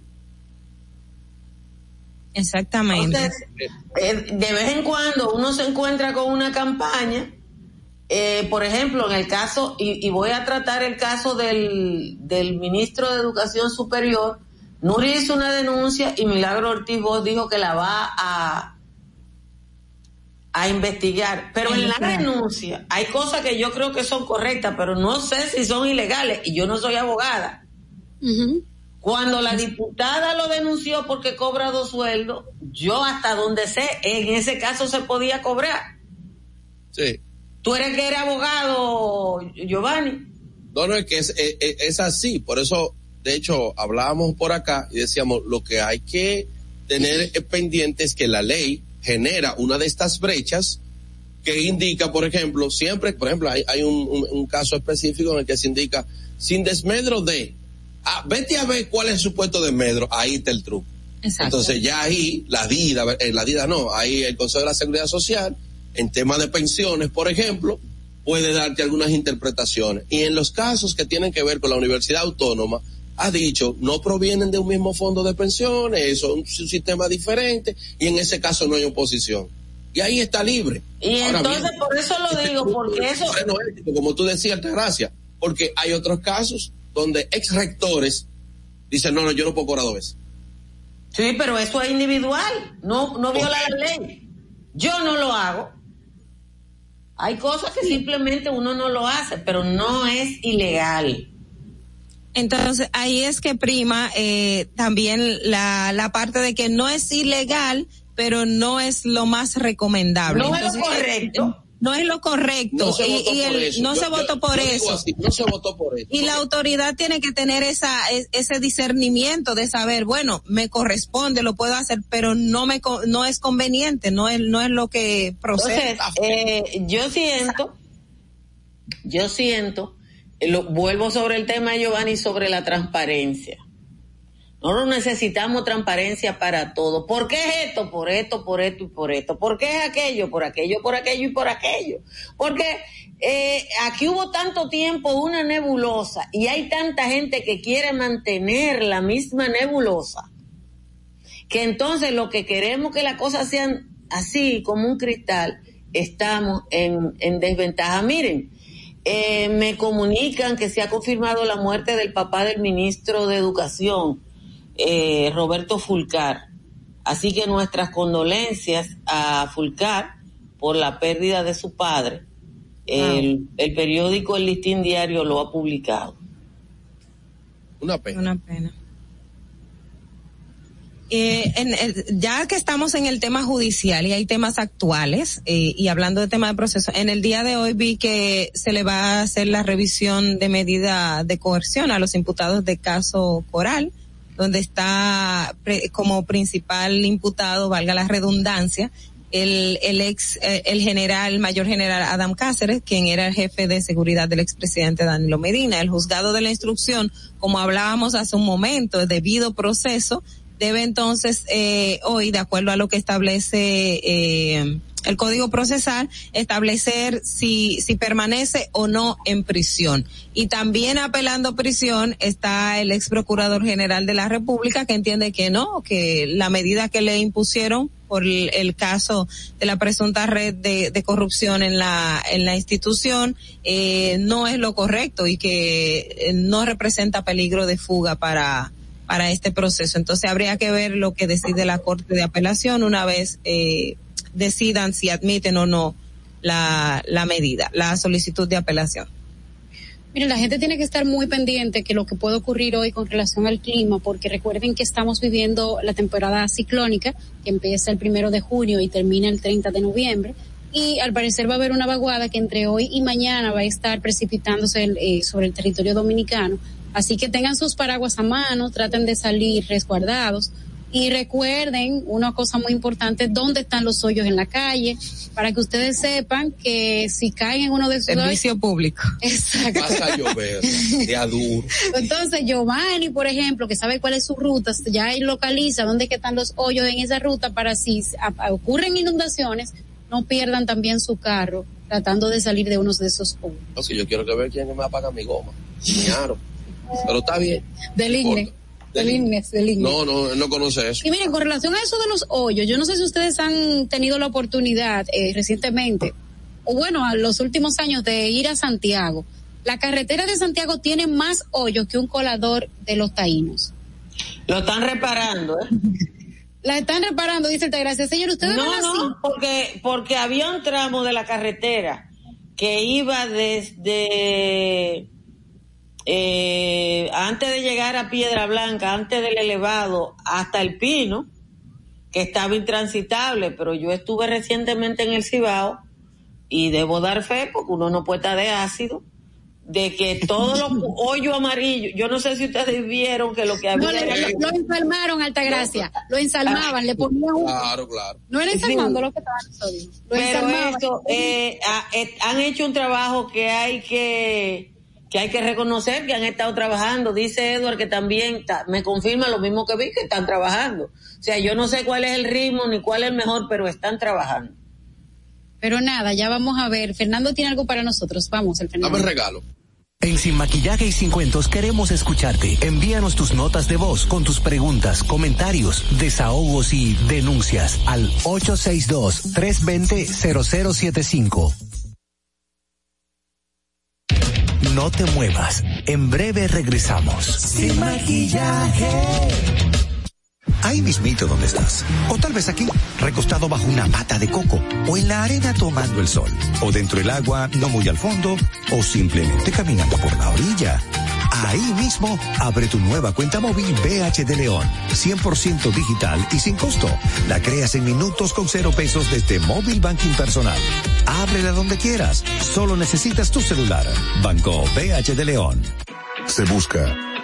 Exactamente.
Entonces, de vez en cuando uno se encuentra con una campaña. Eh, por ejemplo, en el caso, y, y voy a tratar el caso del, del ministro de Educación Superior, Nuri hizo una denuncia y Milagro Ortiz Bosch dijo que la va a, a investigar. Pero en la denuncia hay cosas que yo creo que son correctas, pero no sé si son ilegales, y yo no soy abogada. Uh-huh. Cuando la diputada lo denunció porque cobra dos sueldos, yo hasta donde sé, en ese caso se podía cobrar.
Sí.
¿Tú eres que eres abogado, Giovanni?
No, no, es que es, es, es así. Por eso, de hecho, hablábamos por acá y decíamos, lo que hay que tener pendiente es que la ley genera una de estas brechas que indica, por ejemplo, siempre, por ejemplo, hay, hay un, un, un caso específico en el que se indica, sin desmedro de, ah, vete a ver cuál es el supuesto desmedro, ahí está el truco. Exacto. Entonces ya ahí, la DIDA, eh, la DIDA no, ahí el Consejo de la Seguridad Social, en tema de pensiones, por ejemplo, puede darte algunas interpretaciones. Y en los casos que tienen que ver con la Universidad Autónoma, ha dicho, no provienen de un mismo fondo de pensiones, son un sistema diferente, y en ese caso no hay oposición. Y ahí está libre.
Y ahora entonces, bien, por eso lo digo, porque eso...
Ético, como tú decías, Altagracia, porque hay otros casos donde ex rectores dicen, no, no, yo no puedo cobrar dos veces.
Sí, pero eso es individual, no, no viola okay. la ley. Yo no lo hago. Hay cosas que simplemente uno no lo hace, pero no es ilegal.
Entonces, ahí es que prima eh, también la, la parte de que no es ilegal, pero no es lo más recomendable.
No
Entonces,
es lo correcto.
No es lo correcto.
No se
y,
votó
y el,
por eso.
No
yo,
se votó
yo,
por
yo
eso.
Así, no se votó por eso.
Y la autoridad tiene que tener esa ese discernimiento de saber, bueno, me corresponde, lo puedo hacer, pero no me no es conveniente, no es no es lo que procede.
Entonces, eh, yo siento yo siento, lo, vuelvo sobre el tema de Giovanni, sobre la transparencia. Nosotros necesitamos transparencia para todo. ¿Por qué es esto? Por esto, por esto y por esto. ¿Por qué es aquello? Por aquello, por aquello y por aquello. Porque eh, aquí hubo tanto tiempo una nebulosa y hay tanta gente que quiere mantener la misma nebulosa, que entonces lo que queremos que las cosas sean así como un cristal, estamos en, en desventaja. Miren, eh, me comunican que se ha confirmado la muerte del papá del ministro de Educación, Eh, Roberto Fulcar. Así que nuestras condolencias a Fulcar por la pérdida de su padre. El, el periódico El Listín Diario lo ha publicado.
Una pena.
Una pena. Eh, en, eh, ya que estamos en el tema judicial y hay temas actuales, eh, y hablando de tema de proceso, en el día de hoy vi que se le va a hacer la revisión de medida de coerción a los imputados de caso Coral, donde está pre, como principal imputado, valga la redundancia, el, el ex, eh, el general, mayor general Adam Cáceres, quien era el jefe de seguridad del expresidente Danilo Medina. El juzgado de la instrucción, como hablábamos hace un momento, el debido proceso, debe entonces, eh, hoy, de acuerdo a lo que establece, eh, el Código Procesal, establecer si, si permanece o no en prisión. Y también apelando prisión está el ex Procurador General de la República, que entiende que no, que la medida que le impusieron por el, el caso de la presunta red de, de corrupción en la, en la institución, eh, no es lo correcto y que eh, no representa peligro de fuga para, para este proceso. Entonces habría que ver lo que decide la Corte de Apelación una vez, eh, decidan si admiten o no la, la medida, la solicitud de apelación.
Miren, la gente tiene que estar muy pendiente que lo que puede ocurrir hoy con relación al clima, porque recuerden que estamos viviendo la temporada ciclónica, que empieza el primero de junio y termina el treinta de noviembre, y al parecer va a haber una vaguada que entre hoy y mañana va a estar precipitándose el, eh, sobre el territorio dominicano. Así que tengan sus paraguas a mano, traten de salir resguardados. Y recuerden una cosa muy importante, dónde están los hoyos en la calle, para que ustedes sepan que si caen en uno de esos
servicio
hoyos,
público.
Exacto.
Vas a llover, día duro.
Entonces Giovanni, por ejemplo, que sabe cuál es su ruta, ya él localiza dónde que están los hoyos en esa ruta para si a, a, ocurren inundaciones, no pierdan también su carro tratando de salir de unos de esos hoyos.
No, si yo quiero que ver quién me apaga mi goma, mi aro. Pero está bien.
Del INE. Del INE, del INE.
No, no, no conoce eso.
Y miren, con relación a eso de los hoyos, yo no sé si ustedes han tenido la oportunidad eh, recientemente, o bueno, a los últimos años, de ir a Santiago. La carretera de Santiago tiene más hoyos que un colador de los taínos.
Lo están reparando, ¿eh?
La están reparando, dice Altagracia. Señor, ustedes
no,
van así.
No, porque, porque había un tramo de la carretera que iba desde... Eh, antes de llegar a Piedra Blanca, antes del elevado, hasta el Pino, que estaba intransitable, pero yo estuve recientemente en el Cibao y debo dar fe, porque uno no puede estar de ácido, de que todos los hoyos amarillos, yo no sé si ustedes vieron que lo que había...
No, le,
era...
lo, lo ensalmaron, Altagracia, lo ensalmaban, le ponían un...
Claro, claro.
No era ensalmando sí. Lo que estaban lo
Pero
ensalmaban.
eso, eh, a, eh, han hecho un trabajo que hay que... que hay que reconocer que han estado trabajando. Dice Edward que también ta, me confirma lo mismo que vi, que están trabajando. O sea, yo no sé cuál es el ritmo ni cuál es el mejor, pero están trabajando.
Pero nada, ya vamos a ver. Fernando tiene algo para nosotros. Vamos, el Fernando.
Dame regalo.
En Sin Maquillaje y Sin Cuentos queremos escucharte. Envíanos tus notas de voz con tus preguntas, comentarios, desahogos y denuncias al ocho seis dos, tres dos cero, cero cero siete cinco. No te muevas. En breve regresamos.
Sin Maquillaje. Ahí mismito donde estás. O tal vez aquí, recostado bajo una mata de coco. O en la arena tomando el sol. O dentro del agua, no muy al fondo. O simplemente caminando por la orilla. Ahí mismo, abre tu nueva cuenta móvil B H de León. cien por ciento digital y sin costo. La creas en minutos con cero pesos desde Móvil Banking Personal. Ábrela donde quieras. Solo necesitas tu celular. Banco B H de León.
Se busca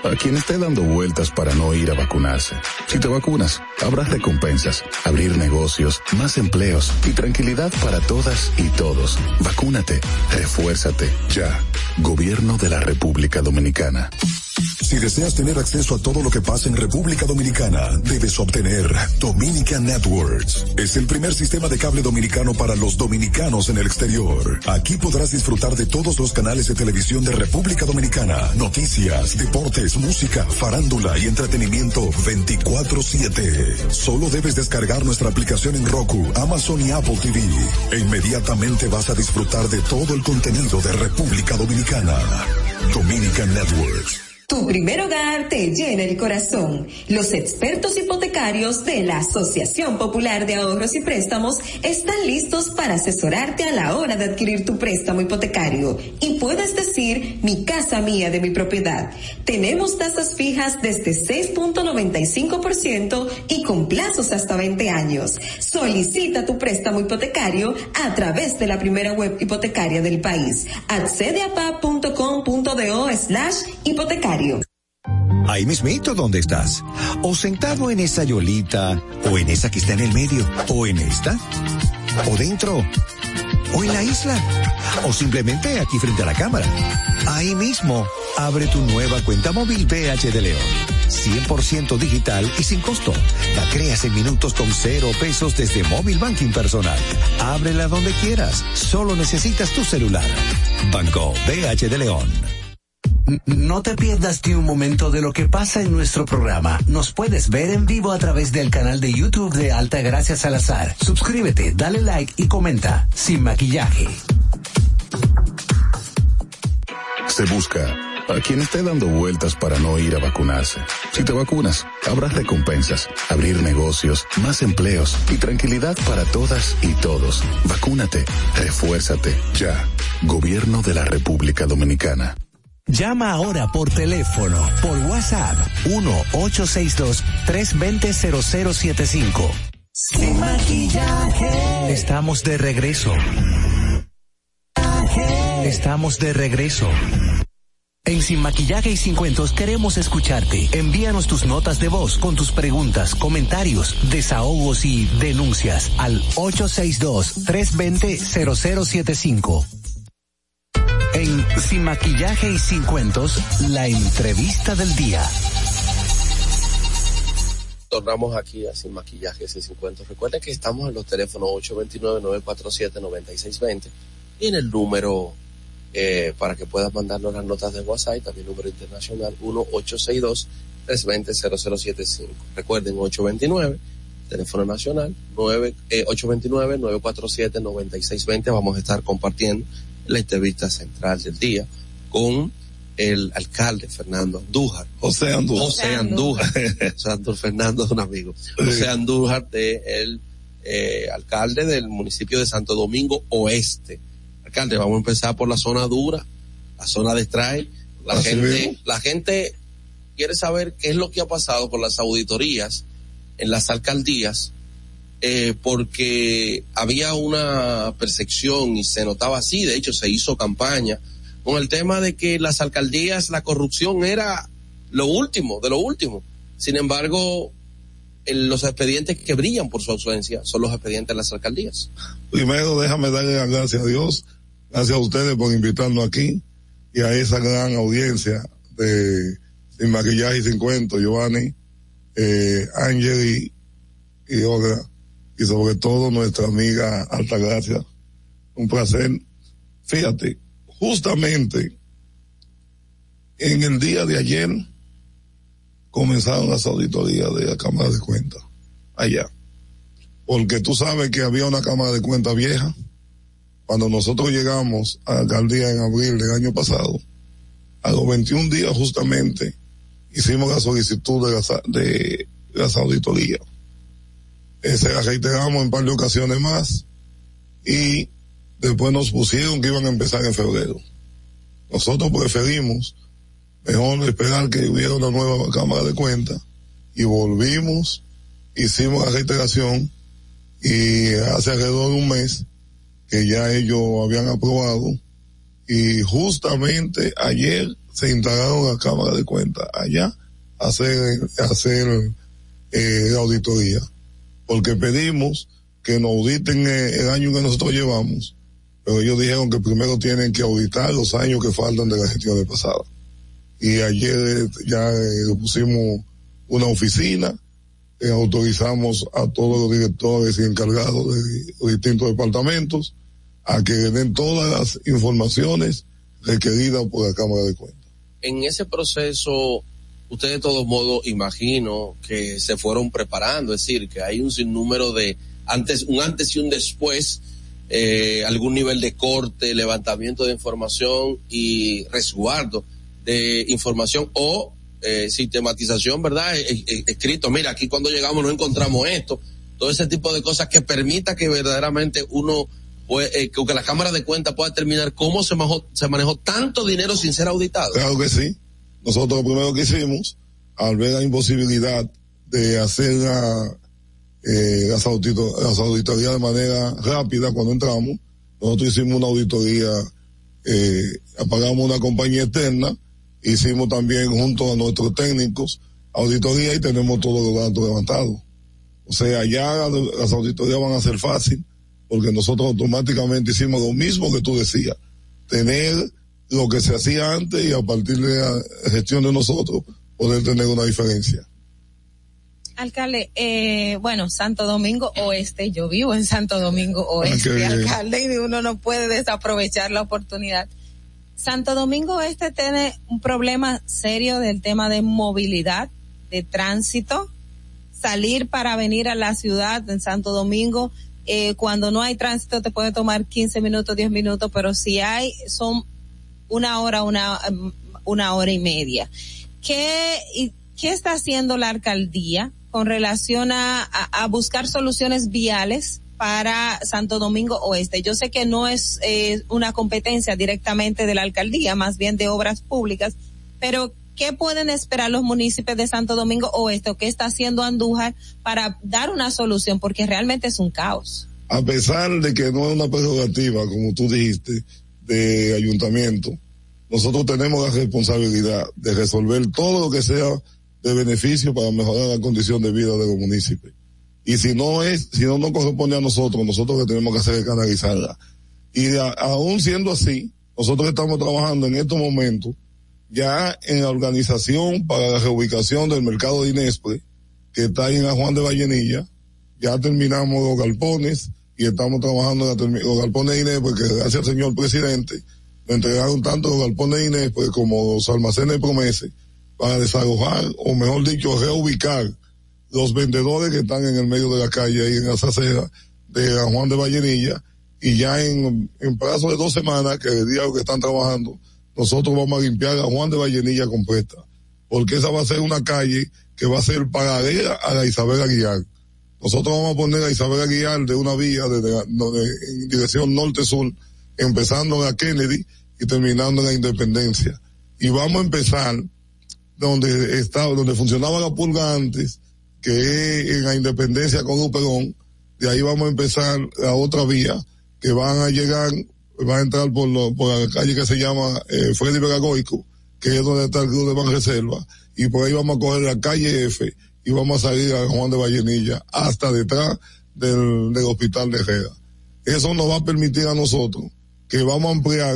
a quien esté dando vueltas para no ir a vacunarse. Si te vacunas, habrá recompensas, abrir negocios, más empleos y tranquilidad para todas y todos. Vacúnate, refuérzate, ya. Gobierno de la República Dominicana.
Si deseas tener acceso a todo lo que pasa en República Dominicana, debes obtener Dominican Networks. Es el primer sistema de cable dominicano para los dominicanos en el exterior. Aquí podrás disfrutar de todos los canales de televisión de República Dominicana, noticias, deportes, música, farándula y entretenimiento veinticuatro siete. Solo debes descargar nuestra aplicación en Roku, Amazon y Apple T V. E inmediatamente vas a disfrutar de todo el contenido de República Dominicana. Dominican Networks.
Tu primer hogar te llena el corazón. Los expertos hipotecarios de la Asociación Popular de Ahorros y Préstamos están listos para asesorarte a la hora de adquirir tu préstamo hipotecario. Y puedes decir, mi casa mía de mi propiedad. Tenemos tasas fijas desde seis punto noventa y cinco por ciento y con plazos hasta veinte años. Solicita tu préstamo hipotecario a través de la primera web hipotecaria del país. accede a pa punto com punto do slash hipotecario.
Ahí mismito donde estás, o sentado en esa yolita, o en esa que está en el medio, o en esta, o dentro, o en la isla, o simplemente aquí frente a la cámara. Ahí mismo, abre tu nueva cuenta móvil B H de León, cien por ciento digital y sin costo. La creas en minutos con cero pesos desde Móvil Banking Personal. Ábrela donde quieras, solo necesitas tu celular. Banco B H de León.
No te pierdas ni un momento de lo que pasa en nuestro programa. Nos puedes ver en vivo a través del canal de YouTube de Altagracia Salazar. Suscríbete, dale like y comenta. Sin maquillaje.
Se busca a quien esté dando vueltas para no ir a vacunarse. Si te vacunas, habrá recompensas, abrir negocios, más empleos y tranquilidad para todas y todos. Vacúnate, refuérzate, ya. Gobierno de la República Dominicana.
Llama ahora por teléfono, por WhatsApp, uno ocho seis dos, tres dos cero, cero cero siete cinco. Sin maquillaje. Estamos de regreso. Estamos de regreso. En Sin Maquillaje y Sin Cuentos queremos escucharte. Envíanos tus notas de voz con tus preguntas, comentarios, desahogos y denuncias al ocho seis dos, tres dos cero, cero cero siete cinco. En Sin Maquillaje y Sin Cuentos, la entrevista del día.
Tornamos aquí a Sin Maquillaje y Sin Cuentos. Recuerden que estamos en los teléfonos ocho dos nueve, nueve cuatro siete, nueve seis dos cero y en el número eh, para que puedas mandarnos las notas de WhatsApp, también número internacional uno ocho seis dos, tres dos cero, cero cero siete cinco. Recuerden ocho dos nueve, teléfono nacional, nueve, eh, ocho dos nueve, nueve cuatro siete, nueve seis dos cero. Vamos a estar compartiendo la entrevista central del día con el alcalde Fernando Andújar.
José Andújar.
José Andújar. José Andújar Fernando es un amigo. José Andújar, de el eh, alcalde del municipio de Santo Domingo Oeste. Alcalde, vamos a empezar por la zona dura, la zona de Stray. La
Así
gente,
mismo.
la gente quiere saber qué es lo que ha pasado con las auditorías en las alcaldías. Eh, porque había una percepción y se notaba así, de hecho se hizo campaña con el tema de que las alcaldías, la corrupción era lo último, de lo último. Sin embargo, el, los expedientes que brillan por su ausencia son los expedientes de las alcaldías.
Primero déjame darle las gracias a Dios, gracias a ustedes por invitarnos aquí y a esa gran audiencia de Sin Maquillaje y Sin Cuentos, Giovanni, eh, Ángel y, y Olga. Y sobre todo nuestra amiga Altagracia. Un placer. Fíjate, justamente en el día de ayer comenzaron las auditorías de la Cámara de Cuentas allá. Porque tú sabes que había una Cámara de Cuentas vieja. Cuando nosotros llegamos a la alcaldía en abril del año pasado, a los veintiún días justamente hicimos la solicitud de las, de las auditorías. Eh, se la reiteramos en un par de ocasiones más y después nos pusieron que iban a empezar en febrero. Nosotros preferimos mejor esperar que hubiera una nueva Cámara de Cuentas y volvimos, hicimos la reiteración y hace alrededor de un mes que ya ellos habían aprobado y justamente ayer se instalaron a cámara de cuentas allá a hacer, a hacer eh, la auditoría, porque pedimos que nos auditen eh, el año que nosotros llevamos, pero ellos dijeron que primero tienen que auditar los años que faltan de la gestión de pasada. Y ayer eh, ya eh, pusimos una oficina, eh, autorizamos a todos los directores y encargados de los distintos departamentos a que den todas las informaciones requeridas por la Cámara de Cuentas.
En ese proceso, ustedes de todos modos, imagino que se fueron preparando, es decir, que hay un sinnúmero de antes, un antes y un después, eh, algún nivel de corte, levantamiento de información y resguardo de información o eh, sistematización, ¿verdad? Eh, eh, escrito, mira, aquí cuando llegamos no encontramos esto, todo ese tipo de cosas que permita que verdaderamente uno, pues, eh, que, que la Cámara de Cuentas pueda determinar cómo se manejó, se manejó tanto dinero sin ser auditado.
Claro que sí. Nosotros lo primero que hicimos, al ver la imposibilidad de hacer la, eh, las, audito, las auditorías de manera rápida cuando entramos, nosotros hicimos una auditoría, eh, apagamos una compañía externa, hicimos también junto a nuestros técnicos auditoría y tenemos todos los datos levantados. O sea, ya las auditorías van a ser fácil, porque nosotros automáticamente hicimos lo mismo que tú decías, tener lo que se hacía antes y a partir de la gestión de nosotros poder tener una diferencia.
Alcalde, eh, bueno, Santo Domingo Oeste, yo vivo en Santo Domingo Oeste, okay, alcalde, y uno no puede desaprovechar la oportunidad. Santo Domingo Oeste tiene un problema serio del tema de movilidad, de tránsito, salir para venir a la ciudad en Santo Domingo, eh, cuando no hay tránsito te puede tomar quince minutos, diez minutos, pero si hay, son una hora, una, una hora y media. ¿Qué, qué está haciendo la alcaldía con relación a, a, a buscar soluciones viales para Santo Domingo Oeste? Yo sé que no es eh, una competencia directamente de la alcaldía, más bien de obras públicas, pero ¿qué pueden esperar los municipios de Santo Domingo Oeste o qué está haciendo Andújar para dar una solución? Porque realmente es un caos.
A pesar de que no es una prerrogativa, como tú dijiste, de ayuntamiento, nosotros tenemos la responsabilidad de resolver todo lo que sea de beneficio para mejorar la condición de vida de los municipios. Y si no es, si no nos corresponde a nosotros, nosotros lo que tenemos que hacer es canalizarla. Y a, aún siendo así, nosotros estamos trabajando en estos momentos ya en la organización para la reubicación del mercado de Inespre, que está ahí en la Juan de Vallenilla. Ya terminamos los galpones y estamos trabajando en la, los galpones de Inespre, que gracias al señor presidente me entregaron tanto los galpones de Inespre como los almacenes de Promesa para desalojar, o mejor dicho, reubicar los vendedores que están en el medio de la calle ahí en las aceras de la Juan de Vallenilla, y ya en, en plazo de dos semanas, que el día que están trabajando, nosotros vamos a limpiar la Juan de Vallenilla completa, porque esa va a ser una calle que va a ser paralela a la Isabel Aguiar. Nosotros vamos a poner a Isabel Aguiar de una vía de, de, de, en dirección norte-sur, empezando en la Kennedy y terminando en la Independencia. Y vamos a empezar donde estaba, donde funcionaba la pulga antes, que es en la Independencia con Luperón. De ahí vamos a empezar la otra vía, que van a llegar, van a entrar por, lo, por la calle que se llama eh, Freddy Veragoico, que es donde está el Club de Banreserva, y por ahí vamos a coger la calle F y vamos a salir a Juan de Vallenilla hasta detrás del, del Hospital de Herrera. Eso nos va a permitir a nosotros que vamos a ampliar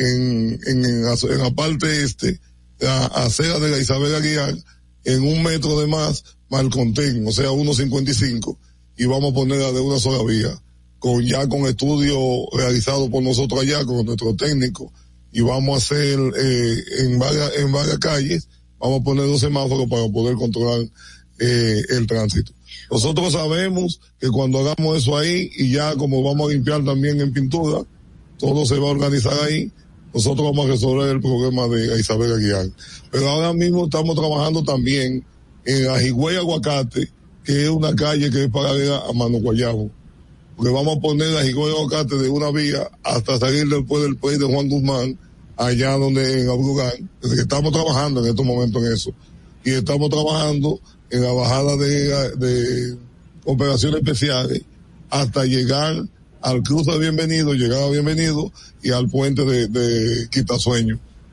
en, en, en, la, en la parte este la acera de la Isabel Aguiar en un metro de más Malcontén, o sea, uno cincuenta y cinco, y vamos a ponerla de una sola vía, con ya con estudios realizados por nosotros allá, con nuestro técnico, y vamos a hacer eh, en varias, en varias calles, vamos a poner dos semáforos para poder controlar eh, el tránsito. Nosotros sabemos que cuando hagamos eso ahí, y ya como vamos a limpiar también en pintura, todo se va a organizar ahí, nosotros vamos a resolver el problema de Isabel Aguiar. Pero ahora mismo estamos trabajando también en Ajigüey Aguacate, que es una calle que es paralela a Mano Guayabo, porque vamos a poner Ajigüey Aguacate de una vía hasta salir después del país de Juan Guzmán, allá donde en Abrugán, desde que estamos trabajando en estos momentos en eso, y estamos trabajando en la bajada de, de operaciones especiales hasta llegar al cruce de Bienvenido, llegar a Bienvenido y al puente de, de Quitasueño.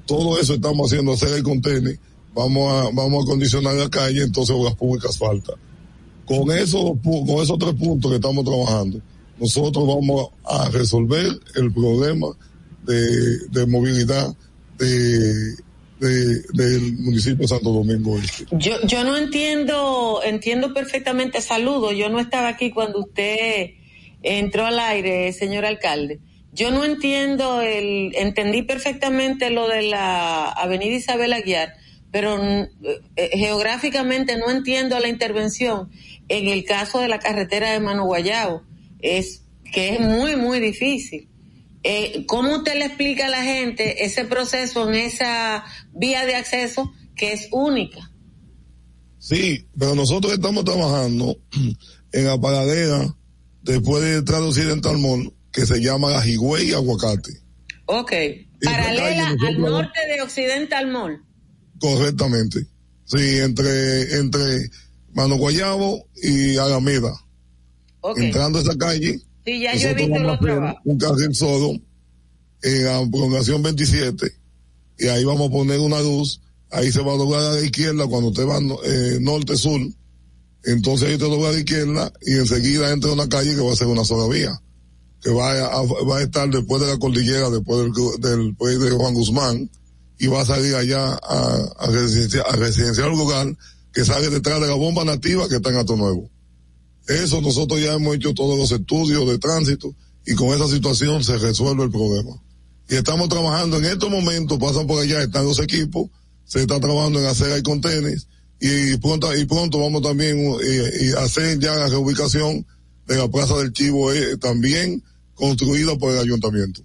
todo eso estamos haciendo, hacer el contenedor, vamos a, vamos a acondicionar la calle, entonces obras públicas falta. Con esos, con esos tres puntos que estamos trabajando, nosotros vamos a resolver el problema de, de movilidad de, de, del municipio de Santo Domingo Este.
Yo, yo no entiendo, entiendo perfectamente, saludo, yo no estaba aquí cuando usted entró al aire, señor alcalde. Yo no entiendo el, entendí perfectamente lo de la avenida Isabel Aguiar, pero eh, geográficamente no entiendo la intervención en el caso de la carretera de Mano Guayabo, es que es muy, muy difícil. Eh, ¿Cómo usted le explica a la gente ese proceso en esa vía de acceso que es única?
Sí, pero nosotros estamos trabajando en la paradera después de entrar a Occidental Mall, que se llama la Higüey Aguacate.
Ok, paralela al norte de Occidental Mall.
Correctamente. Sí, entre, entre Mano Guayabo y Alameda. Okay. Entrando a esa calle.
Sí, ya yo he visto los trabajos.
Un carril solo en la prolongación veintisiete, y ahí vamos a poner una luz, ahí se va a doblar a la izquierda cuando usted va eh, norte-sur, entonces ahí te dobla a la izquierda y enseguida entra una calle que va a ser una sola vía, que va a, va a estar después de la cordillera, después del, del pueblo de Juan Guzmán, y va a salir allá a, a, residencial, a residencial lugar que sale detrás de la bomba nativa que está en Ato Nuevo. Eso nosotros ya hemos hecho todos los estudios de tránsito y con esa situación se resuelve el problema. Y estamos trabajando en estos momentos, pasan por allá, están los equipos, se está trabajando en hacer el contenes y pronto, y pronto vamos también y, y hacer ya la reubicación de la Plaza del Chivo, eh, también construida por el ayuntamiento.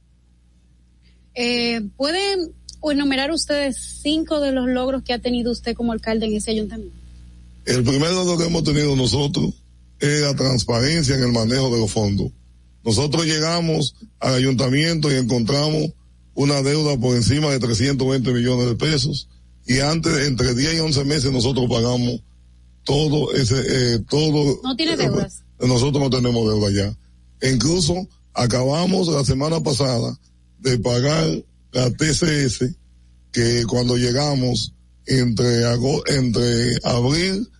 Eh, ¿Pueden enumerar ustedes cinco de los logros que ha tenido usted como alcalde en ese ayuntamiento?
El primer logro que hemos tenido nosotros es la transparencia en el manejo de los fondos. Nosotros llegamos al ayuntamiento y encontramos una deuda por encima de trescientos veinte millones de pesos, y antes, entre diez y once meses, nosotros pagamos todo ese, eh, todo.
¿No tiene deudas?
Eh, nosotros no tenemos deuda ya. E incluso acabamos la semana pasada de pagar la T C S, que cuando llegamos entre, entre abril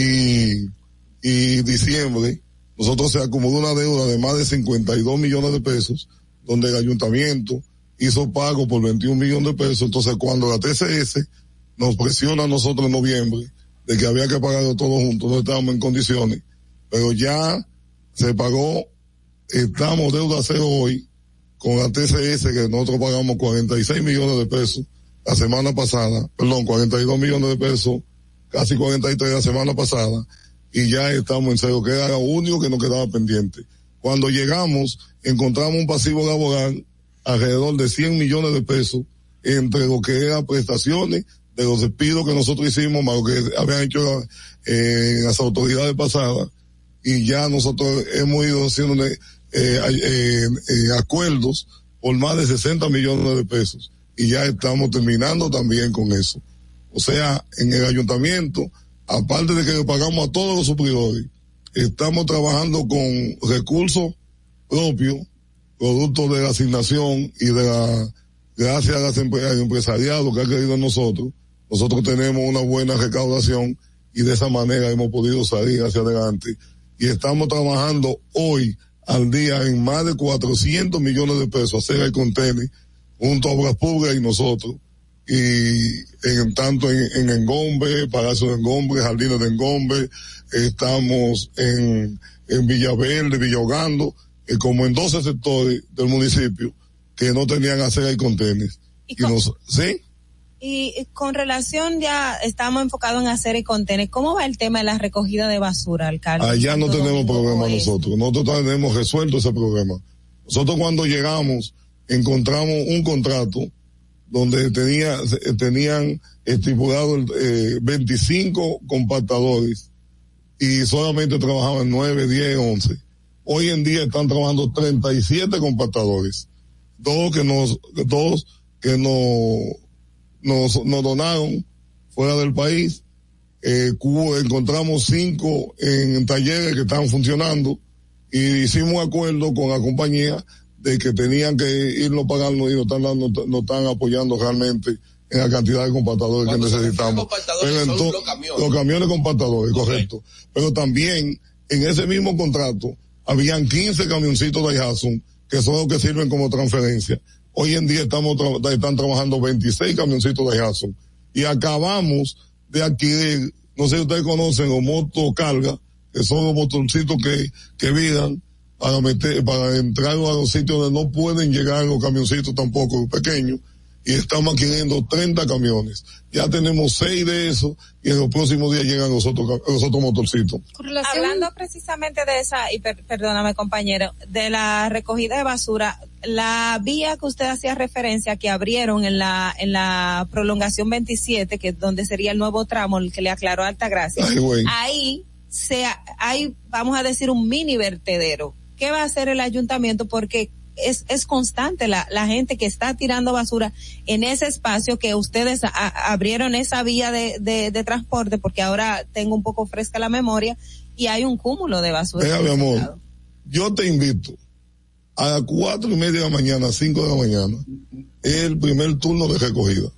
y, y diciembre, nosotros se acumuló una deuda de más de cincuenta y dos millones de pesos, donde el ayuntamiento hizo pago por veintiún millones de pesos. Entonces, cuando la T C S nos presiona a nosotros en noviembre de que había que pagarlo todo junto, no estábamos en condiciones, pero ya se pagó, estamos deuda cero hoy con la T C S, que nosotros pagamos cuarenta y seis millones de pesos la semana pasada, perdón, cuarenta y dos millones de pesos, casi cuarenta y tres la semana pasada, y ya estamos en cero, que era lo único que nos quedaba pendiente. Cuando llegamos, encontramos un pasivo laboral alrededor de cien millones de pesos entre lo que eran prestaciones de los despidos que nosotros hicimos, más lo que habían hecho eh, las autoridades pasadas, y ya nosotros hemos ido haciendo eh, eh, eh, eh, acuerdos por más de sesenta millones de pesos, y ya estamos terminando también con eso. O sea, en el ayuntamiento, aparte de que le pagamos a todos los suplidores, estamos trabajando con recursos propios, producto de la asignación y de la, gracias a las empresas, al empresariado que ha creído en nosotros, nosotros tenemos una buena recaudación y de esa manera hemos podido salir hacia adelante. Y estamos trabajando hoy al día en más de cuatrocientos millones de pesos, hacer el contenedor junto a Obras Públicas y nosotros, y en tanto en, en Engombe, Palacio de Engombe, Jardines de Engombe, estamos en, en Villaverde, Villogando, eh, como en doce sectores del municipio que no tenían hacer el contenedor.
¿Y, con,
y nos, ¿sí?
y con relación, ya estamos enfocados en hacer el contenedor, ¿cómo va el tema de la recogida de basura, alcalde?
Allá no tenemos problema nosotros, nosotros tenemos resuelto ese problema. Nosotros cuando llegamos encontramos un contrato donde tenía, tenían estipulado eh, veinticinco compactadores y solamente trabajaban nueve, diez, once. Hoy en día están trabajando treinta y siete compactadores, dos que nos, dos que nos, nos, nos donaron fuera del país. Eh, encontramos cinco en talleres que estaban funcionando y hicimos un acuerdo con la compañía de que tenían que irnos pagando y nos están dando, nos están apoyando realmente en la cantidad de compactadores que necesitamos. Pero entonces, los camiones. Los camiones compactadores, okay. Correcto. Pero también, en ese mismo contrato, habían quince camioncitos de Jason, que son los que sirven como transferencia. Hoy en día estamos tra- están trabajando veintiséis camioncitos de Jason. Y acabamos de adquirir, no sé si ustedes conocen, los motocarga, que son los motorcitos que, que viran para meter, para entrar a los sitios donde no pueden llegar los camioncitos tampoco pequeños. Y estamos adquiriendo treinta camiones. Ya tenemos seis de esos y en los próximos días llegan los otros, los otros motorcitos.
Hablando precisamente de esa, y per, perdóname compañero, de la recogida de basura, la vía que usted hacía referencia que abrieron en la en la prolongación veintisiete, que es donde sería el nuevo tramo, el que le aclaró Altagracia,
Ay,
ahí se, hay, vamos a decir, un mini vertedero. ¿Qué va a hacer el ayuntamiento? Porque es es constante la la gente que está tirando basura en ese espacio que ustedes a, abrieron esa vía de, de de transporte, porque ahora tengo un poco fresca la memoria y hay un cúmulo de basura.
Mira, mi amor, yo te invito a las cuatro y media de la mañana, cinco de la mañana, es el primer turno de recogida.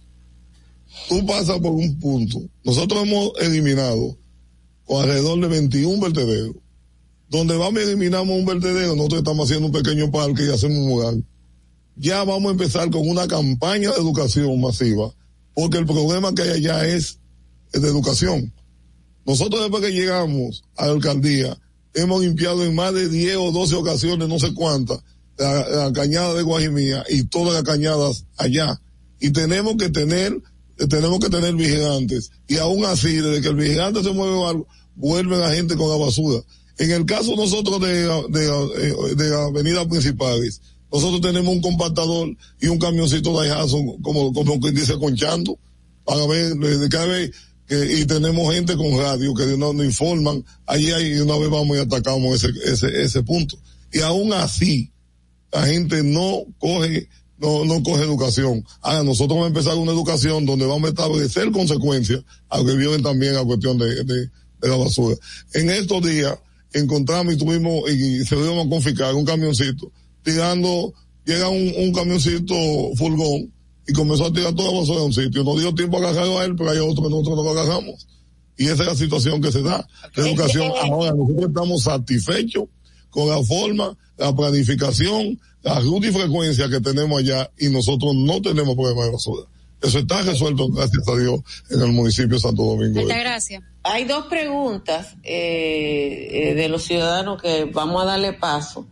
Tú pasas por un punto. Nosotros hemos eliminado con alrededor de veintiún vertederos. Donde vamos y eliminamos un vertedero, nosotros estamos haciendo un pequeño parque y hacemos un mural. Ya vamos a empezar con una campaña de educación masiva, porque el problema que hay allá es, es de educación. Nosotros después que llegamos a la alcaldía, hemos limpiado en más de diez o doce ocasiones, no sé cuántas, la, la cañada de Guajimía y todas las cañadas allá. Y tenemos que tener, tenemos que tener vigilantes. Y aún así, desde que el vigilante se mueve algo, vuelve la gente con la basura. En el caso nosotros de, de, de avenidas principales, nosotros tenemos un compactador y un camioncito de Jason, como, como que dice, conchando, para ver, de cada vez que, y tenemos gente con radio que nos, nos informan, allí hay, una vez vamos y atacamos ese, ese, ese punto. Y aún así, la gente no coge, no, no coge educación. Ahora nosotros vamos a empezar una educación donde vamos a establecer consecuencias, aunque violen también la cuestión de, de, de la basura. En estos días, encontramos y tuvimos, y se dio a confiscar un camioncito, tirando, llega un, un camioncito furgón, y comenzó a tirar toda la basura a un sitio. No dio tiempo a agarrarlo a él, pero hay otro que nosotros no lo agarramos. Y esa es la situación que se da. La educación, ahora nosotros estamos satisfechos con la forma, la planificación, la ruta y frecuencia que tenemos allá, y nosotros no tenemos problema de basura. Eso está resuelto, gracias a Dios, en el municipio de Santo Domingo.
Muchas gracias.
Hay dos preguntas eh, eh, de los ciudadanos que vamos a darle paso.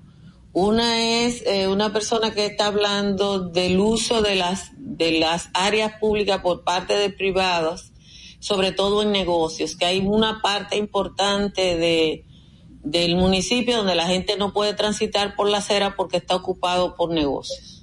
Una es eh, una persona que está hablando del uso de las de las áreas públicas por parte de privados, sobre todo en negocios, que hay una parte importante de del municipio donde la gente no puede transitar por la acera porque está ocupado por negocios.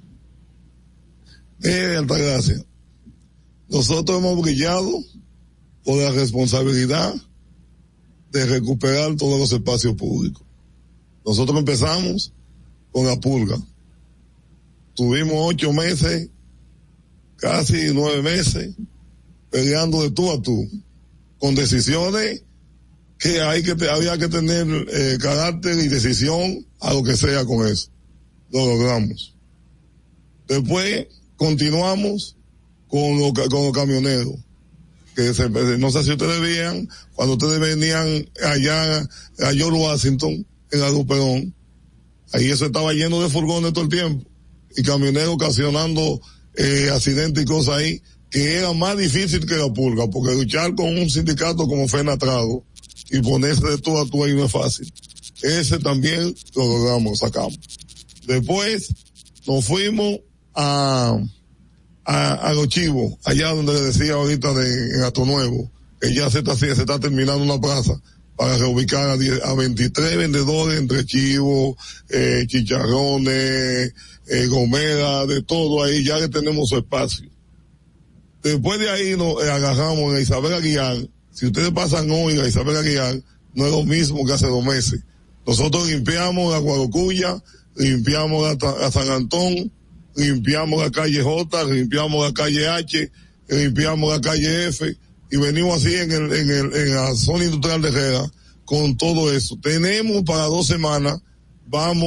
Eh, Altagracia, nosotros hemos brillado por la responsabilidad de recuperar todos los espacios públicos. Nosotros empezamos con la pulga. Tuvimos ocho meses, casi nueve meses, peleando de tú a tú, con decisiones que hay que te, había que tener eh, carácter y decisión a lo que sea con eso. Lo logramos. Después continuamos con los con los camioneros. Que se, no sé si ustedes veían, cuando ustedes venían allá a George Washington, en la Luperón, ahí eso estaba lleno de furgones todo el tiempo, y camioneros ocasionando eh, accidentes y cosas ahí, que era más difícil que la pulga, porque luchar con un sindicato como Fenatrado y ponerse de tú a tú ahí no es fácil. Ese también lo logramos, sacamos. Después nos fuimos a A, a los chivos, allá donde le decía ahorita de, en Ato Nuevo, que ya se está, se está terminando una plaza para reubicar a, diez, a veintitrés vendedores entre chivos, eh, chicharrones, eh, gomera, de todo ahí, ya que tenemos su espacio. Después de ahí nos eh, agarramos a Isabel Aguilar. Si ustedes pasan hoy a Isabel Aguilar, no es lo mismo que hace dos meses. Nosotros limpiamos la Guarocuya, limpiamos a, a San Antón, limpiamos la calle J, limpiamos la calle H, limpiamos la calle F, y venimos así en el, en el, en la zona industrial de Herrera, con todo eso. Tenemos para dos semanas, vamos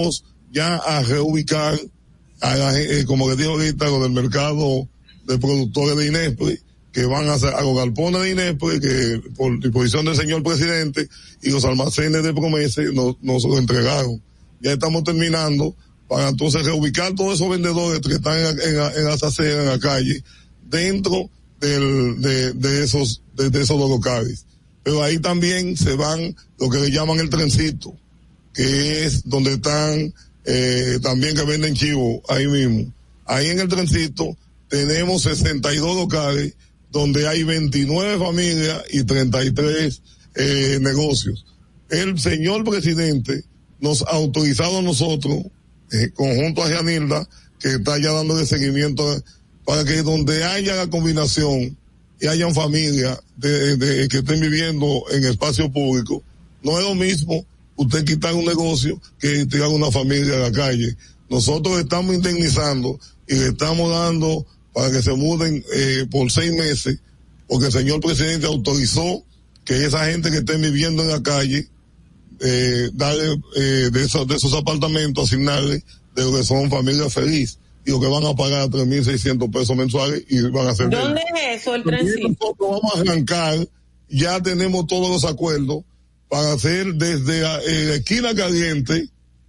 ya a reubicar, a la, eh, como que dijo ahorita, con el mercado de productores de Inespre, que van a hacer a los galpones de Inespre, que por disposición del señor presidente, y los almacenes de Promesa nos, nos lo entregaron. Ya estamos terminando para entonces reubicar todos esos vendedores que están en, en, en las aceras, en la calle, dentro del, de, de esos, de, de esos dos locales. Pero ahí también se van lo que le llaman el trencito, que es donde están, eh, también que venden chivo, ahí mismo. Ahí en el trencito tenemos sesenta y dos locales, donde hay veintinueve familias y treinta y tres eh, negocios. El señor presidente nos ha autorizado a nosotros, eh, conjunto a Gianilda, que está ya dándole seguimiento, para que donde haya la combinación y hayan familias de, de, que estén viviendo en espacio público, no es lo mismo usted quitar un negocio que tirar una familia a la calle. Nosotros estamos indemnizando y le estamos dando para que se muden eh, por seis meses, porque el señor presidente autorizó que esa gente que esté viviendo en la calle, eh, darle eh, de esos de esos apartamentos, asignarle de lo que son familias felices, y lo que van a pagar tres mil seiscientos pesos mensuales y van a hacer.
¿Dónde es eso, el trencito?
Nosotros vamos a arrancar, ya tenemos todos los acuerdos para hacer desde la, eh, la esquina caliente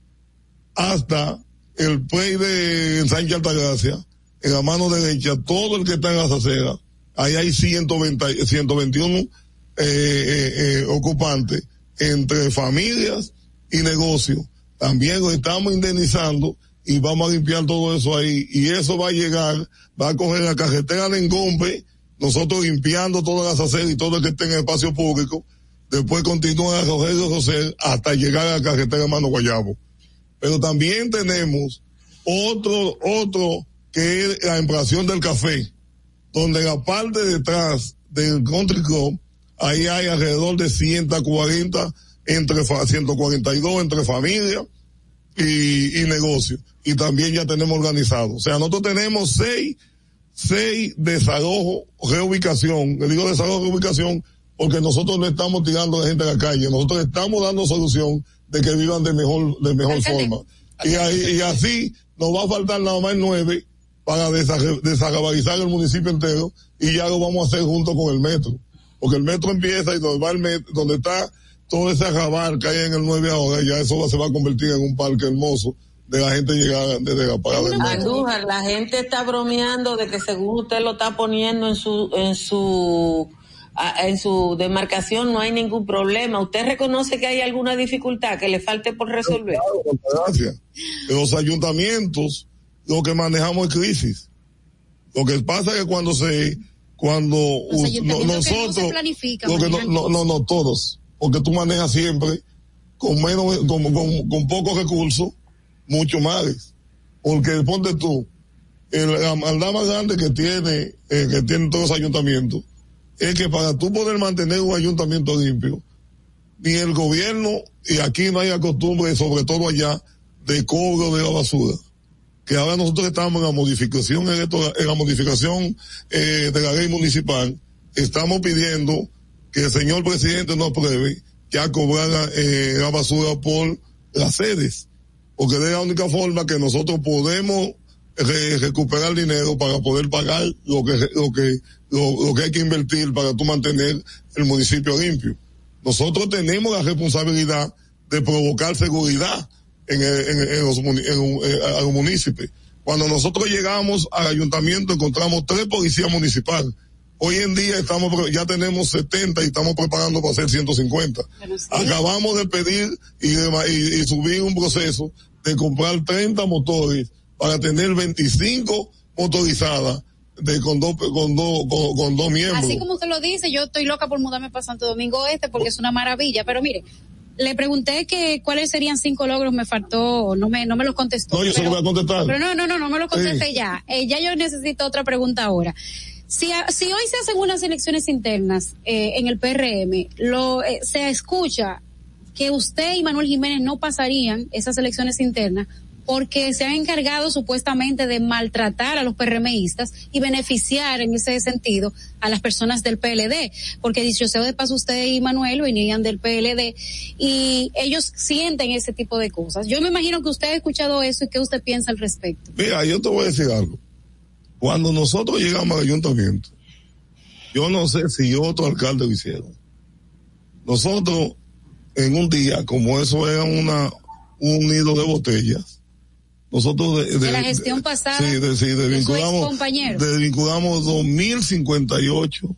hasta el play de Ensanche Altagracia, en la mano derecha, todo el que está en las aceras, ahí hay ciento veinte, ciento veintiuno eh, eh, eh, ocupantes entre familias y negocios. También lo estamos indemnizando y vamos a limpiar todo eso ahí, y eso va a llegar, va a coger la carretera de Engombe, nosotros limpiando todas las aceras y todo el que esté en el espacio público, después continúa a Rogelio José hasta llegar a la carretera Mano Guayabo. Pero también tenemos otro, otro que es la ampliación del café, donde la parte de detrás del Country Club, ahí hay alrededor de ciento cuarenta, entre ciento cuarenta y dos entre familia y, y negocio. Y también ya tenemos organizado. O sea, nosotros tenemos seis, seis desalojo, reubicación. Le digo desalojo, reubicación, porque nosotros no estamos tirando a la gente a la calle. Nosotros estamos dando solución de que vivan de mejor, de mejor forma. Y, ahí, y así nos va a faltar nada más nueve para desagabalizar el municipio entero, y ya lo vamos a hacer junto con el metro. Porque el metro empieza y donde va el metro, donde está todo ese arrabal que hay en el nueve ahora, ya eso se va a convertir en un parque hermoso de la gente llegar desde la parada del metro.
Andújar, la gente está bromeando de que según usted lo está poniendo en su, en su, en su demarcación no hay ningún problema. ¿Usted reconoce que hay alguna dificultad que le falte por resolver?
Claro, gracias. Los ayuntamientos, lo que manejamos es crisis. Lo que pasa es que cuando se, cuando us, no, nosotros, no, lo que no, no, no, no, todos, porque tú manejas siempre con menos, con, con, con pocos recursos, mucho más. Porque ponte tú, el, la maldad más grande que tiene, eh, que tienen todos los ayuntamientos, es que para tú poder mantener un ayuntamiento limpio, ni el gobierno, y aquí no hay la costumbre, sobre todo allá, de cobro de la basura. Que ahora nosotros estamos en la modificación, en, esto, en la modificación eh, de la ley municipal, estamos pidiendo que el señor presidente nos apruebe ya cobrar la, eh, la basura por las sedes, porque es la única forma que nosotros podemos re, recuperar dinero para poder pagar lo que lo que lo, lo que hay que invertir para tú mantener el municipio limpio. Nosotros tenemos la responsabilidad de provocar seguridad en, en, en, los, en, en a los municipios. Cuando nosotros llegamos al ayuntamiento encontramos tres policías municipales. Hoy en día estamos, ya tenemos setenta y estamos preparando para hacer ciento cincuenta. Sí. Acabamos de pedir y, de, y, y subir un proceso de comprar treinta motores para tener veinticinco motorizadas de con dos con dos con, con dos miembros.
Así como usted lo dice, yo estoy loca por mudarme para Santo Domingo Este porque es una maravilla, pero mire, le pregunté que cuáles serían cinco logros, me faltó, no me no me los contestó.
No, yo se lo voy a contestar.
Pero no, no, no, no me los contesté sí. ya. Eh, ya yo necesito otra pregunta ahora. Si, si hoy se hacen unas elecciones internas eh, en el P R M, lo se escucha que usted y Manuel Jiménez no pasarían esas elecciones internas porque se han encargado supuestamente de maltratar a los PRMistas y beneficiar en ese sentido a las personas del P L D, porque dicho sea de paso, usted y Manuel venían del P L D y ellos sienten ese tipo de cosas. Yo me imagino que usted ha escuchado eso y qué usted piensa al respecto.
Mira, yo te voy a decir algo. Cuando nosotros llegamos al ayuntamiento, yo no sé si otro alcalde lo hicieron. Nosotros, en un día, como eso era una un nido de botellas, nosotros de, de,
de la gestión de, pasada
sí, de, sí, de
desvinculamos,
desvinculamos dos mil cincuenta y ocho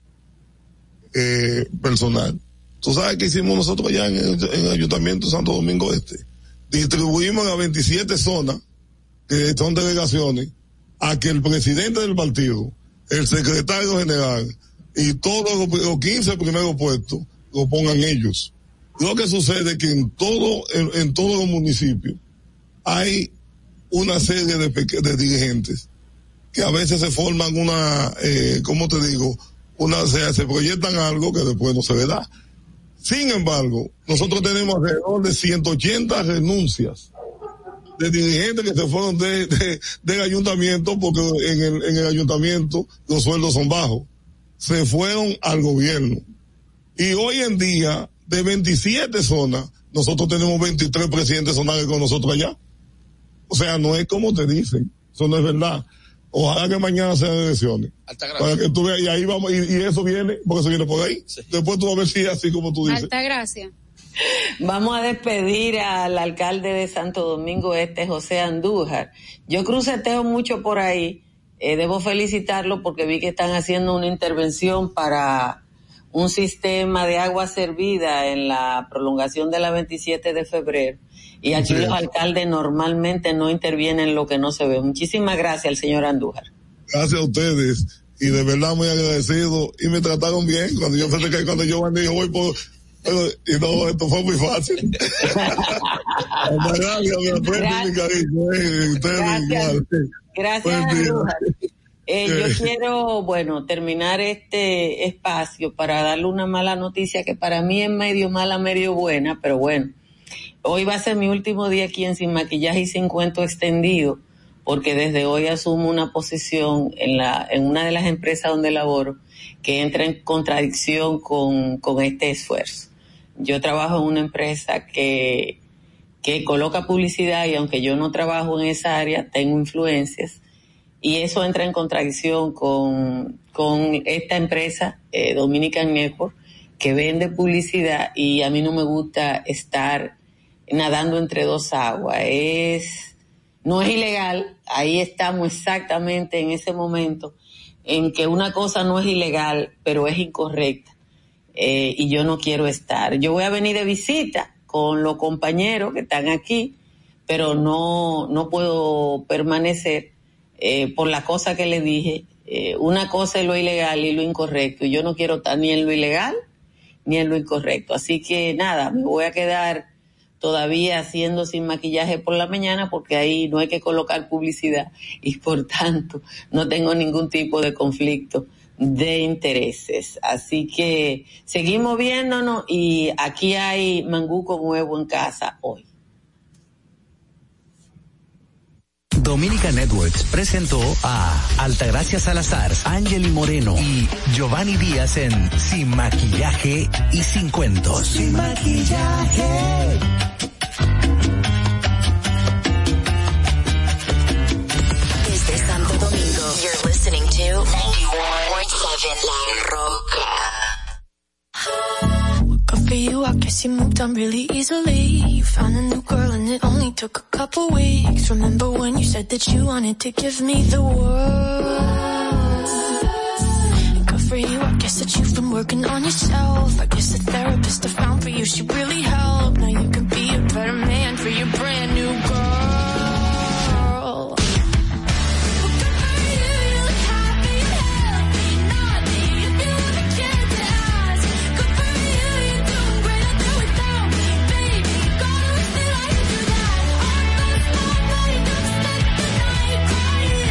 eh, personal. ¿Tú sabes qué hicimos nosotros allá en el, en el Ayuntamiento de Santo Domingo Este? Distribuimos a veintisiete zonas, que son delegaciones, a que el presidente del partido, el secretario general y todos los, los quince primeros puestos lo pongan ellos. Lo que sucede es que en todo, en, en todos los municipios hay una serie de, de dirigentes que a veces se forman una, eh, ¿cómo te digo? Una, se, se proyectan algo que después no se le da. Sin embargo, nosotros tenemos alrededor de ciento ochenta renuncias de dirigentes que se fueron de, de, del ayuntamiento, porque en el, en el ayuntamiento los sueldos son bajos. Se fueron al gobierno. Y hoy en día, de veintisiete zonas, nosotros tenemos veintitrés presidentes zonales con nosotros allá. O sea, no es como te dicen, eso no es verdad. Ojalá que mañana sean elecciones. Para que tú veas, y ahí vamos, y, y eso viene, porque eso viene por ahí. Sí. Después tú vas a ver si es así como tú dices.
Altagracia.
Vamos a despedir al alcalde de Santo Domingo Este, José Andújar. Yo cruceteo mucho por ahí, eh, debo felicitarlo porque vi que están haciendo una intervención para un sistema de agua servida en la prolongación de la veintisiete de febrero. Y aquí sí, los alcaldes normalmente no intervienen en lo que no se ve. Muchísimas gracias al señor Andújar.
Gracias a ustedes, y de verdad muy agradecido, y me trataron bien cuando yo pensé que cuando yo me dijo voy por, pero, y no, esto fue muy fácil. Gracias, me aprecio mi cariño, eh, ustedes
gracias,
igual.
Gracias, Andújar. Eh, yo quiero, bueno, terminar este espacio para darle una mala noticia que para mí es medio mala, medio buena, pero bueno. Hoy va a ser mi último día aquí en Sin Maquillaje y Sin Cuento Extendido, porque desde hoy asumo una posición en la en una de las empresas donde laboro que entra en contradicción con, con este esfuerzo. Yo trabajo en una empresa que, que coloca publicidad y aunque yo no trabajo en esa área, tengo influencias y eso entra en contradicción con, con esta empresa, eh, Dominican Network, que vende publicidad y a mí no me gusta estar nadando entre dos aguas. Es, no es ilegal, ahí estamos exactamente en ese momento en que una cosa no es ilegal, pero es incorrecta, eh, y yo no quiero estar. Yo voy a venir de visita con los compañeros que están aquí, pero no, no puedo permanecer, eh, por la cosa que le dije. Eh, una cosa es lo ilegal y lo incorrecto, y yo no quiero estar ni en lo ilegal ni en lo incorrecto. Así que nada, me voy a quedar todavía haciendo Sin Maquillaje por la mañana porque ahí no hay que colocar publicidad y por tanto no tengo ningún tipo de conflicto de intereses. Así que seguimos viéndonos y aquí hay manguco nuevo en casa hoy.
Dominica Networks presentó a Altagracia Salazar, Ángel Moreno y Giovanni Díaz en Sin Maquillaje y Sin Cuentos. Sin Maquillaje.
Desde Santo Domingo, you're listening to ninety-one point seven La Roca.
Good for you, I guess you moved on really easily. You found a new girl and it only took a couple weeks. Remember when you said that you wanted to give me the world? Good for you, I guess that you've been working on yourself. I guess the therapist I found for you, she really helped. Now you can be a better man for your brand new girl.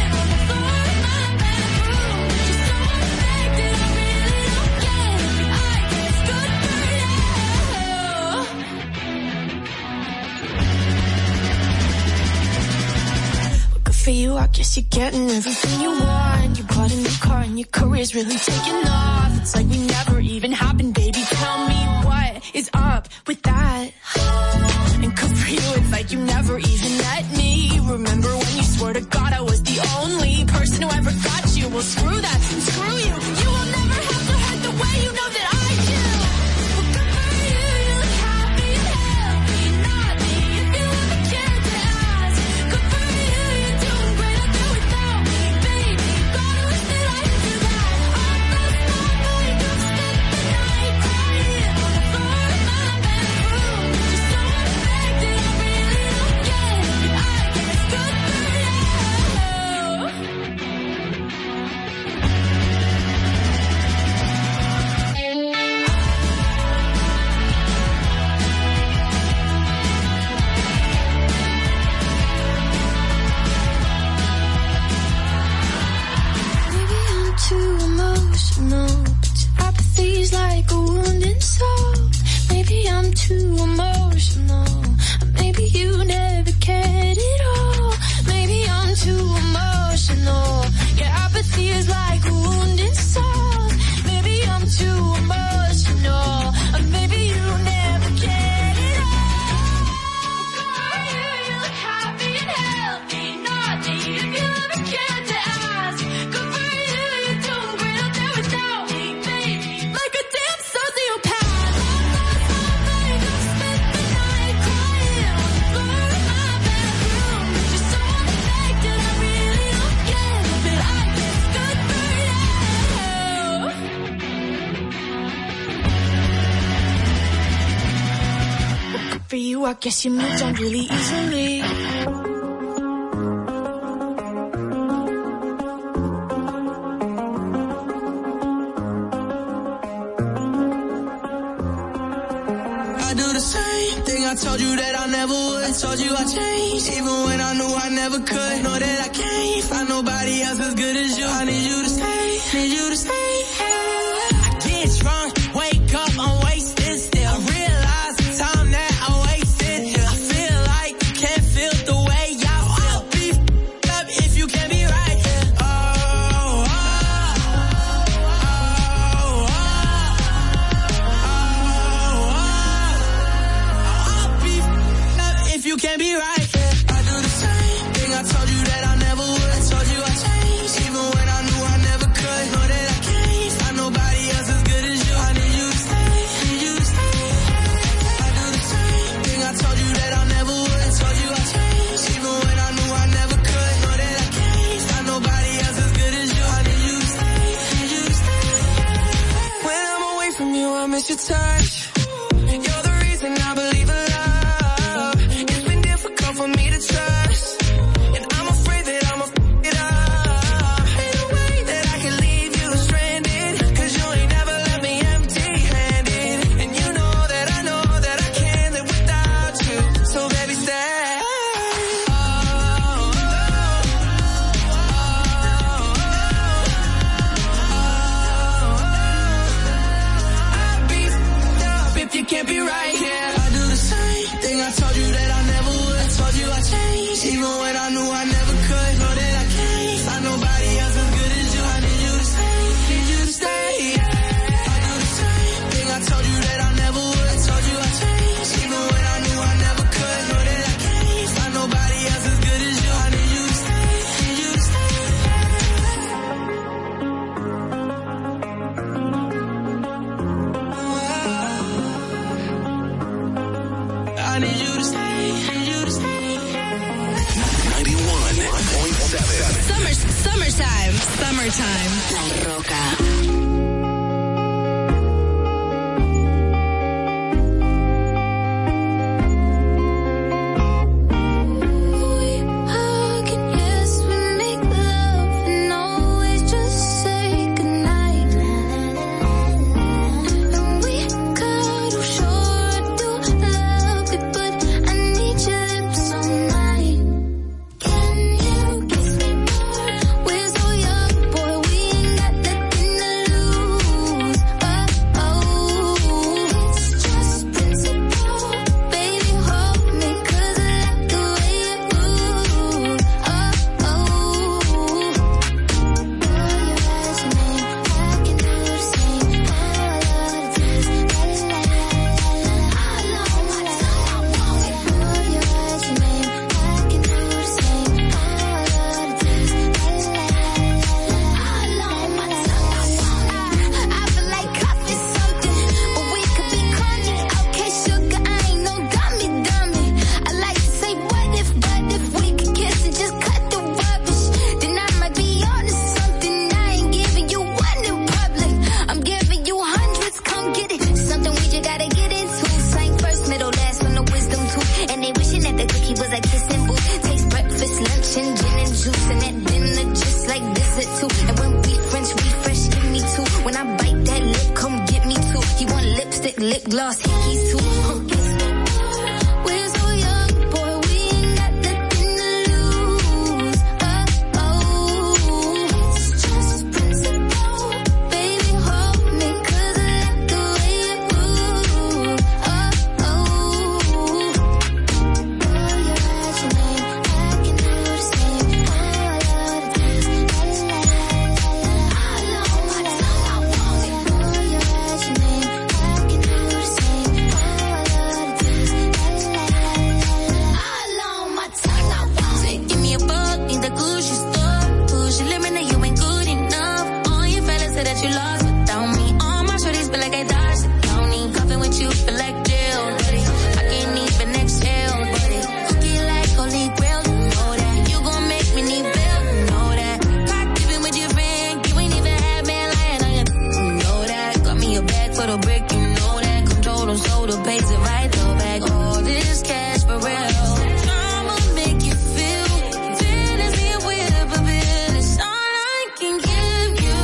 I
you're getting everything you want. You bought a new car and your career's really taking off. It's like we never even happened, baby. Tell me what is up with that. And good for you, it's like you never even met me. Remember when you swore to God I was the only person who ever got you? Well, screw that and screw you. You will never have to hurt the way you know that I do. Well, good for you, you look happy and healthy, not me. If you ever cared to ask, good for you, you're doing great out there without me, baby. Gotta wish that I could do that. All those small boys who spent the night crying on the floor of my bedroom. Just so unaffected, I really don't get it, but I guess good for you. Maybe I'm too emotional, but apathy's like a wounded soul. Maybe I'm too emotional, or maybe you never cared at all. Maybe I'm too emotional, yeah, apathy is like a wounded soul. Maybe I'm too emotional, or maybe you never cared at all. You look happy and healthy, not me. If you ever cared to ask, good for you, you're doing great out there without me, baby. Like a damn sociopath. All those small boys who spent the night crying on the floor of my bedroom. Just so unaffected, I really don't get it, but I guess good for you. Good for you, I guess you moved on really easily.
I do the same thing I told you that I never would. I told you I changed, even when I knew I never could. Know that I can't find nobody else as good as you. I need you to stay, need you to stay. I get drunk, wake up, I'm wasted still. I realize the time that I wasted here. I feel like you can't feel the way I feel. I'll be f***ed up if you can't be right here. Oh, oh, oh, oh, oh, oh. I'll be f***ed up if you can't be right here. I do the same thing I told you that I never would. I told you I changed, even when I knew I never could. Know that I can't find nobody else as good as you. I need you to stay, need you to stay. I do the same thing I told you that I never would. I told you I changed, even when I knew I never could. Know that I can't find nobody else as good as you. I need you to stay, need you to stay. When I'm away from you, I miss your touch. You're the reason I believe in love. It's been difficult for me to trust, and I'm afraid that I'ma f*** it up. Ain't no way that I can leave you stranded, 'cause you ain't never left me empty-handed. And you know that I know that I can't live without you. So baby, stay. Oh, oh, I'll be f***ed up if you can't be right here. I do the same thing I told you that I never would. I told you I changed, even when I knew I never could. Know that I can't find nobody else as good as you. I need you to stay, need you to stay. I do the same thing I told you that I never would. I told you I changed, even when I knew I never could. Know that I can't find nobody else as good as you. I need you to stay, need you to stay. I need you to stay, need you to stay.
ninety-one point seven.
Summer, summertime, summertime. La Roca.
We're so young, boy, we ain't got nothing to lose. lost hickeys too. We're so young, boy, we ain't got nothing to lose. Oh, oh, it's just principle. Baby, hold me, 'cause I like the way you move. Oh, oh, oh, you write your name, I can do the same. Oh, I love the dance, la la la la la. I know my tongue, I want it. Oh, you write your name, I can do the same. Oh, I love the dance, la la la la. I know my tongue, I want it. Give me a bug in the Gucci store. Push your limit, now you ain't good enough. All your fellas say that you lost without me. All my shorties feel like I dodged the county. Cuffing with you feel like jail, buddy. I can't even exhale, buddy. Cookie like holy grail, you know that. You gon' make me need bail, you know that. Caught dipping with your friend, you ain't even had man lying on you, you know that. Got me a bag for the brick, you know that. Control them, so the pays it right though back. All this cash for real. I'ma make you feel fantasy with a bill. It's all I can give you.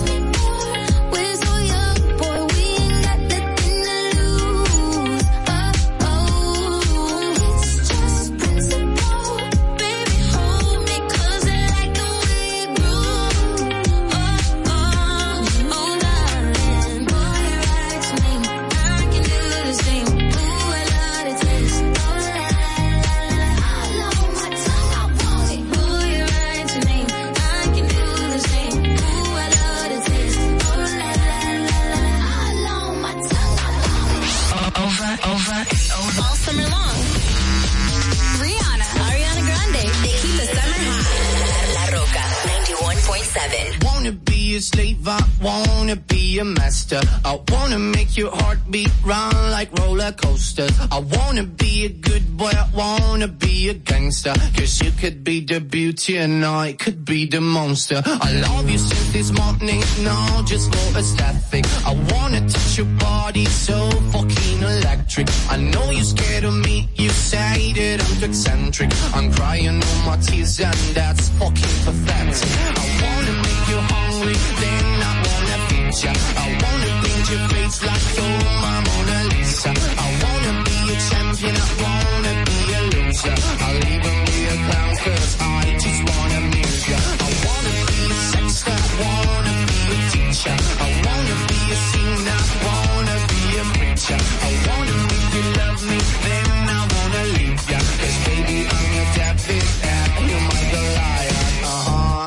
We're so young, boy, we ain't got nothing to lose. Oh, oh, it's just principle. Baby, hold me, 'cause I like the way you groove. Oh, oh, oh, darling, boy, you write your name, I can do the same. Ooh, I love the taste. Oh, la la la la. I know my tongue, I want it. Ooh, you write your name, I can do the same. Ooh, I love the taste. Oh, la la la la. I know my tongue, I want it.
Over, over, over. All summer long. Rihanna, Ariana Grande, they keep the summer hot. La Roca, ninety-one point seven.
Wanna be a slave, I wanna be a master. I wanna make your heartbeat run like roller coasters. I wanna be a good boy, I wanna be a gangster. 'Cause you could be the beauty and I could be the monster. I love you since this morning, no, just for aesthetic. I wanna touch your body so fucking electric. I know you're scared of me, you say that I'm too eccentric. I'm crying all my tears and that's fucking pathetic. I wanna make you hungry, then I wanna feed ya. I wanna paint your face like you're my Mona Lisa. I wanna be a champion, I wanna be a loser. I'll even be a clown 'cause I just wanna amuse ya. I wanna be a sexter, I wanna be a teacher. I wanna be a singer, I wanna be a preacher. I wanna make you love me, then I wanna leave ya. 'Cause baby, I'm your David, and you're my Goliath. Uh-huh.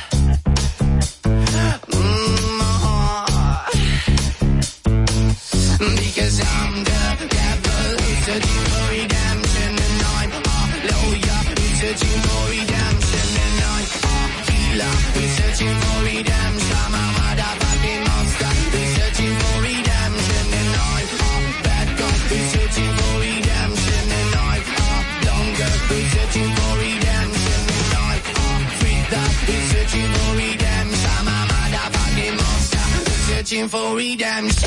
Because I'm the devil who's searching for redemption, and I'm a lawyer who's searching for redemption, and I'm a healer who's searching for redemption. I'm a motherfucking monster who's searching for redemption, and I'm a bad guy who's searching for redemption, and I'm a longer who's searching for redemption, and I'm a freak who's searching for redemption. I'm a motherfucking monster who's searching for redemption.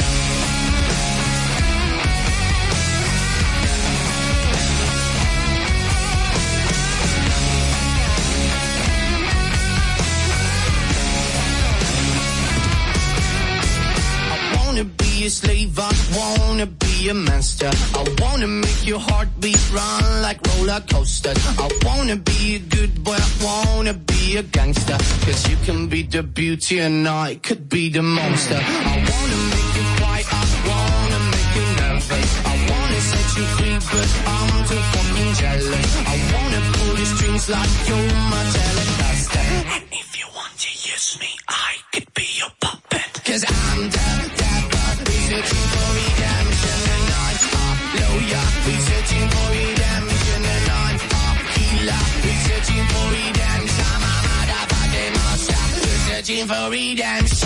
I wanna be a slave, I wanna be a master. I wanna make your heartbeat run like roller coasters. I wanna be a good boy, I wanna be a gangster. 'Cause you can be the beauty and I could be the monster. I wanna make you fight, I wanna make you nervous. I wanna set you free, but I'm too fucking jealous. I wanna pull the strings like you're my telecaster. And if you want to use me, I could be your puppet. 'Cause I'm the devil, who's searching for redemption, and I'm a lawyer who's searching for redemption, and I'm a healer who's searching for redemption. I'm a motherfucking monster who's searching for redemption.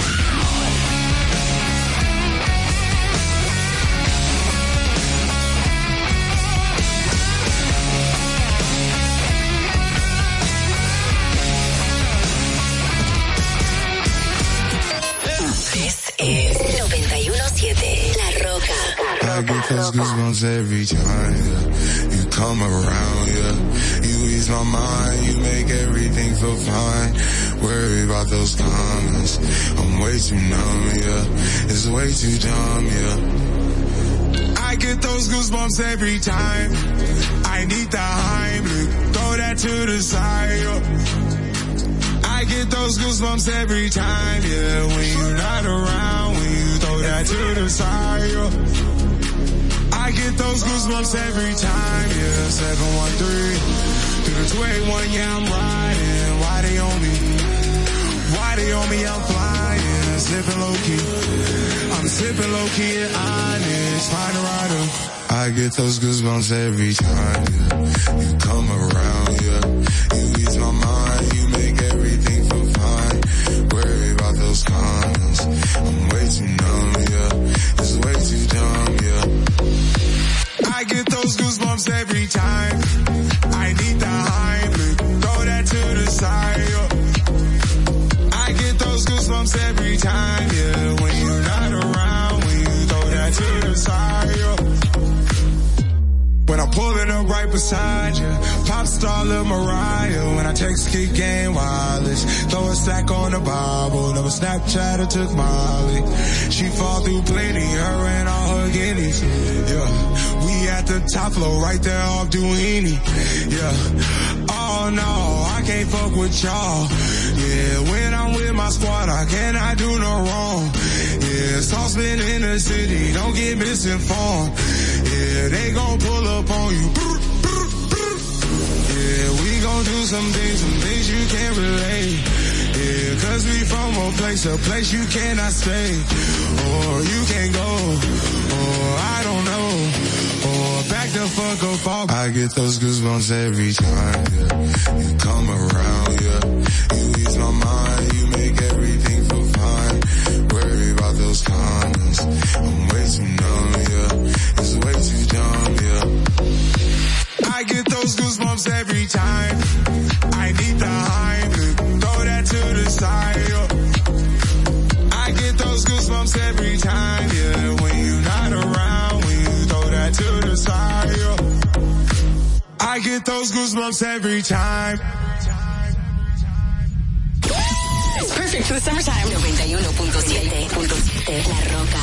This is noventa y uno punto siete La Roca.
I get those goosebumps every time, yeah. You come around, yeah. You ease my mind, you make everything feel fine. Worry about those comments, I'm way too numb, yeah. It's way too dumb, yeah. I get those goosebumps every time. I need the Heimlich, throw that to the side. I get those goosebumps every time, yeah. When you're not around, when you throw that to the side. I get those goosebumps every time, yeah. seven one three, through the two eight one, yeah, I'm riding. Why they on me? Why they on me? I'm flying, slipping low key. I'm sipping low key at Onyx, find a rider. I get those goosebumps every time, yeah. You come around, yeah. You ease my mind, you make everything feel fine. Worry about those comments, I'm way too numb, yeah. It's way too dumb, yeah. I get those goosebumps every time. I need the Heimlich, throw that to the side, yeah. I get those goosebumps every time, yeah. When you're not around, when you throw that to the side, yeah. When I'm pulling up right beside you, pop star Lil Mariah. When I text kick game wireless, throw a stack on the Bible. Never Snapchat or took Molly. She fall through plenty, her and all her guineas. Yeah, we at the top floor, right there off Duini. Yeah, oh no, I can't fuck with y'all. Yeah, when I'm with my squad, I cannot do no wrong. Yeah, saucepan in the city, don't get misinformed. Yeah, they gon' pull up on you. Yeah, we gon' do some things, some things you can't relate. Yeah, cause we from a place, a place you cannot stay. Or you can't go, or I don't know. Or back the fuck up off. I get those goosebumps every time, yeah. You come around, yeah. You ease my mind, you make everything feel fine. Worry about those comments, I'm way too numb, yeah. It's way too dumb, yeah. I get those goosebumps every time. I need the Heimlich, throw that to the side, yeah. I get those goosebumps every time, yeah. When you're not around, when you throw that to the side, yeah. I get those goosebumps every time.
It's perfect for the summertime. noventa y uno punto siete La Roca.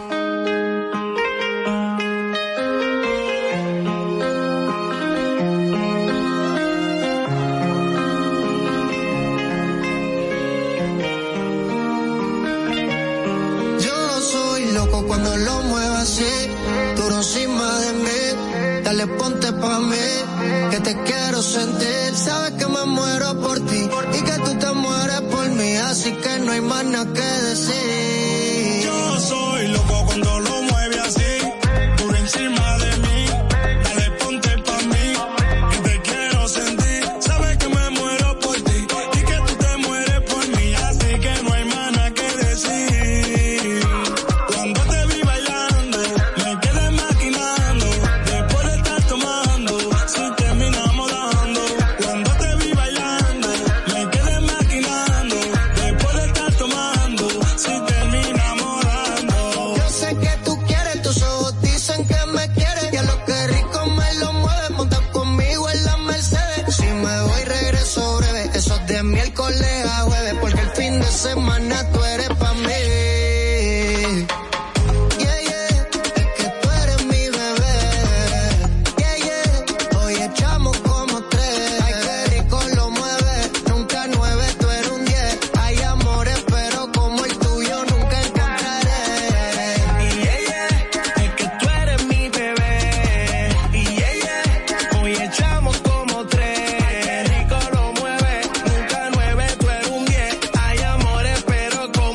Cuando lo muevas así, duro encima de mí, dale ponte pa' mí, que te quiero sentir, sabes que me muero por ti, y que tú te mueres por mí, así que no hay más nada que decir.
Yo soy loco cuando lo mueves así, duro encima de mí, dale ponte pa' mí, que te quiero sentir, sabes que me muero por ti, y que tú te mueres por mí, así que no hay más nada que decir.
Miércoles a jueves, porque el fin de semana tú eres pa' mí. Yeah, yeah, es que tú eres mi bebé. Yeah, yeah, hoy echamos como tres. Ay, qué rico lo mueve, nunca nueve, tú eres un diez. Hay amores, pero como el tuyo nunca encontraré.
Y yeah, yeah, es que tú eres mi bebé. Y yeah, yeah, hoy echamos como tres. Ay, qué rico lo mueve, nunca nueve, tú eres un diez. Hay amores, pero como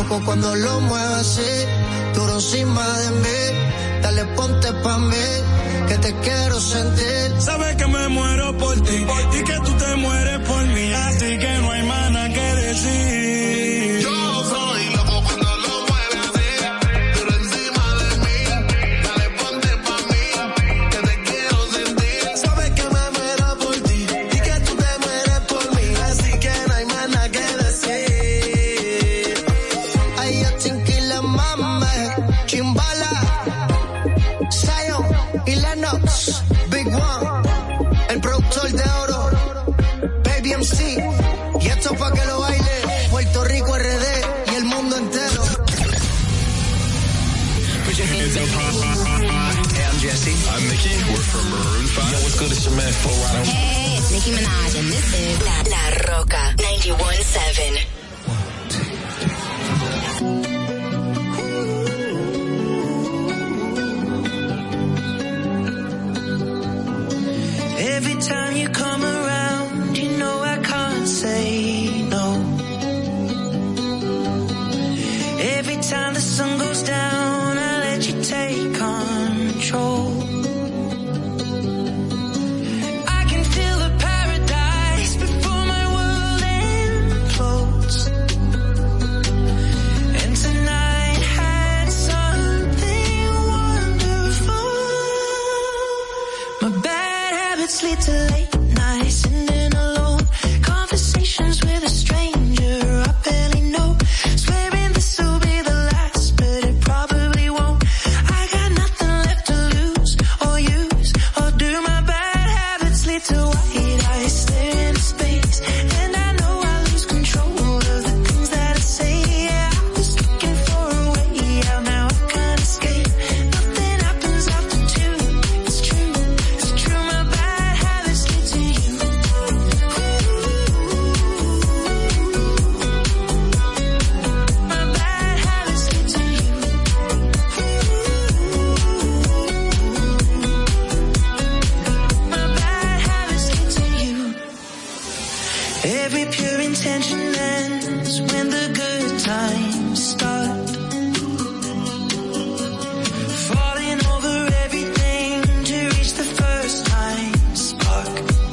loco cuando lo muevas así, duro encima de mí. Dale, ponte pa' mí, que te quiero sentir.
Sabes que me muero por ti y que tú te mueres por mí, así que no hay más nada que decir. Yo soy loco cuando lo mueves así, duro encima de mí. Dale, ponte pa' mí, que te quiero sentir. Sabes que me muero por ti y que tú te mueres por mí, así que no hay más nada que decir.
Ay, yo chinquila, mame, chimbala, Zion y Lennox, Big One, el productor de oro, Baby M C, y esto pa' que lo baile, Puerto Rico R D y el mundo entero.
Put your hands up. Hey, I'm Jesse. I'm Nikki. We're from Maroon five. Yo, what's good? It's your man, Flo Rida.
Hey, it's Nicki Minaj, and this is La, La Roca ninety-one point seven.
Every time you come around, you know I can't say no. Every time the sun goes down, I let you take control. I can feel the paradise before my world implodes. And tonight had something wonderful. My bad habits lead to late nights, sitting alone, conversations with a stranger I barely know, swearing this will be the last, but it probably won't. I got nothing left to lose or use or do. My bad habits lead to white eyes staring into space, and I know I lose control of the things that I say. Yeah, I was looking for a way out, now I can't escape. Nothing happens after two. It's true, it's true. My bad habits lead to you. My bad habits lead to you. My bad habits lead to you. Every pure intention ends when the good times start. Falling over everything to reach the first time spark.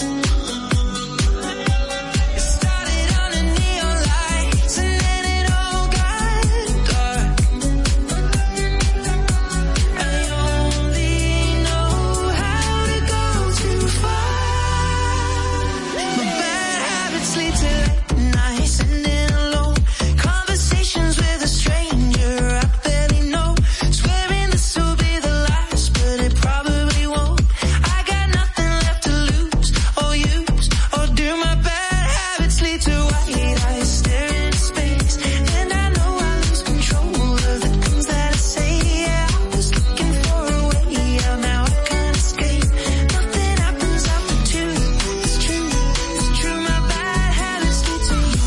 It started under neon lights and then it all got dark. I only know how to go too far. My bad habits lead to late nights, sitting alone, conversations with a stranger I barely know, swearing this will be the last, but it probably won't. I got nothing left to lose or use or do. My bad habits lead to white eyes staring into space, and I know I lose control of the things that I say. Yeah, I was looking for a way out, now I can't escape. Nothing happens after two. It's true, it's true. My bad habits lead to you.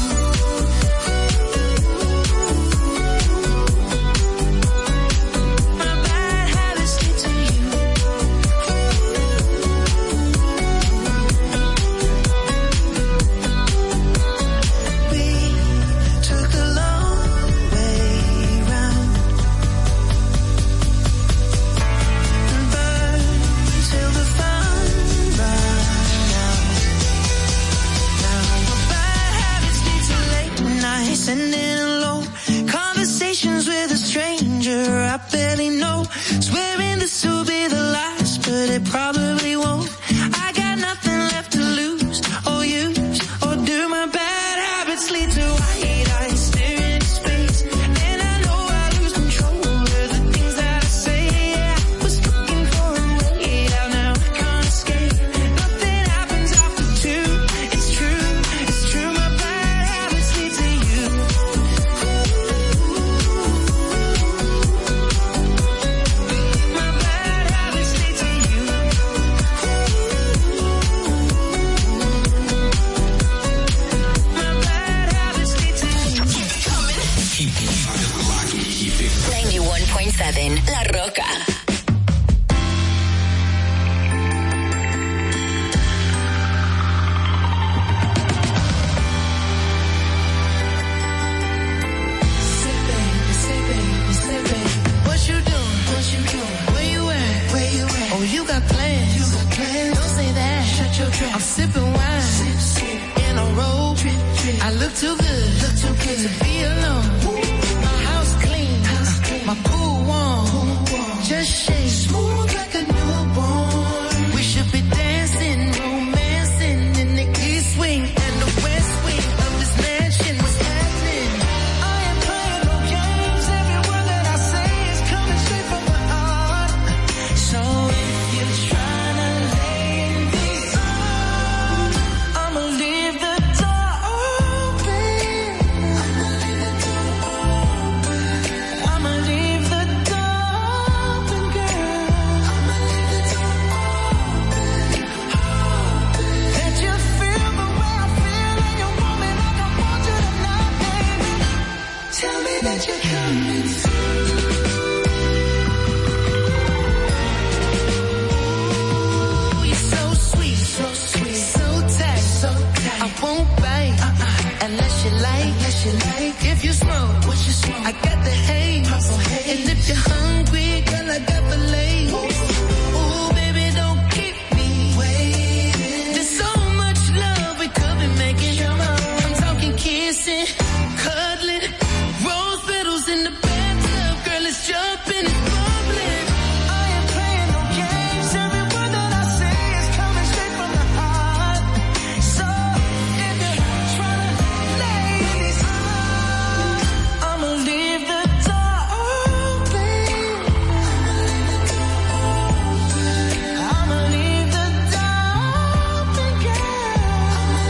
My bad habits lead to you. We took the long way round and burned till the fun ran out. Now my bad habits lead to late nights, sitting alone, conversations with a stranger I barely know, swearing this will be the last, but it probably won't. I got nothing left to lose or use or do. My bad habits lead to white eyes staring into space, and I know I lose control of the things that I say. Yeah, I was looking for a way out, now I can't escape. Nothing happens after two. It's true, it's true. My bad habits lead to you. My bad habits lead to you. My bad habits lead to you.
ninety-one point seven La Roca.
Sipping
I'm sipping wine in a robe. I look too good, look too good to be alone. My house clean, my pool warm. Just shake smooth like a newborn. We should be dancing, romancing in the east wing and the west wing of this mansion. What's happening? I ain't playing no games. Every word that I say is coming straight from the heart. So if you're trying to lay in these arms, I'ma leave the door open. I'ma leave the door open, girl. That you feel the way I feel and you want me like I want you tonight, baby. Tell me that you're coming through. You're so sweet, so sweet, so tight, so tight. I won't bite uh-uh. unless you like, unless you like. If you smoke, what you smoke? I got the haze. And if you're hungry, girl, I got the lace. Ooh, baby, don't keep me waiting. There's so much love we could be making. I'm talking kissing, cuddling, rose petals in the bathtub. Girl, it's jumping, it's bubbling. I ain't playing no games. Every word that I say is coming straight from the heart. So if you're trying to lay in these arms, I'ma leave the door open. I'ma leave the door open, girl.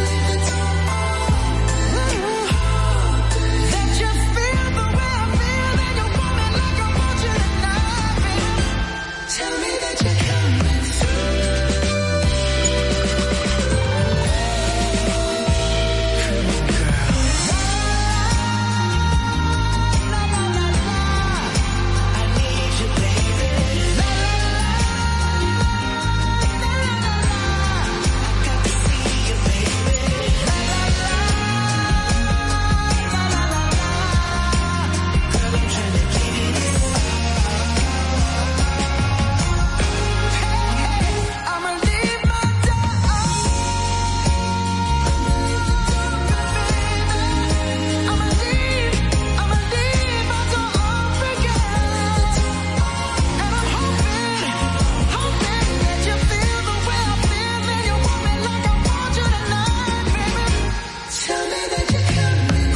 That you feel the way I feel and you want me like I want you tonight, baby. Tell me that you're coming I'ma leave my door I'ma leave, I'ma leave my door open, girl. And I'm hoping, hoping that you feel the way I feel and you want me like I want you tonight, baby. Tell me that you're coming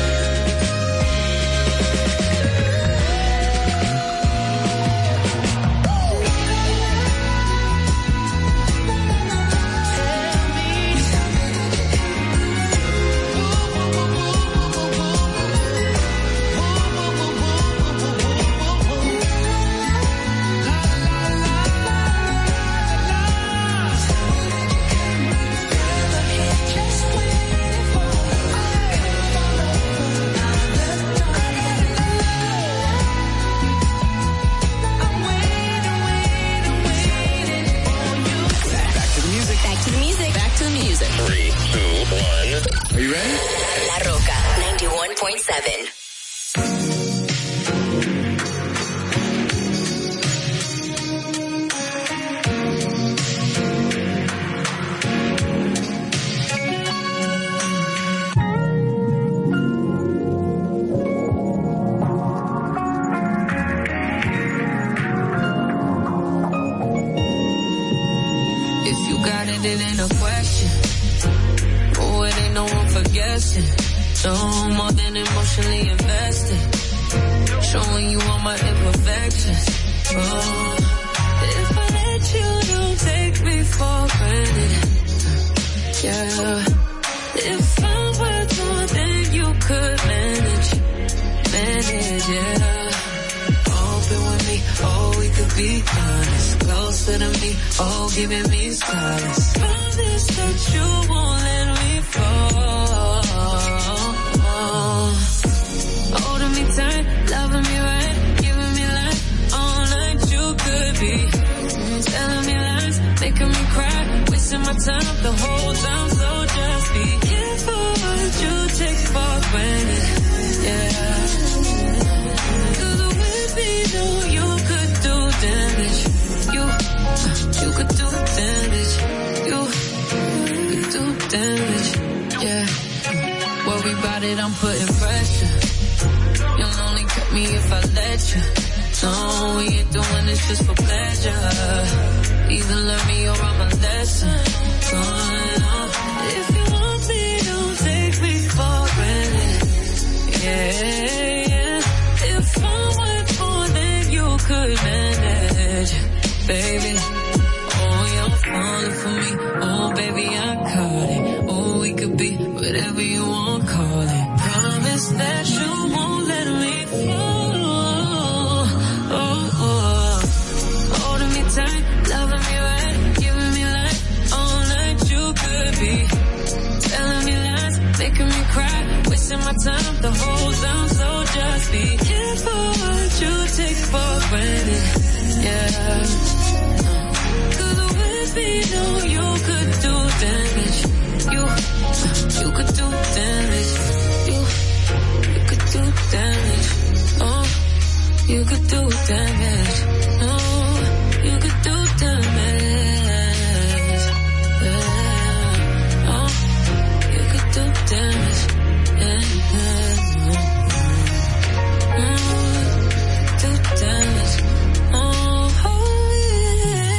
Back to the music. Back to the music. Back to the music.
Three, two, one.
Are you ready? La Roca ninety-one point seven.
If you got it, it ain't a question. Oh, it ain't no one for guessing. No more than emotionally invested. Showing you all my imperfections. Oh, if I let you, don't take me for granted. Yeah. If I'm worth more than you could manage. Manage, yeah. Open with me, oh, we could be honest. Closer to me, oh, giving me solace. Promise that you won't let me fall. Holding me tight, loving me right, giving me life all night. You could be mm, telling me lies, making me cry, wasting my time the whole time. So just be careful what you take for granted. Yeah. Cause with me, no, you could do damage. You, you could do damage. You,
worry about it, I'm putting pressure. You'll only cut me if I let you. No, we ain't doing this just for pleasure. Either learn me or I'm a lesson. If you want me, don't take me for granted. Yeah, yeah. If I went more than you could manage, baby. Oh, you're falling for me. Oh, baby, I caught it. Oh, we could be whatever you want, call it. Promise that you won't let me fall. Oh, oh. Holding me tight, loving me right, giving me life all night. You could be telling me lies, making me cry, wasting my time the whole time. So just be careful what you take for granted. Yeah. Cause with me, no, you could do damage. You, you could do damage. You, you could do damage. Oh, you could do damage. Oh, you could do damage. Yeah. Oh, you could do damage. Yeah. Mm, do damage. Oh, oh yeah.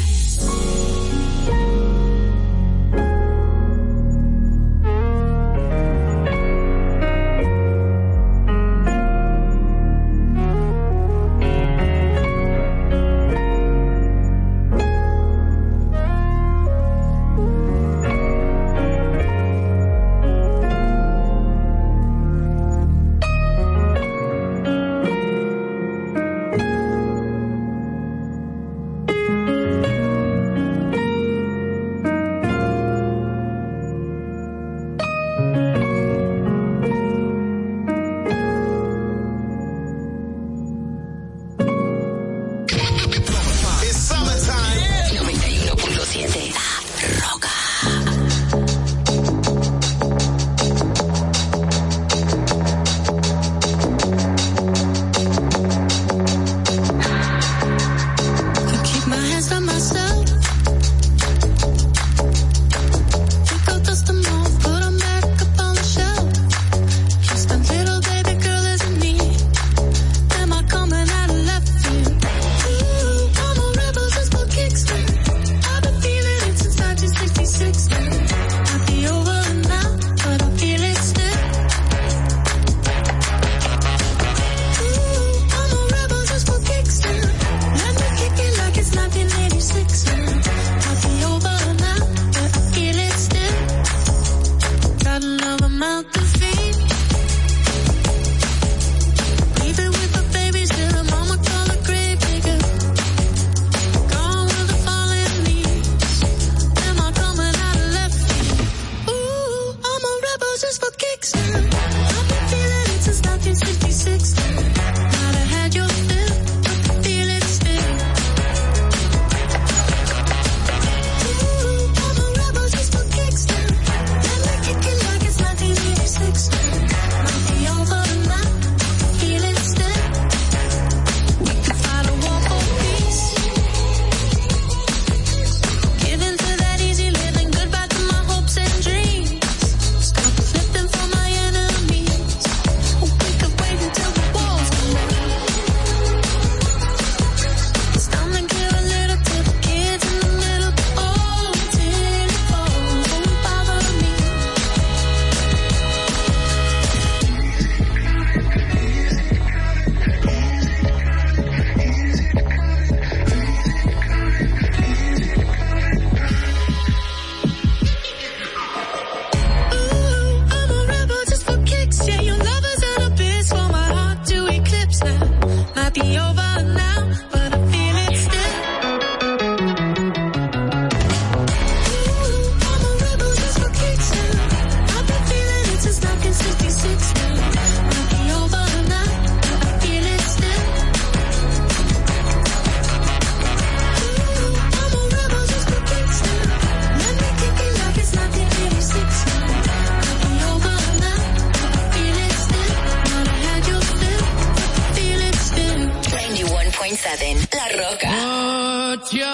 Put your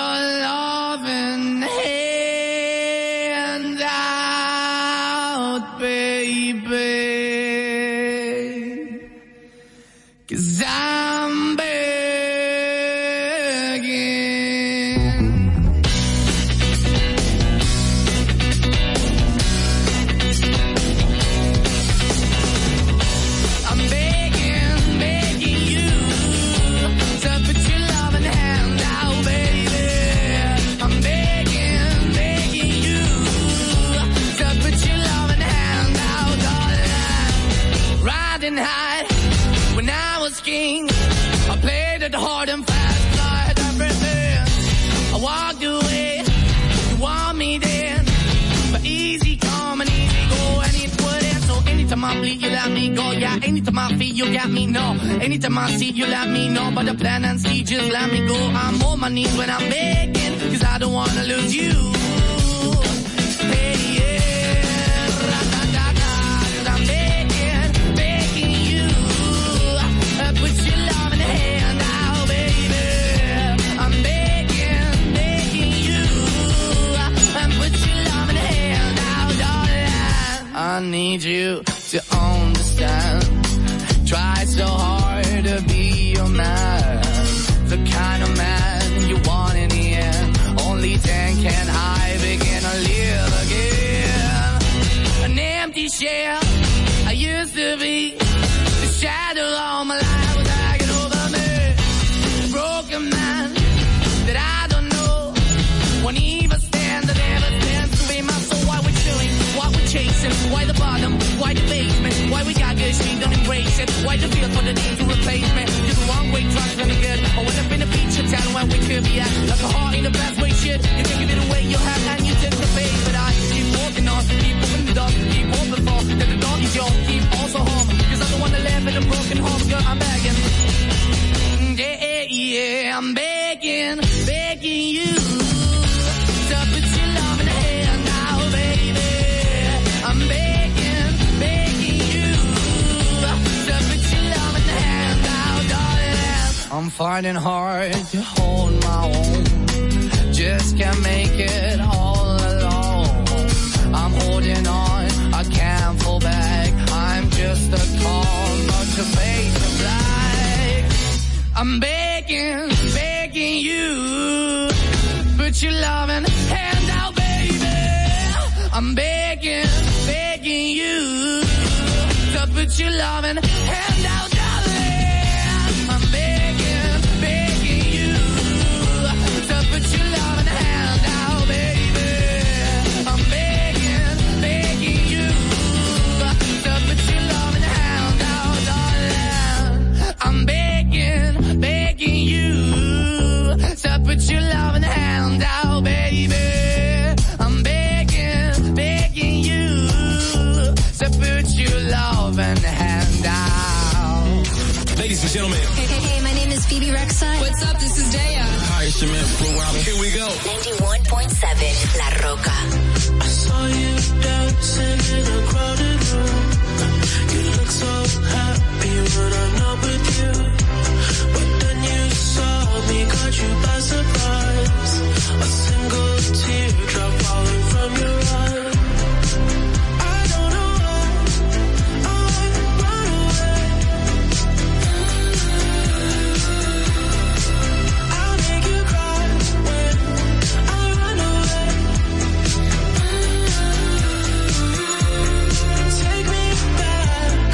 loving hand out, baby. couldn't hide. When I was king, I played it hard and fast. I had everything. I walked away. You want me then, but easy come and easy go, and it wouldn't. So anytime I bleed, you let me go. Yeah, anytime I feel, you got me. No, anytime I see, you let me know. But the plan and see, just let me go. I'm on my knees when I'm begging, cause I don't wanna lose you. Hey, yeah, ra-da-da-da, cause I'm begging, begging you. Uh, put your love in the hand now, baby. I'm begging, begging you. Uh, put your love in the hand now, darling. I need you to understand. Try so hard to be your man, the kind of man you want in the end. Only then can I begin to live again. An empty shell I used to be, the shadow all my life was hanging over me. A broken man that I don't know, won't even stand, that never stands to be my soul. Why we chilling, why we chasing, why the bottom, why the basement, why we got good, she don't embrace it, why the feel for the need to replace me. You're the wrong way, trying to be good, I went up in a feature town where we could be at, like a heart in a bad way, shit. You can give it away, you have, and you take the face, but I keep walking on, keep moving the door, keep open for, that the door is yours, keep also home, cause I'm the one that live in a broken home, girl, I'm begging. Yeah, yeah, yeah, I'm begging, begging you to put your love in the hand now, baby. I'm begging, begging you to put your love in the hand now, darling. I'm finding hard to hold my own, just can't make it all alone. I'm holding on, I can't fall back. I'm just a call, not to face the black. I'm begging, begging you, put your loving hand out, baby. I'm begging, begging you, to put your loving hand out, darling. I'm begging, begging you, to put your loving hand out, baby. I'm begging, begging you, to put your loving hand out, darling. I'm begging, begging you, to put your loving hand out, baby. I'm begging, begging you, to put your loving hand out.
Ladies and gentlemen.
Hey, hey, hey, my name is Phoebe Rexha. What's up? This is Daya.
Hi, it's your man, Flo Rida. Here we go.
ninety-one point seven, La Roca.
I saw you dancing in a crowded room. You look so happy when I'm not with you. But then you saw me, caught you by surprise. A single teardrop falling from your eye. I don't know why I run away. I'll make you cry when I run away. Take me back.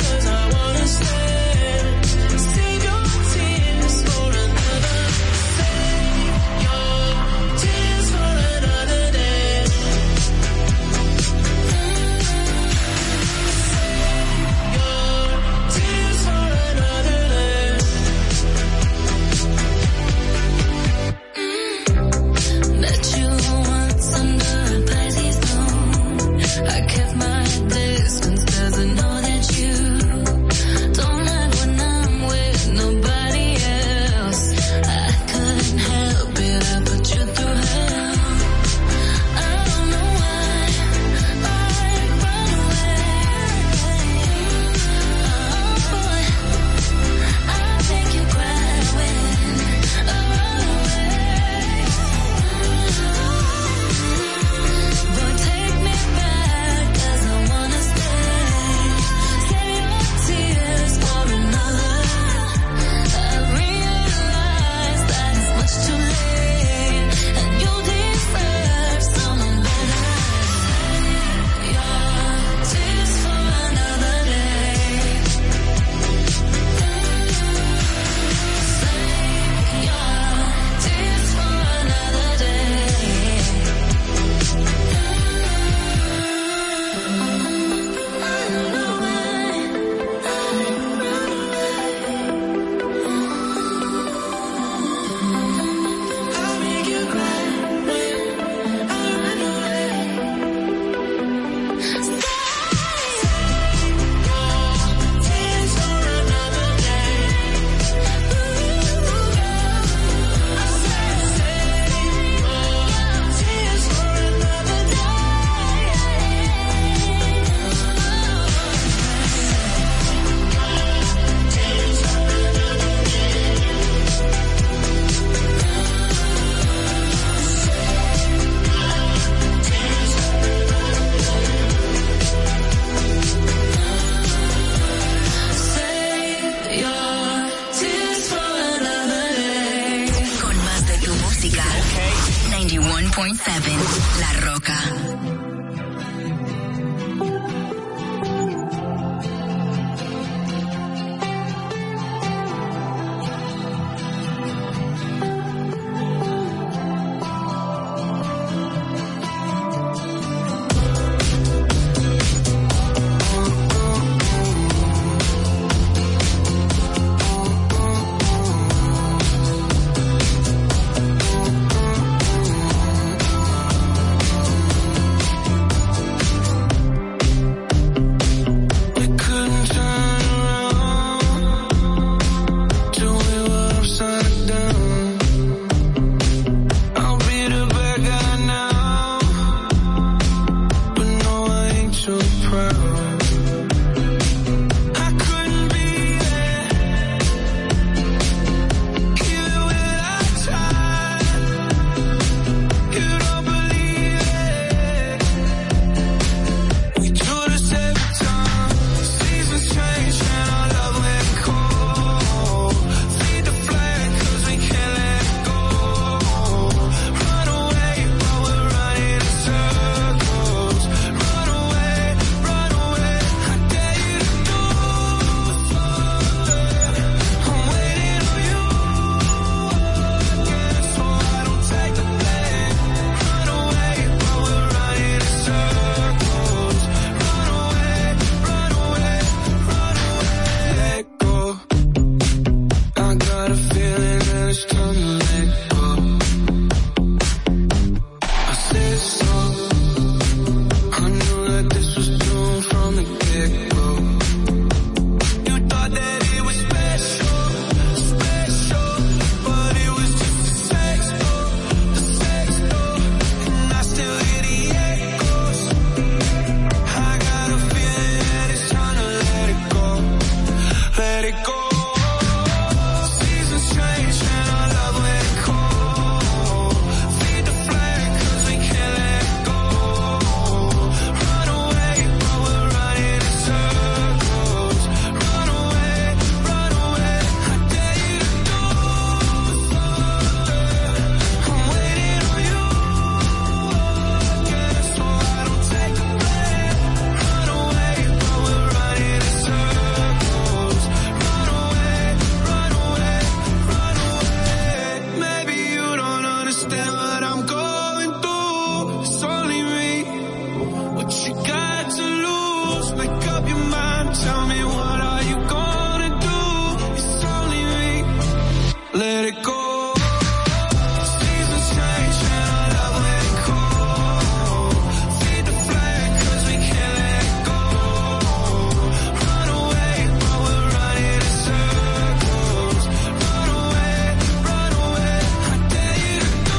what are you gonna do? It's only me. Let it go. Seasons change and our love let it go. Feed the flame 'cause we can't let it go. Run away, but we're running in circles. Run away, run away. I dare you to do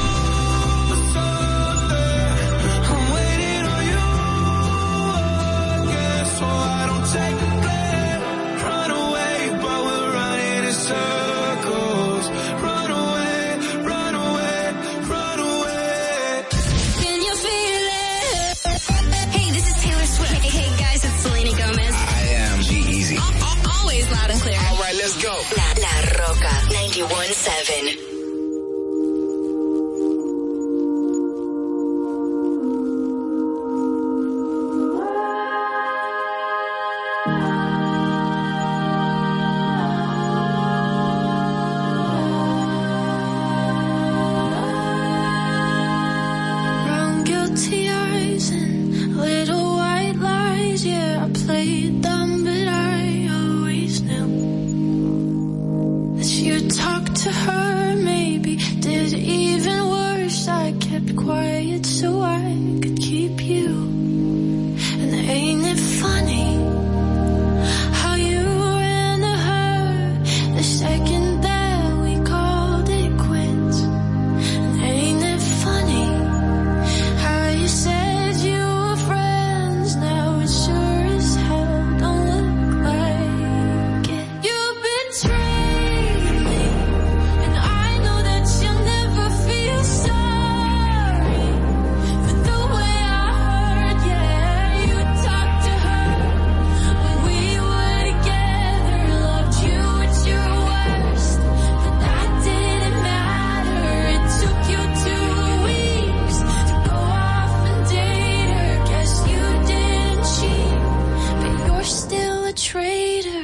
something. I'm waiting on you again, so I don't take the blame. Run away, but we're running in circles. Run away, run away, run away.
Can you feel it? Hey, this is Taylor Swift. Hey, hey guys, it's Selena Gomez.
I am G-Eazy.
Always loud and clear.
All right, let's go.
La, La Roca ninety-one point seven.
Brown guilty eyes and little white lies. Yeah, I played dumb, but I always knew that you talked to her. Maybe did even worse. I kept quiet so I could keep you. And ain't it funny how you ran to her the second that we called it quits? And ain't it funny how you said you were friends? Now it sure as hell don't look like it. You betrayed me, and I know that you'll never feel sorry for the way I hurt. Yeah, you talked to her when we were together, loved you at your worst, but that didn't matter. It took you two weeks to go off and date her. Guess you didn't cheat, but you're still a traitor.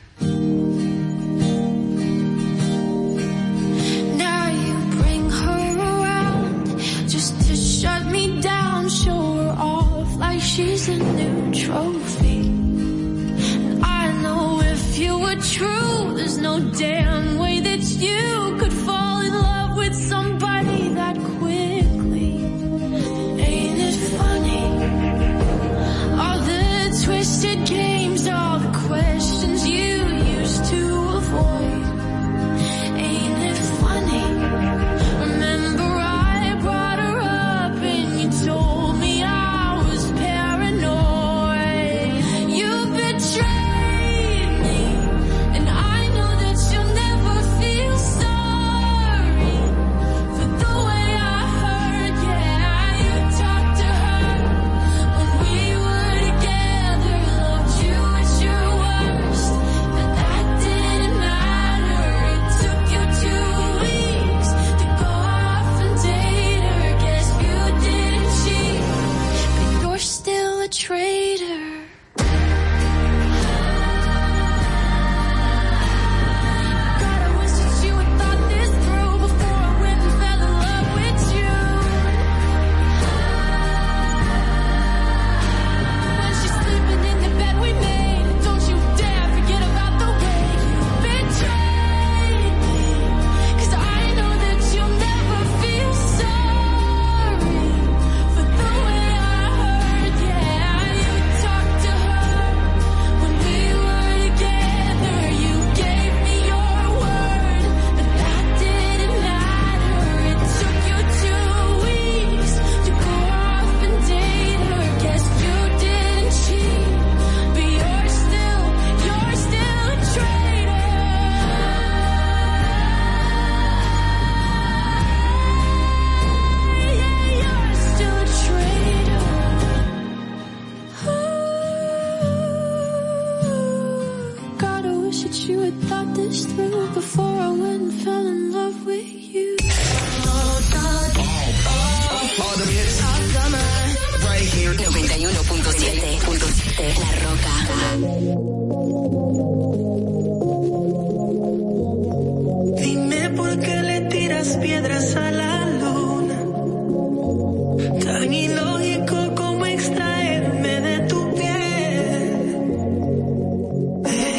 Now you bring her around just to shut me down, show her off like she's a new trophy. And I know if you were true, there's no damn way that you could fall in love with somebody that quickly. Ain't it funny? All the twisted games, all the questions you used to avoid. Ain't it funny? Remember I brought her up and you told me I was paranoid. You betrayed me, and I know that you'll never feel sorry for the way I hurt. Yeah, you talked to her when we were together, loved you at your worst, but that didn't matter. It took you two weeks to go off and date her. Guess you didn't cheat, but you're still a traitor. God, I wish that you had thought this through before I went and fell in love with you. When she's sleeping in the bed we made, don't you dare forget about the way you betrayed me. 'Cause I know that you'll never feel sorry for the way I hurt. Yeah, you talked to her when we were together. You gave me your word, but that didn't matter. It took you two weeks to go off and date her. Guess you didn't cheat, but you're still, you're still a traitor. Yeah, you're still a traitor. God, I wish that you had thought this through before I went and fell in love with you.
All the hits. Right here.
noventa y uno punto siete La Roca.
Dime por qué le tiras piedras a la luna. Tan ilógico como extraerme de tu piel.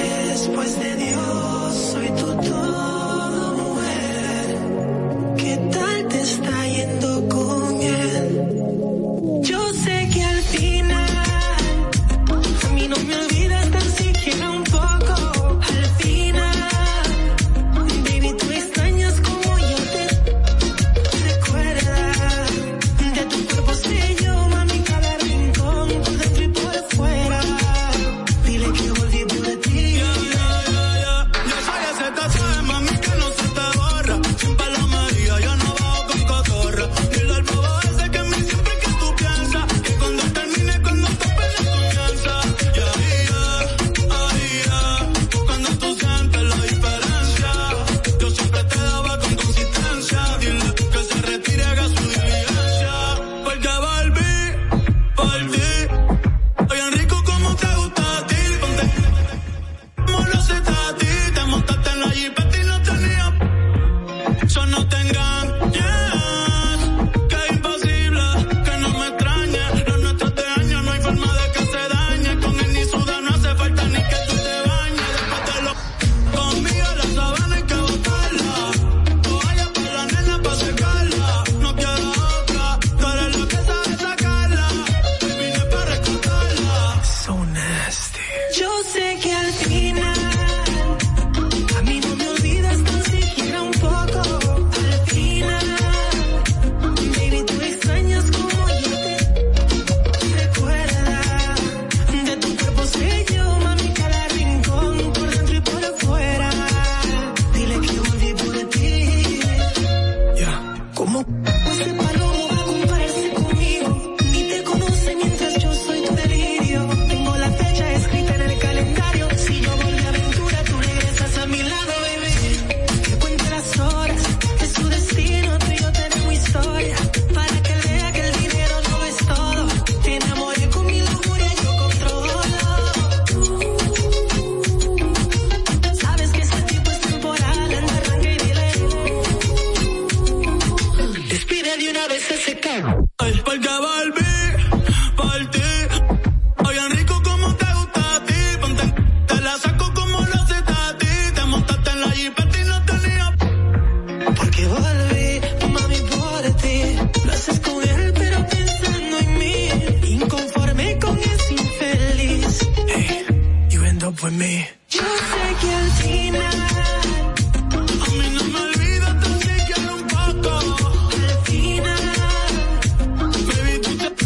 Yo sé que al final a mí no me olvidas tan siquiera un poco. Al final, baby, tú te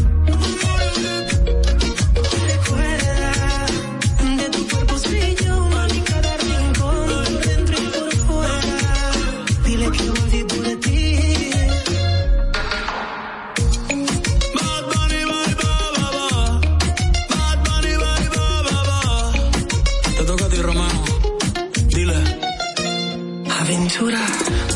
recuerda de tu cuerpo soy yo, mami, cada rincón, por dentro y por fuera. Dile que volví por ti. Bad Bunny, bye, bye, bye, bye. Bad Bunny, bye, bye, bye, bye. Te toca a ti, Romano. Dile. Aventura.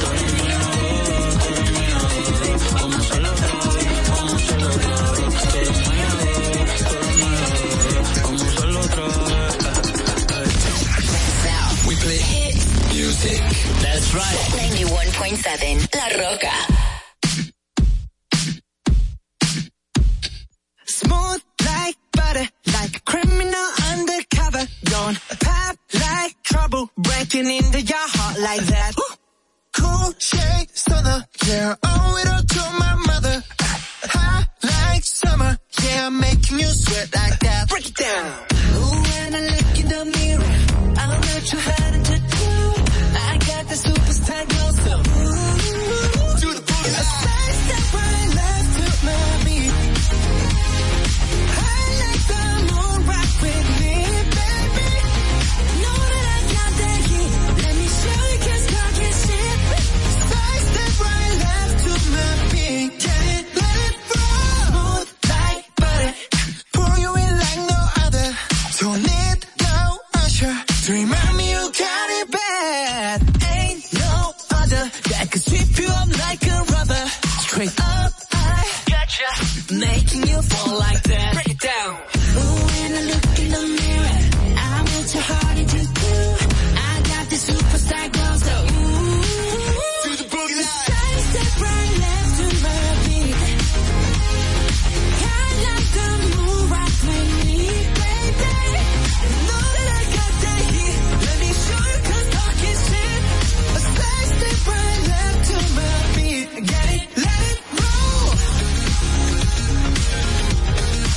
We play hit music. That's right. ninety-one point seven La Roca.
Smooth like butter, like a criminal undercover. Don't pop like trouble, breaking into your heart like that. Cool shade stunner, yeah, owe it all to my mother. Hot like summer, yeah, I'm making you sweat like that. Break it down. Ooh, when I look in the mirror, I'll let you hide into two. I got the superstar glow, so ooh, do the booty. A side step right left to my beat. I like the moon rock with me, baby. Know that I got that heat. Let me show you 'cause talk is shit. Side step right left to my beat. Get it, let it roll. Smooth like butter. Pour you in like no other. Don't need no usher to remind me you got it bad. Ain't no other that could sweep you up like a rubber. Straight up, I gotcha, making you fall like that. Break it down. Ooh, when I look in the mirror, I want your heart into two. I got the superstar glow, so ooh, do the boogie line. Side step right left to my beat. I like the moon rock with me, baby. Know that I got that heat. Let me show you 'cause talk is shit. A side step right left to my beat. Get it, let it roll.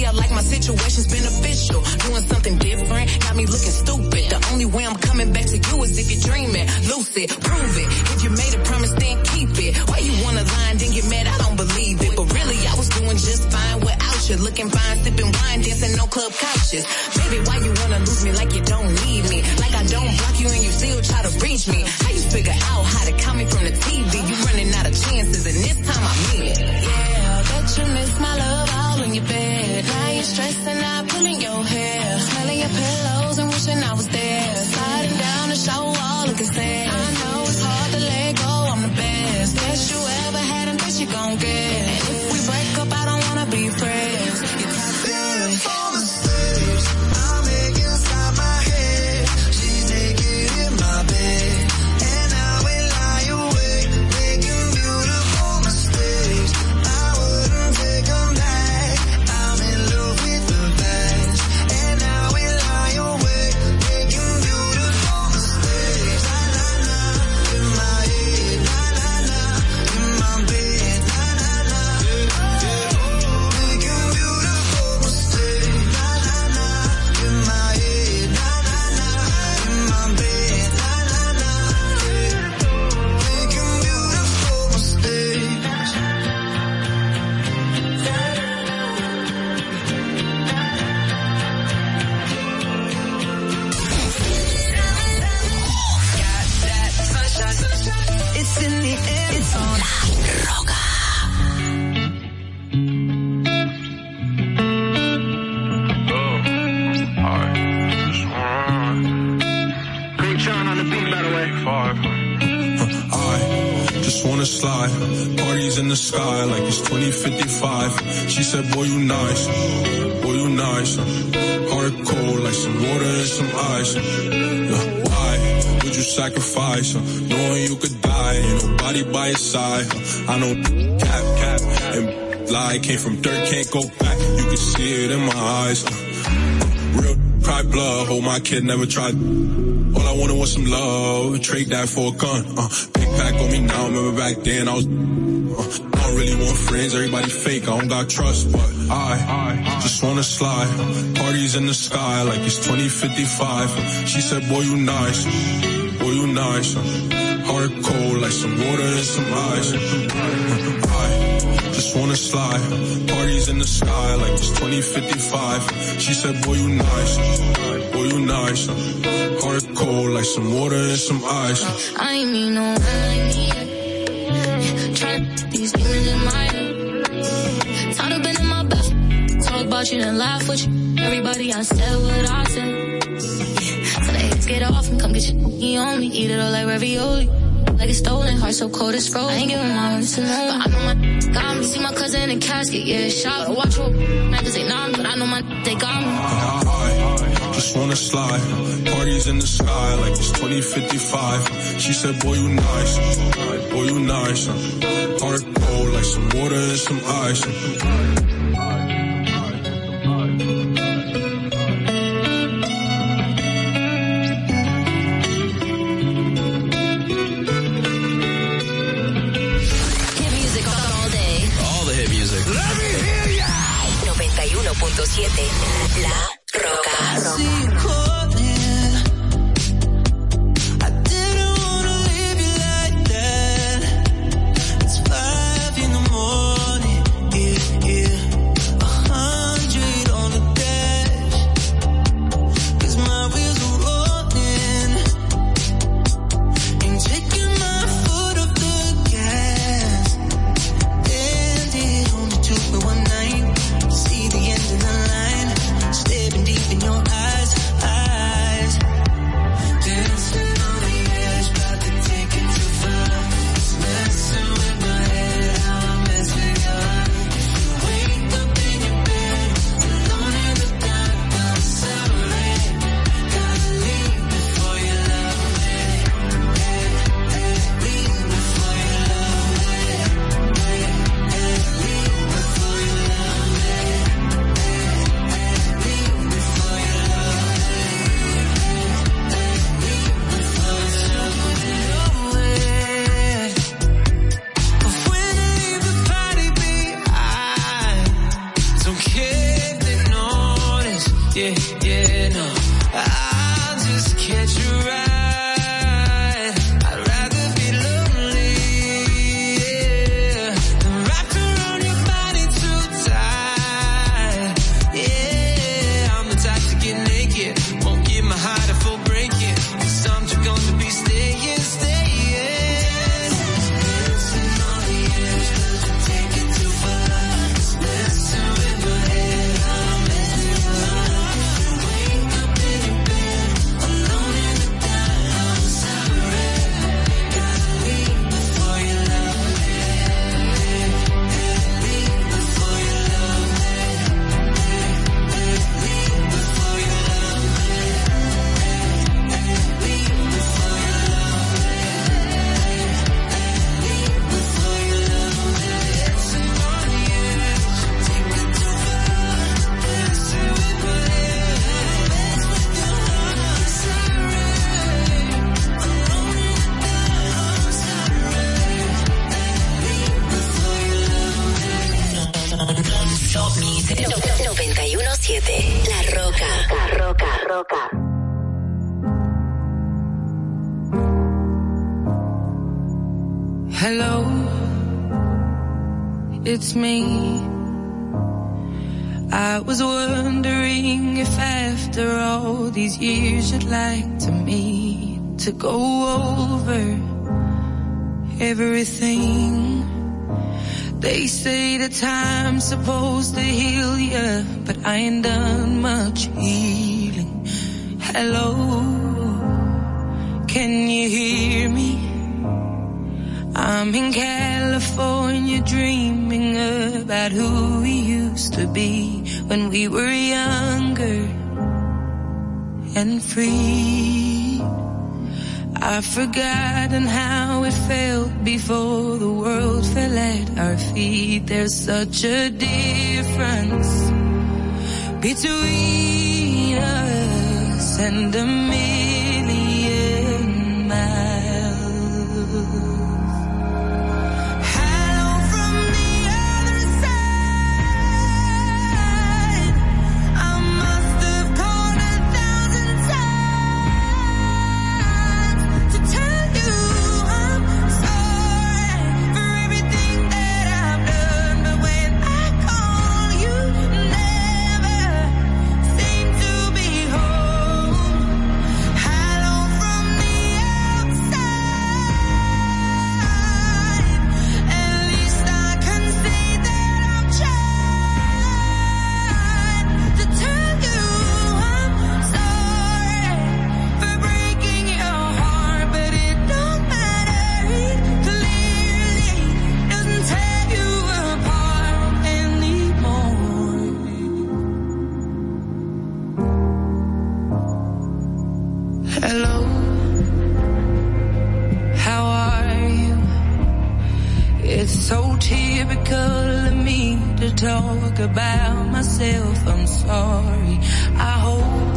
I like my situation's beneficial. Doing something different, got me looking stupid. The only way I'm coming back to you is if you're dreaming. Lucid, prove it. If you made a promise, then keep it. Why you wanna lie and then get mad? I don't believe it. But really, I was doing just fine without you. Looking fine, sipping wine, dancing on club couches. Baby, why you wanna lose me like you don't need me? Like I don't block you and you still try to reach me. How you figure out how to call me from the T V? You running out of chances and this time I mean it. Yeah, I bet you miss my love all in your bed. Now you're stressing out, pulling your hair. Smelling your pillows and wishing I was there. Sliding down the shower wall looking sad. I know it's hard to let go, I'm the best. Best you ever had and best you gon' get. And if we break up, I don't wanna be friends. You're top beautiful mistakes I make inside my head. She's naked in my bed. And I will lie awake, making beautiful mistakes. I wouldn't take them back. I'm in love with the best. And I will lie awake, making beautiful mistakes. Na na na, in my head. Na na na, in my bed. Na na na, making beautiful mistakes. Na na na, in my head. Na na na, in my bed. Na na na, making beautiful mistakes. It's in the air, it's on. Roca.
I just wanna slide, parties in the sky like it's twenty fifty-five. She said, boy, you nice, boy, you nice. Heart cold like some water and some ice. Yeah, why would you sacrifice, knowing you could die, ain't nobody by your side. I know cap, cap, and lie came from dirt, can't go back. You can see it in my eyes. Real cry blood, hold my kid, never tried. All I wanted was some love, trade that for a gun. Uh, big pack on me now, remember back then I was. Uh, I don't really want friends, everybody fake, I don't got trust, but I, I just wanna slide. Parties in the sky like it's twenty fifty-five. She said, boy, you nice, boy, you nice. Heart cold like some water and some ice. I just wanna slide. Parties in the sky like it's twenty fifty-five. She said, boy, you nice, boy, you nice. Heart cold like some water and some ice.
I ain't mean no harm, I need it. Tryna put these demons in my head. Tired of being in my best. Talk about you and laugh with you. Everybody, I said what I said. So they hate to get off and come get your cookie on me. Eat it all like ravioli. Like it's stolen, heart so cold it's frozen. I ain't giving my words to no one. But I know my got me. See my cousin in the casket, yeah, shot. But watch what man, cause they know me. But I know my they got me.
I just wanna slide. Parties in the sky like it's twenty fifty-five. She said, boy, you nice, boy, you nice. Heart cold like some water and some ice.
noventa y uno punto siete La Roca.
Stay
take it too far. Messing with my head, I'm messing with my life. Wake up in your bed, alone in the dark. I'm sorry, gotta leave before you love me. Leave before you love me. Leave before you love me. Leave before you love me. Leave before you love me. Dancing on the edge, take it too far. Dancing with my head, mess with your heart. I'm sorry, alone in the dark. I'm sorry. Leave before you love me.
Non-stop music. noventa y uno punto siete. La Roca. La Roca. Roca.
Hello, it's me. I was wondering if after all these years you'd like to meet to go over everything. They say that time's supposed to heal ya, but I ain't done much healing. Hello, can you hear me? I'm in California dreaming about who we used to be when we were younger and free. I've forgotten how it felt before the world fell at our feet. There's such a difference between us and a million miles. Hello, how are you? It's so typical of me to talk about myself. I'm sorry. I hope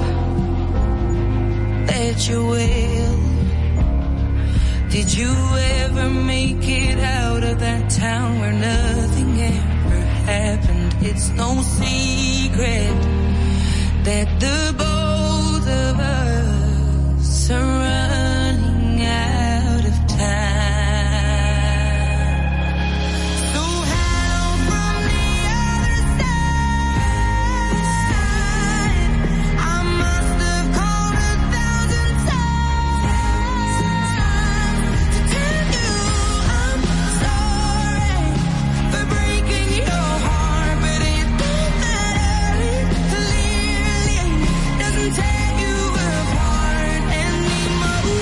that you're well. Did you ever make it out of that town where nothing ever happened? It's no secret that the both of us are running out of time. So hello from the other side. I must have called a thousand times to tell you I'm sorry for breaking your heart, but it don't matter. It clearly doesn't tear you apart anymore.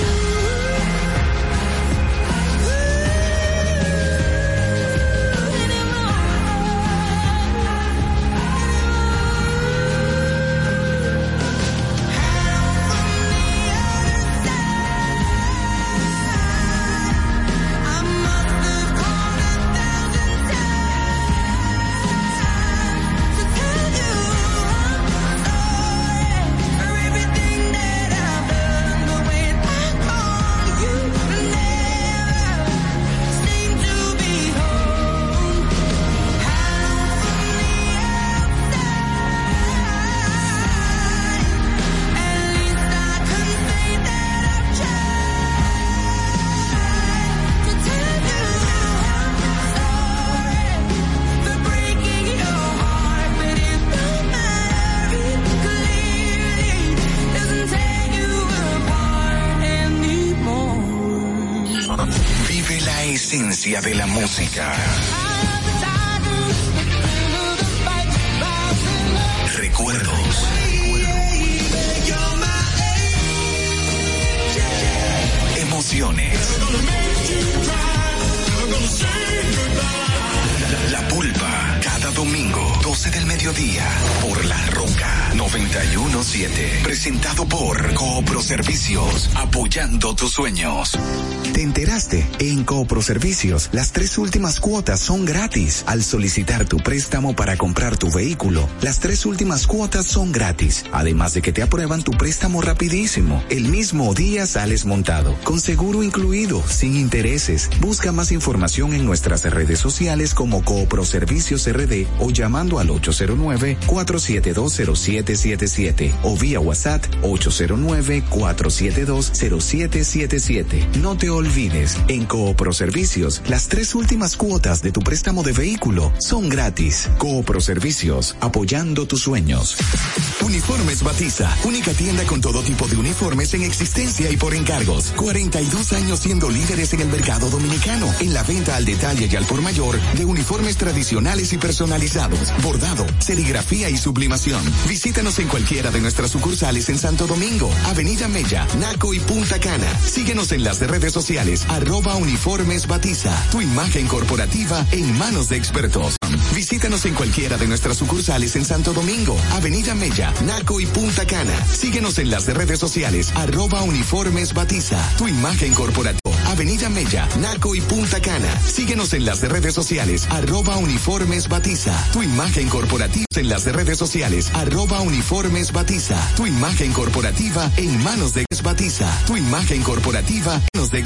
Vive la esencia de la música.
doce del mediodía, por La Roca noventa y uno punto siete. Presentado por Coopro Servicios, apoyando tus sueños.
¿Te enteraste? En Coopro Servicios, las tres últimas cuotas son gratis. Al solicitar tu préstamo para comprar tu vehículo, las tres últimas cuotas son gratis. Además de que te aprueban tu préstamo rapidísimo. El mismo día sales montado, con seguro incluido, sin intereses. Busca más información en nuestras redes sociales como Coopro Servicios R D o llamando al ocho cero nueve, cuatro siete dos, cero siete siete siete o vía WhatsApp ocho cero nueve, cuatro siete dos, cero siete siete siete. No te olvides, en Coopro Servicios, las tres últimas cuotas de tu préstamo de vehículo son gratis. Coopro Servicios, apoyando tus sueños.
Uniformes Batiza, única tienda con todo tipo de uniformes en existencia y por encargos. cuarenta y dos años siendo líderes en el mercado dominicano, en la venta al detalle y al por mayor de uniformes tradicionales y personalizados, bordado, serigrafía y sublimación. Visítanos en cualquiera de nuestras sucursales en Santo Domingo, Avenida Mella, Naco y Punta Cana. Síguenos en las redes sociales, arroba Uniformes Batiza, tu imagen corporativa en manos de expertos. Visítanos en cualquiera de nuestras sucursales en Santo Domingo, Avenida Mella, Naco y Punta Cana. Síguenos en las redes sociales, arroba Uniformes Batiza, tu imagen corporativa. Avenida Mella, Naco y Punta Cana. Síguenos en las redes sociales, arroba Uniformes Batiza, tu imagen corporativa. En las redes sociales, arroba Uniformes Batiza, tu imagen corporativa en manos de Batiza, tu imagen corporativa en manos de